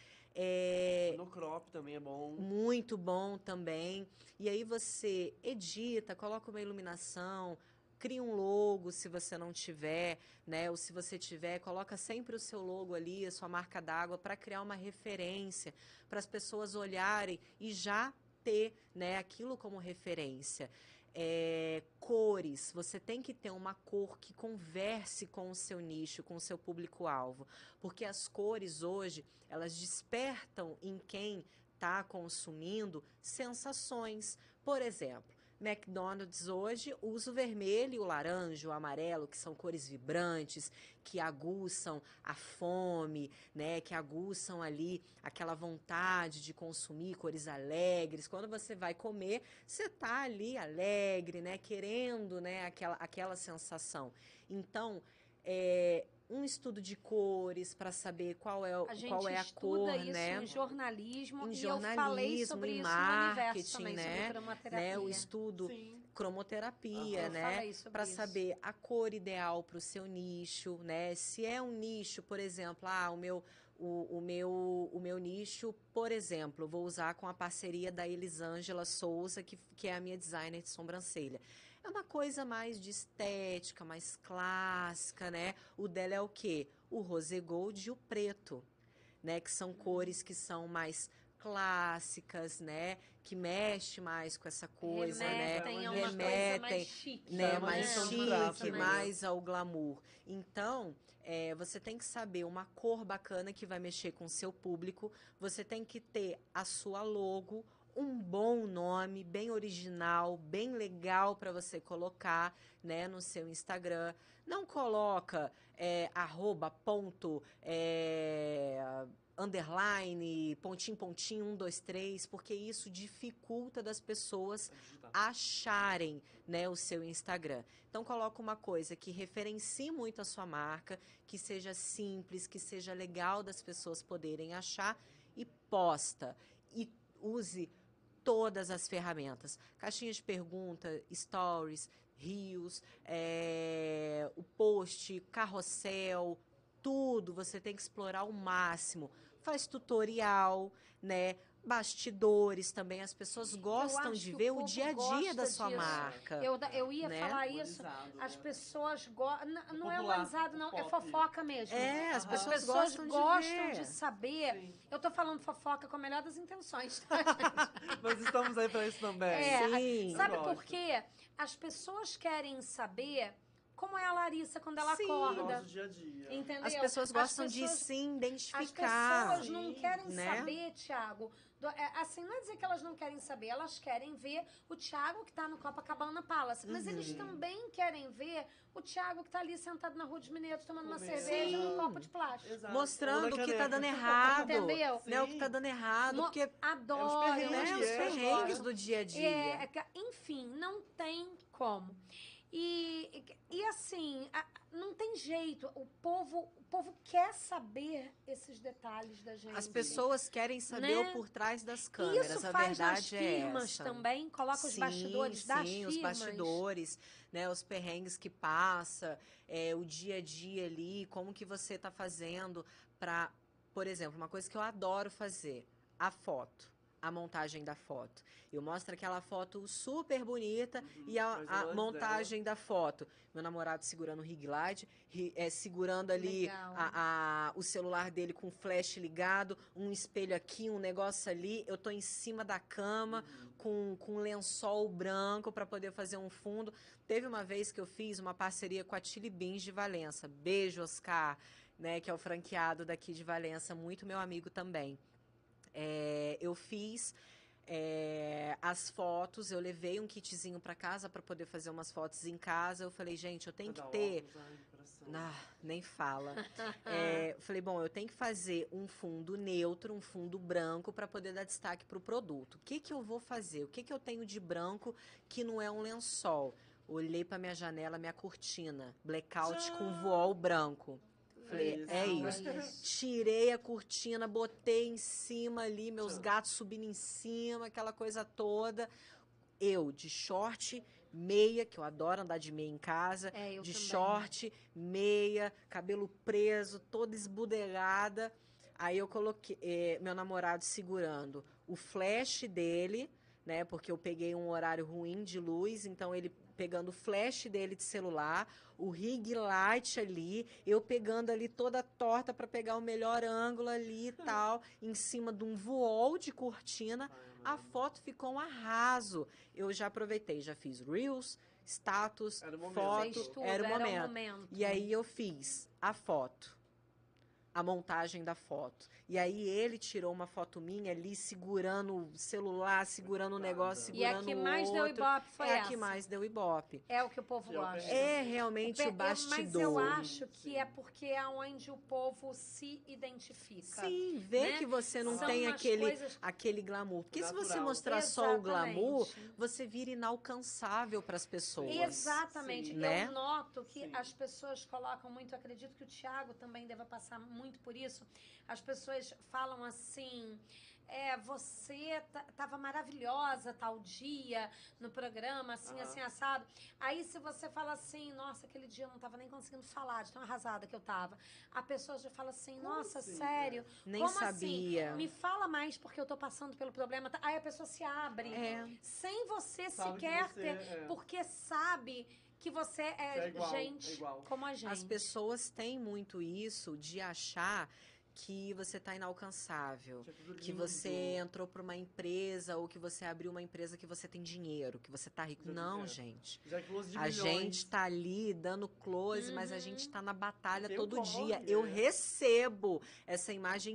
No crop também é bom. Muito bom também. E aí você edita, coloca uma iluminação, cria um logo se você não tiver, né? Ou se você tiver, coloca sempre o seu logo ali, a sua marca d'água, para criar uma referência, para as pessoas olharem e já ter, né, aquilo como referência. Cores, você tem que ter uma cor que converse com o seu nicho, com o seu público-alvo, porque as cores hoje, elas despertam em quem está consumindo sensações. Por exemplo, McDonald's hoje usa o vermelho, o laranja, o amarelo, que são cores vibrantes, que aguçam a fome, né, que aguçam ali aquela vontade de consumir cores alegres. Quando você vai comer, você está ali alegre, né, querendo, né, aquela sensação. Então, um estudo de cores para saber qual é a cor, estuda isso né? em jornalismo, Em e eu falei jornalismo, sobre em isso no universo marketing, também, né? sobre cromoterapia. O estudo Sim. cromoterapia, Eu né? falei sobre Para isso. saber a cor ideal para o seu nicho, né? Se é um nicho, por exemplo, o meu nicho, por exemplo, vou usar com a parceria da Elisângela Souza, que é a minha designer de sobrancelha. É uma coisa mais de estética, mais clássica, né? O dela é o quê? O rosé gold e o preto, né? Que são cores que são mais clássicas, né? Que mexe mais com essa coisa, Remetem né? a uma coisa mais chique. Né? Chama Mais atenção de chique, traço, né? mais ao glamour. Então, você tem que saber uma cor bacana que vai mexer com o seu público. Você tem que ter a sua logo, um bom nome, bem original, bem legal para você colocar, né, no seu Instagram. Não coloca arroba, ponto, underline, pontinho, pontinho, 1, 2, 3, porque isso dificulta das pessoas acharem, né, o seu Instagram. Então, coloca uma coisa que referencie muito a sua marca, que seja simples, que seja legal das pessoas poderem achar e posta. E use todas as ferramentas. Caixinha de pergunta, stories, reels, o post, carrossel, tudo você tem que explorar ao máximo. Faz tutorial, né? Bastidores também. As pessoas gostam de ver o dia a dia da sua marca. Eu ia né? falar isso. As pessoas gostam. Não é humanizado, não. É fofoca mesmo. As pessoas gostam de de saber. Sim. Eu tô falando fofoca com a melhor das intenções, tá, gente? Mas estamos aí pra isso também. Sim. Sabe Eu por gosto. quê? As pessoas querem saber como é a Larissa quando ela Sim. acorda. Nosso dia a dia. Entendeu? As pessoas gostam As de pessoas- se As identificar. pessoas não Sim, querem né? saber, Thiago. Assim, não é dizer que elas não querem saber, elas querem ver o Thiago que tá no Copacabana Palace. Mas eles também querem ver o Thiago que tá ali sentado na Rua dos Mineiros tomando uma Comendo. cerveja Sim. num copo de plástico. Exato. Mostrando Ou o na que tá caneca. dando errado. Entendeu? Né? O que tá dando errado. Porque Adoro, perrengues, né, os as pessoas perrengues gostam. do dia a dia. Enfim, não tem como. E assim, não tem jeito. O povo quer saber esses detalhes da gente. As pessoas querem saber Né? o por trás das E câmeras. isso A faz nas verdade é firmas essa. também? Coloca os Sim, bastidores das sim, firmas? os bastidores, né, os perrengues que passa, o dia a dia ali, como que você tá fazendo para, por exemplo, uma coisa que eu adoro fazer, a foto. A montagem da foto. Eu mostro aquela foto super bonita e faz a antes montagem da foto. Meu namorado segurando o ring light, segurando ali Legal. o celular dele com o flash ligado, um espelho aqui, um negócio ali. Eu tô em cima da cama com um lençol branco para poder fazer um fundo. Teve uma vez que eu fiz uma parceria com a Chili Beans de Valença. Beijo, Oscar, né, que é o franqueado daqui de Valença, muito meu amigo também. Eu fiz as fotos, eu levei um kitzinho para casa para poder fazer umas fotos em casa. Eu falei, gente, eu tenho que ter. Nem fala. Eu falei, bom, eu tenho que fazer um fundo neutro, um fundo branco para poder dar destaque para o produto. O que eu vou fazer? O que eu tenho de branco que não é um lençol? Olhei para minha janela, minha cortina, blackout com voal branco. Falei, é isso. Tirei a cortina, botei em cima ali, meus gatos subindo em cima, aquela coisa toda. Eu, de short, meia, que eu adoro andar de meia em casa. Eu de também. short, meia, cabelo preso, toda esbudegada. Aí eu coloquei meu namorado segurando o flash dele, né? Porque eu peguei um horário ruim de luz, então ele pegando o flash dele de celular, o ring light ali, eu pegando ali toda torta para pegar o melhor ângulo ali e tal, em cima de um voal de cortina. A foto ficou um arraso. Eu já aproveitei, já fiz reels, status, Era o momento. foto, Fez tudo, era o era o momento. momento. E aí eu fiz a foto. a montagem da foto. E aí ele tirou uma foto minha ali, segurando o celular, segurando o negócio, segurando o outro. E a que mais deu ibope foi essa. É a que mais deu ibope. É o que o povo gosta. É realmente o bastidor. Mas eu acho que é porque é onde o povo se identifica. Sim, vê né? que você não São tem umas aquele glamour. Porque se você natural. mostrar só o glamour, Exatamente. você vira inalcançável para as pessoas. Exatamente. Sim. Né? Eu noto que Sim. as pessoas colocam muito, acredito que o Thiago também deva passar muito por isso. As pessoas falam assim, você tava maravilhosa tal dia no programa, assim, assim, assado. Aí se você fala assim, nossa, aquele dia eu não tava nem conseguindo falar, de tão arrasada que eu tava. A pessoa já fala assim, nossa, assim, sério? Nem Como sabia. assim? Me fala mais porque eu tô passando pelo problema. Aí a pessoa se abre. Sem você Sabe que sequer você ter, porque sabe que você é, igual, gente é igual. como a gente. As pessoas têm muito isso de achar que você está inalcançável, Que é tudo que lindo. você entrou para uma empresa ou que você abriu uma empresa que você tem dinheiro, que você tá rico. Já Não, é. gente. Já é close de A milhões. gente tá ali dando close, mas a gente tá na batalha Tem um todo corre, dia. Eu é. recebo essa imagem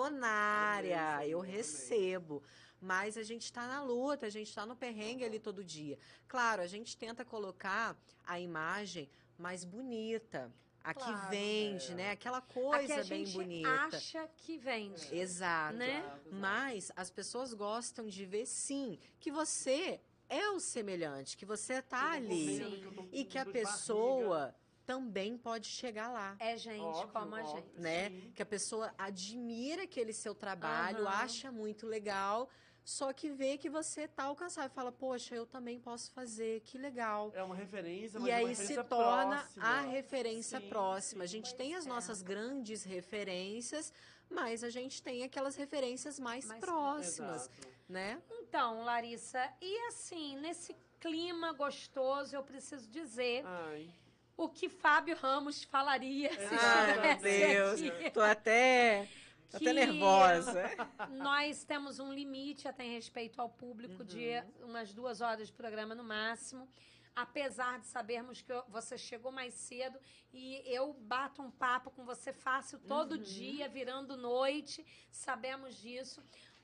milionária. Também, Eu também. recebo. Mas a gente tá na luta, a gente tá no perrengue ali todo dia. Claro, a gente tenta colocar a imagem mais bonita. A que Claro. vende, É. né? Aquela A que coisa a bem gente bonita. acha que vende. Exato. Né? Exato. Mas as pessoas gostam de ver, sim, que você é o semelhante, que você tá Eu tô ali. comendo, que eu tô com E que a dor de barriga. pessoa também pode chegar lá. É gente Óbvio, como a óbvio. gente. Né? Sim. Que a pessoa admira aquele seu trabalho, Aham. acha muito legal, só que vê que você tá alcançado e fala, poxa, eu também posso fazer, que legal. É uma referência, mas E é uma aí se referência torna próxima. a referência Sim, próxima. A sim. gente Pois tem as é. nossas grandes referências, mas a gente tem aquelas referências mais Mais próximas, Exato. né? Então, Larissa, e assim, nesse clima gostoso, eu preciso dizer Ai. o que Fábio Ramos falaria se Ai, estivesse aqui. Tô até Que nervosa. Nós temos um limite até em respeito ao público de umas 2 horas de programa no máximo. Apesar de sabermos que você chegou mais cedo e eu bato um papo com você fácil todo dia, virando noite, sabemos disso.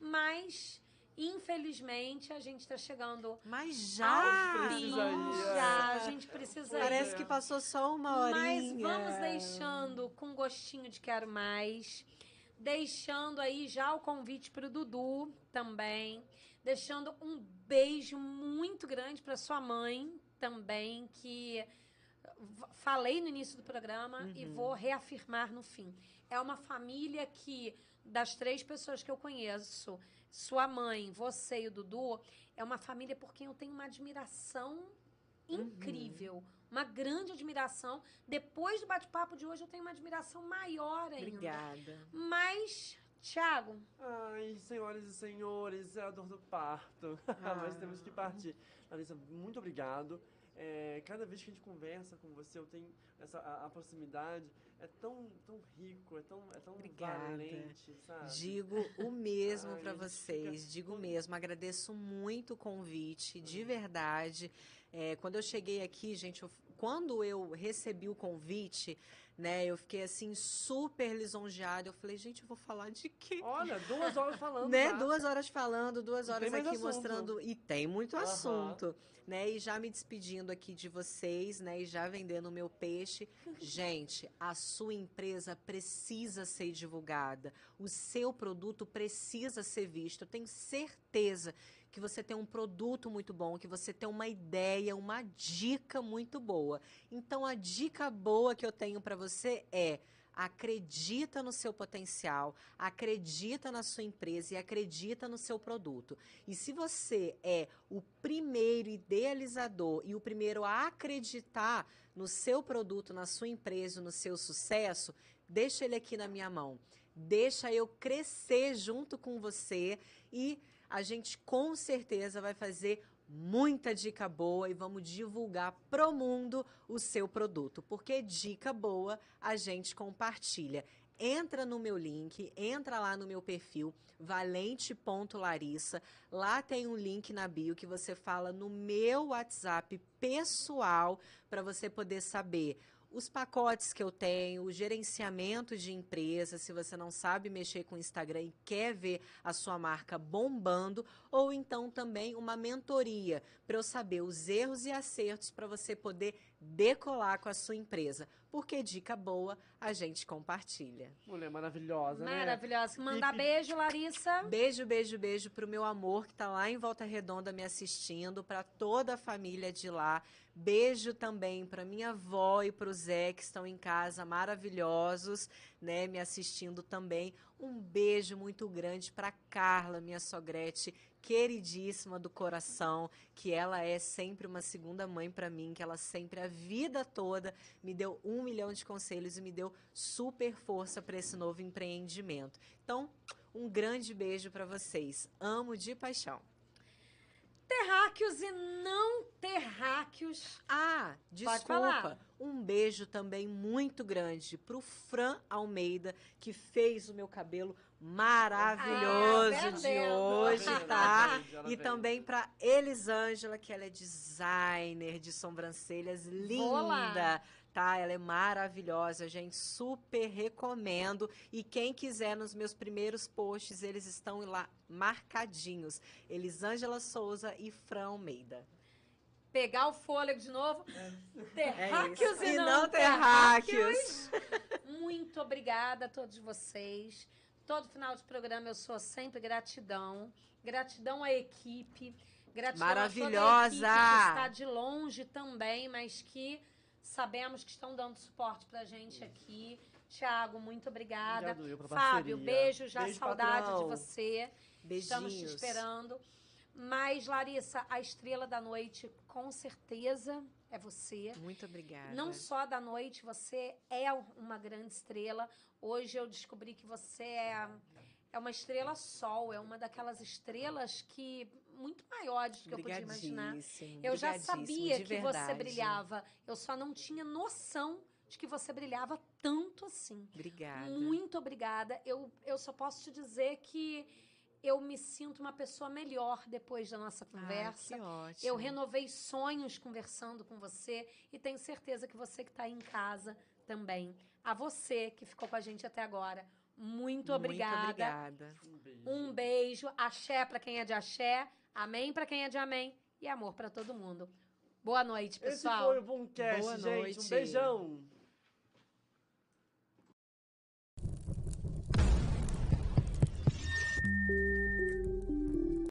Mas, infelizmente, a gente está chegando Mas ao já! fim. Precisa ir, Já, a gente precisa ir. Parece que passou só uma horinha. Mas vamos deixando com gostinho de quero mais. Deixando aí já o convite para o Dudu também. Deixando um beijo muito grande para sua mãe também, que falei no início do programa e vou reafirmar no fim. É uma família que, das 3 pessoas que eu conheço, sua mãe, você e o Dudu, é uma família por quem eu tenho uma admiração incrível. Uma grande admiração. Depois do bate-papo de hoje, eu tenho uma admiração maior ainda. Obrigada. Mas, Thiago, Ai, senhoras e senhores, é a dor do parto. Mas temos que partir. Larissa, muito obrigado. Cada vez que a gente conversa com você, eu tenho a proximidade. É tão rico, é tão Obrigada. valente, sabe? Digo o mesmo Ai, para a gente vocês, fica digo muito- mesmo. Agradeço muito o convite, de verdade. Quando eu cheguei aqui, gente, quando eu recebi o convite, né, eu fiquei assim super lisonjeada. Eu falei, gente, eu vou falar de quê? Olha, 2 horas falando, Né? tá? 2 horas falando, 2 E horas tem mais aqui assunto. mostrando. E tem muito Aham. assunto, né? E já me despedindo aqui de vocês, né? E já vendendo o meu peixe. Gente, a sua empresa precisa ser divulgada. O seu produto precisa ser visto. Eu tenho certeza que você tem um produto muito bom, que você tem uma ideia, uma dica muito boa. Então, a dica boa que eu tenho para você é: acredita no seu potencial, acredita na sua empresa e acredita no seu produto. E se você é o primeiro idealizador e o primeiro a acreditar no seu produto, na sua empresa, no seu sucesso, deixa ele aqui na minha mão. Deixa eu crescer junto com você e a gente com certeza vai fazer muita dica boa e vamos divulgar pro mundo o seu produto, porque dica boa a gente compartilha. Entra no meu link, entra lá no meu perfil, valente.larissa. Lá tem um link na bio que você fala no meu WhatsApp pessoal para você poder saber os pacotes que eu tenho, o gerenciamento de empresa, se você não sabe mexer com o Instagram e quer ver a sua marca bombando, ou então também uma mentoria para eu saber os erros e acertos para você poder decolar com a sua empresa. Porque dica boa a gente compartilha. Mulher maravilhosa, né? Maravilhosa. Mandar E- beijo, Larissa. Beijo, beijo, beijo pro meu amor que tá lá em Volta Redonda me assistindo, para toda a família de lá. Beijo também para minha avó e pro Zé que estão em casa, maravilhosos, né, me assistindo também. Um beijo muito grande para Carla, minha sogrete, queridíssima do coração, que ela é sempre uma segunda mãe para mim, que ela sempre a vida toda me deu 1 milhão de conselhos e me deu super força para esse novo empreendimento. Então, um grande beijo para vocês. Amo de paixão. Terráqueos e não terráqueos. Ah, Pode falar. desculpa. Um beijo também muito grande pro Fran Almeida, que fez o meu cabelo maravilhoso Ah, de perdendo. hoje, Ela tá? fez, ela E fez. também pra Elisângela, que ela é designer de sobrancelhas, Vou lá. linda, tá? Ela é maravilhosa, gente, super recomendo. E quem quiser, nos meus primeiros posts, eles estão lá marcadinhos. Elisângela Souza e Fran Almeida. Pegar o fôlego de novo. É Terráqueos isso. e E não não terráqueos. Muito obrigada a todos vocês. Todo final de programa eu sou sempre gratidão. Gratidão à equipe. Gratidão a toda a equipe Maravilhosa! que está de longe também, mas que sabemos que estão dando suporte pra gente aqui. Tiago, muito obrigada. Obrigado eu pela Fábio, parceria. beijo, já Beijo, saudade patrão. de você. Estamos te Beijinhos. esperando. Mas, Larissa, a estrela da noite, com certeza, é você. Muito obrigada. Não só da noite, você é uma grande estrela. Hoje eu descobri que você é uma estrela sol, é uma daquelas estrelas que muito maiores do que eu podia imaginar. Obrigadíssimo, Eu já obrigadíssimo, sabia de que você verdade. brilhava, eu só não tinha noção de que você brilhava tanto assim. Obrigada. Muito obrigada. Eu só posso te dizer que eu me sinto uma pessoa melhor depois da nossa conversa. Que ótimo. Eu renovei sonhos conversando com você e tenho certeza que você que está aí em casa também. A você que ficou com a gente até agora, muito obrigada. Muito obrigada. Um beijo. Um beijo. Axé para quem é de axé. Amém para quem é de amém. E amor para todo mundo. Boa noite, Esse pessoal. foi o Boomcast, Boa gente. noite. Um beijão.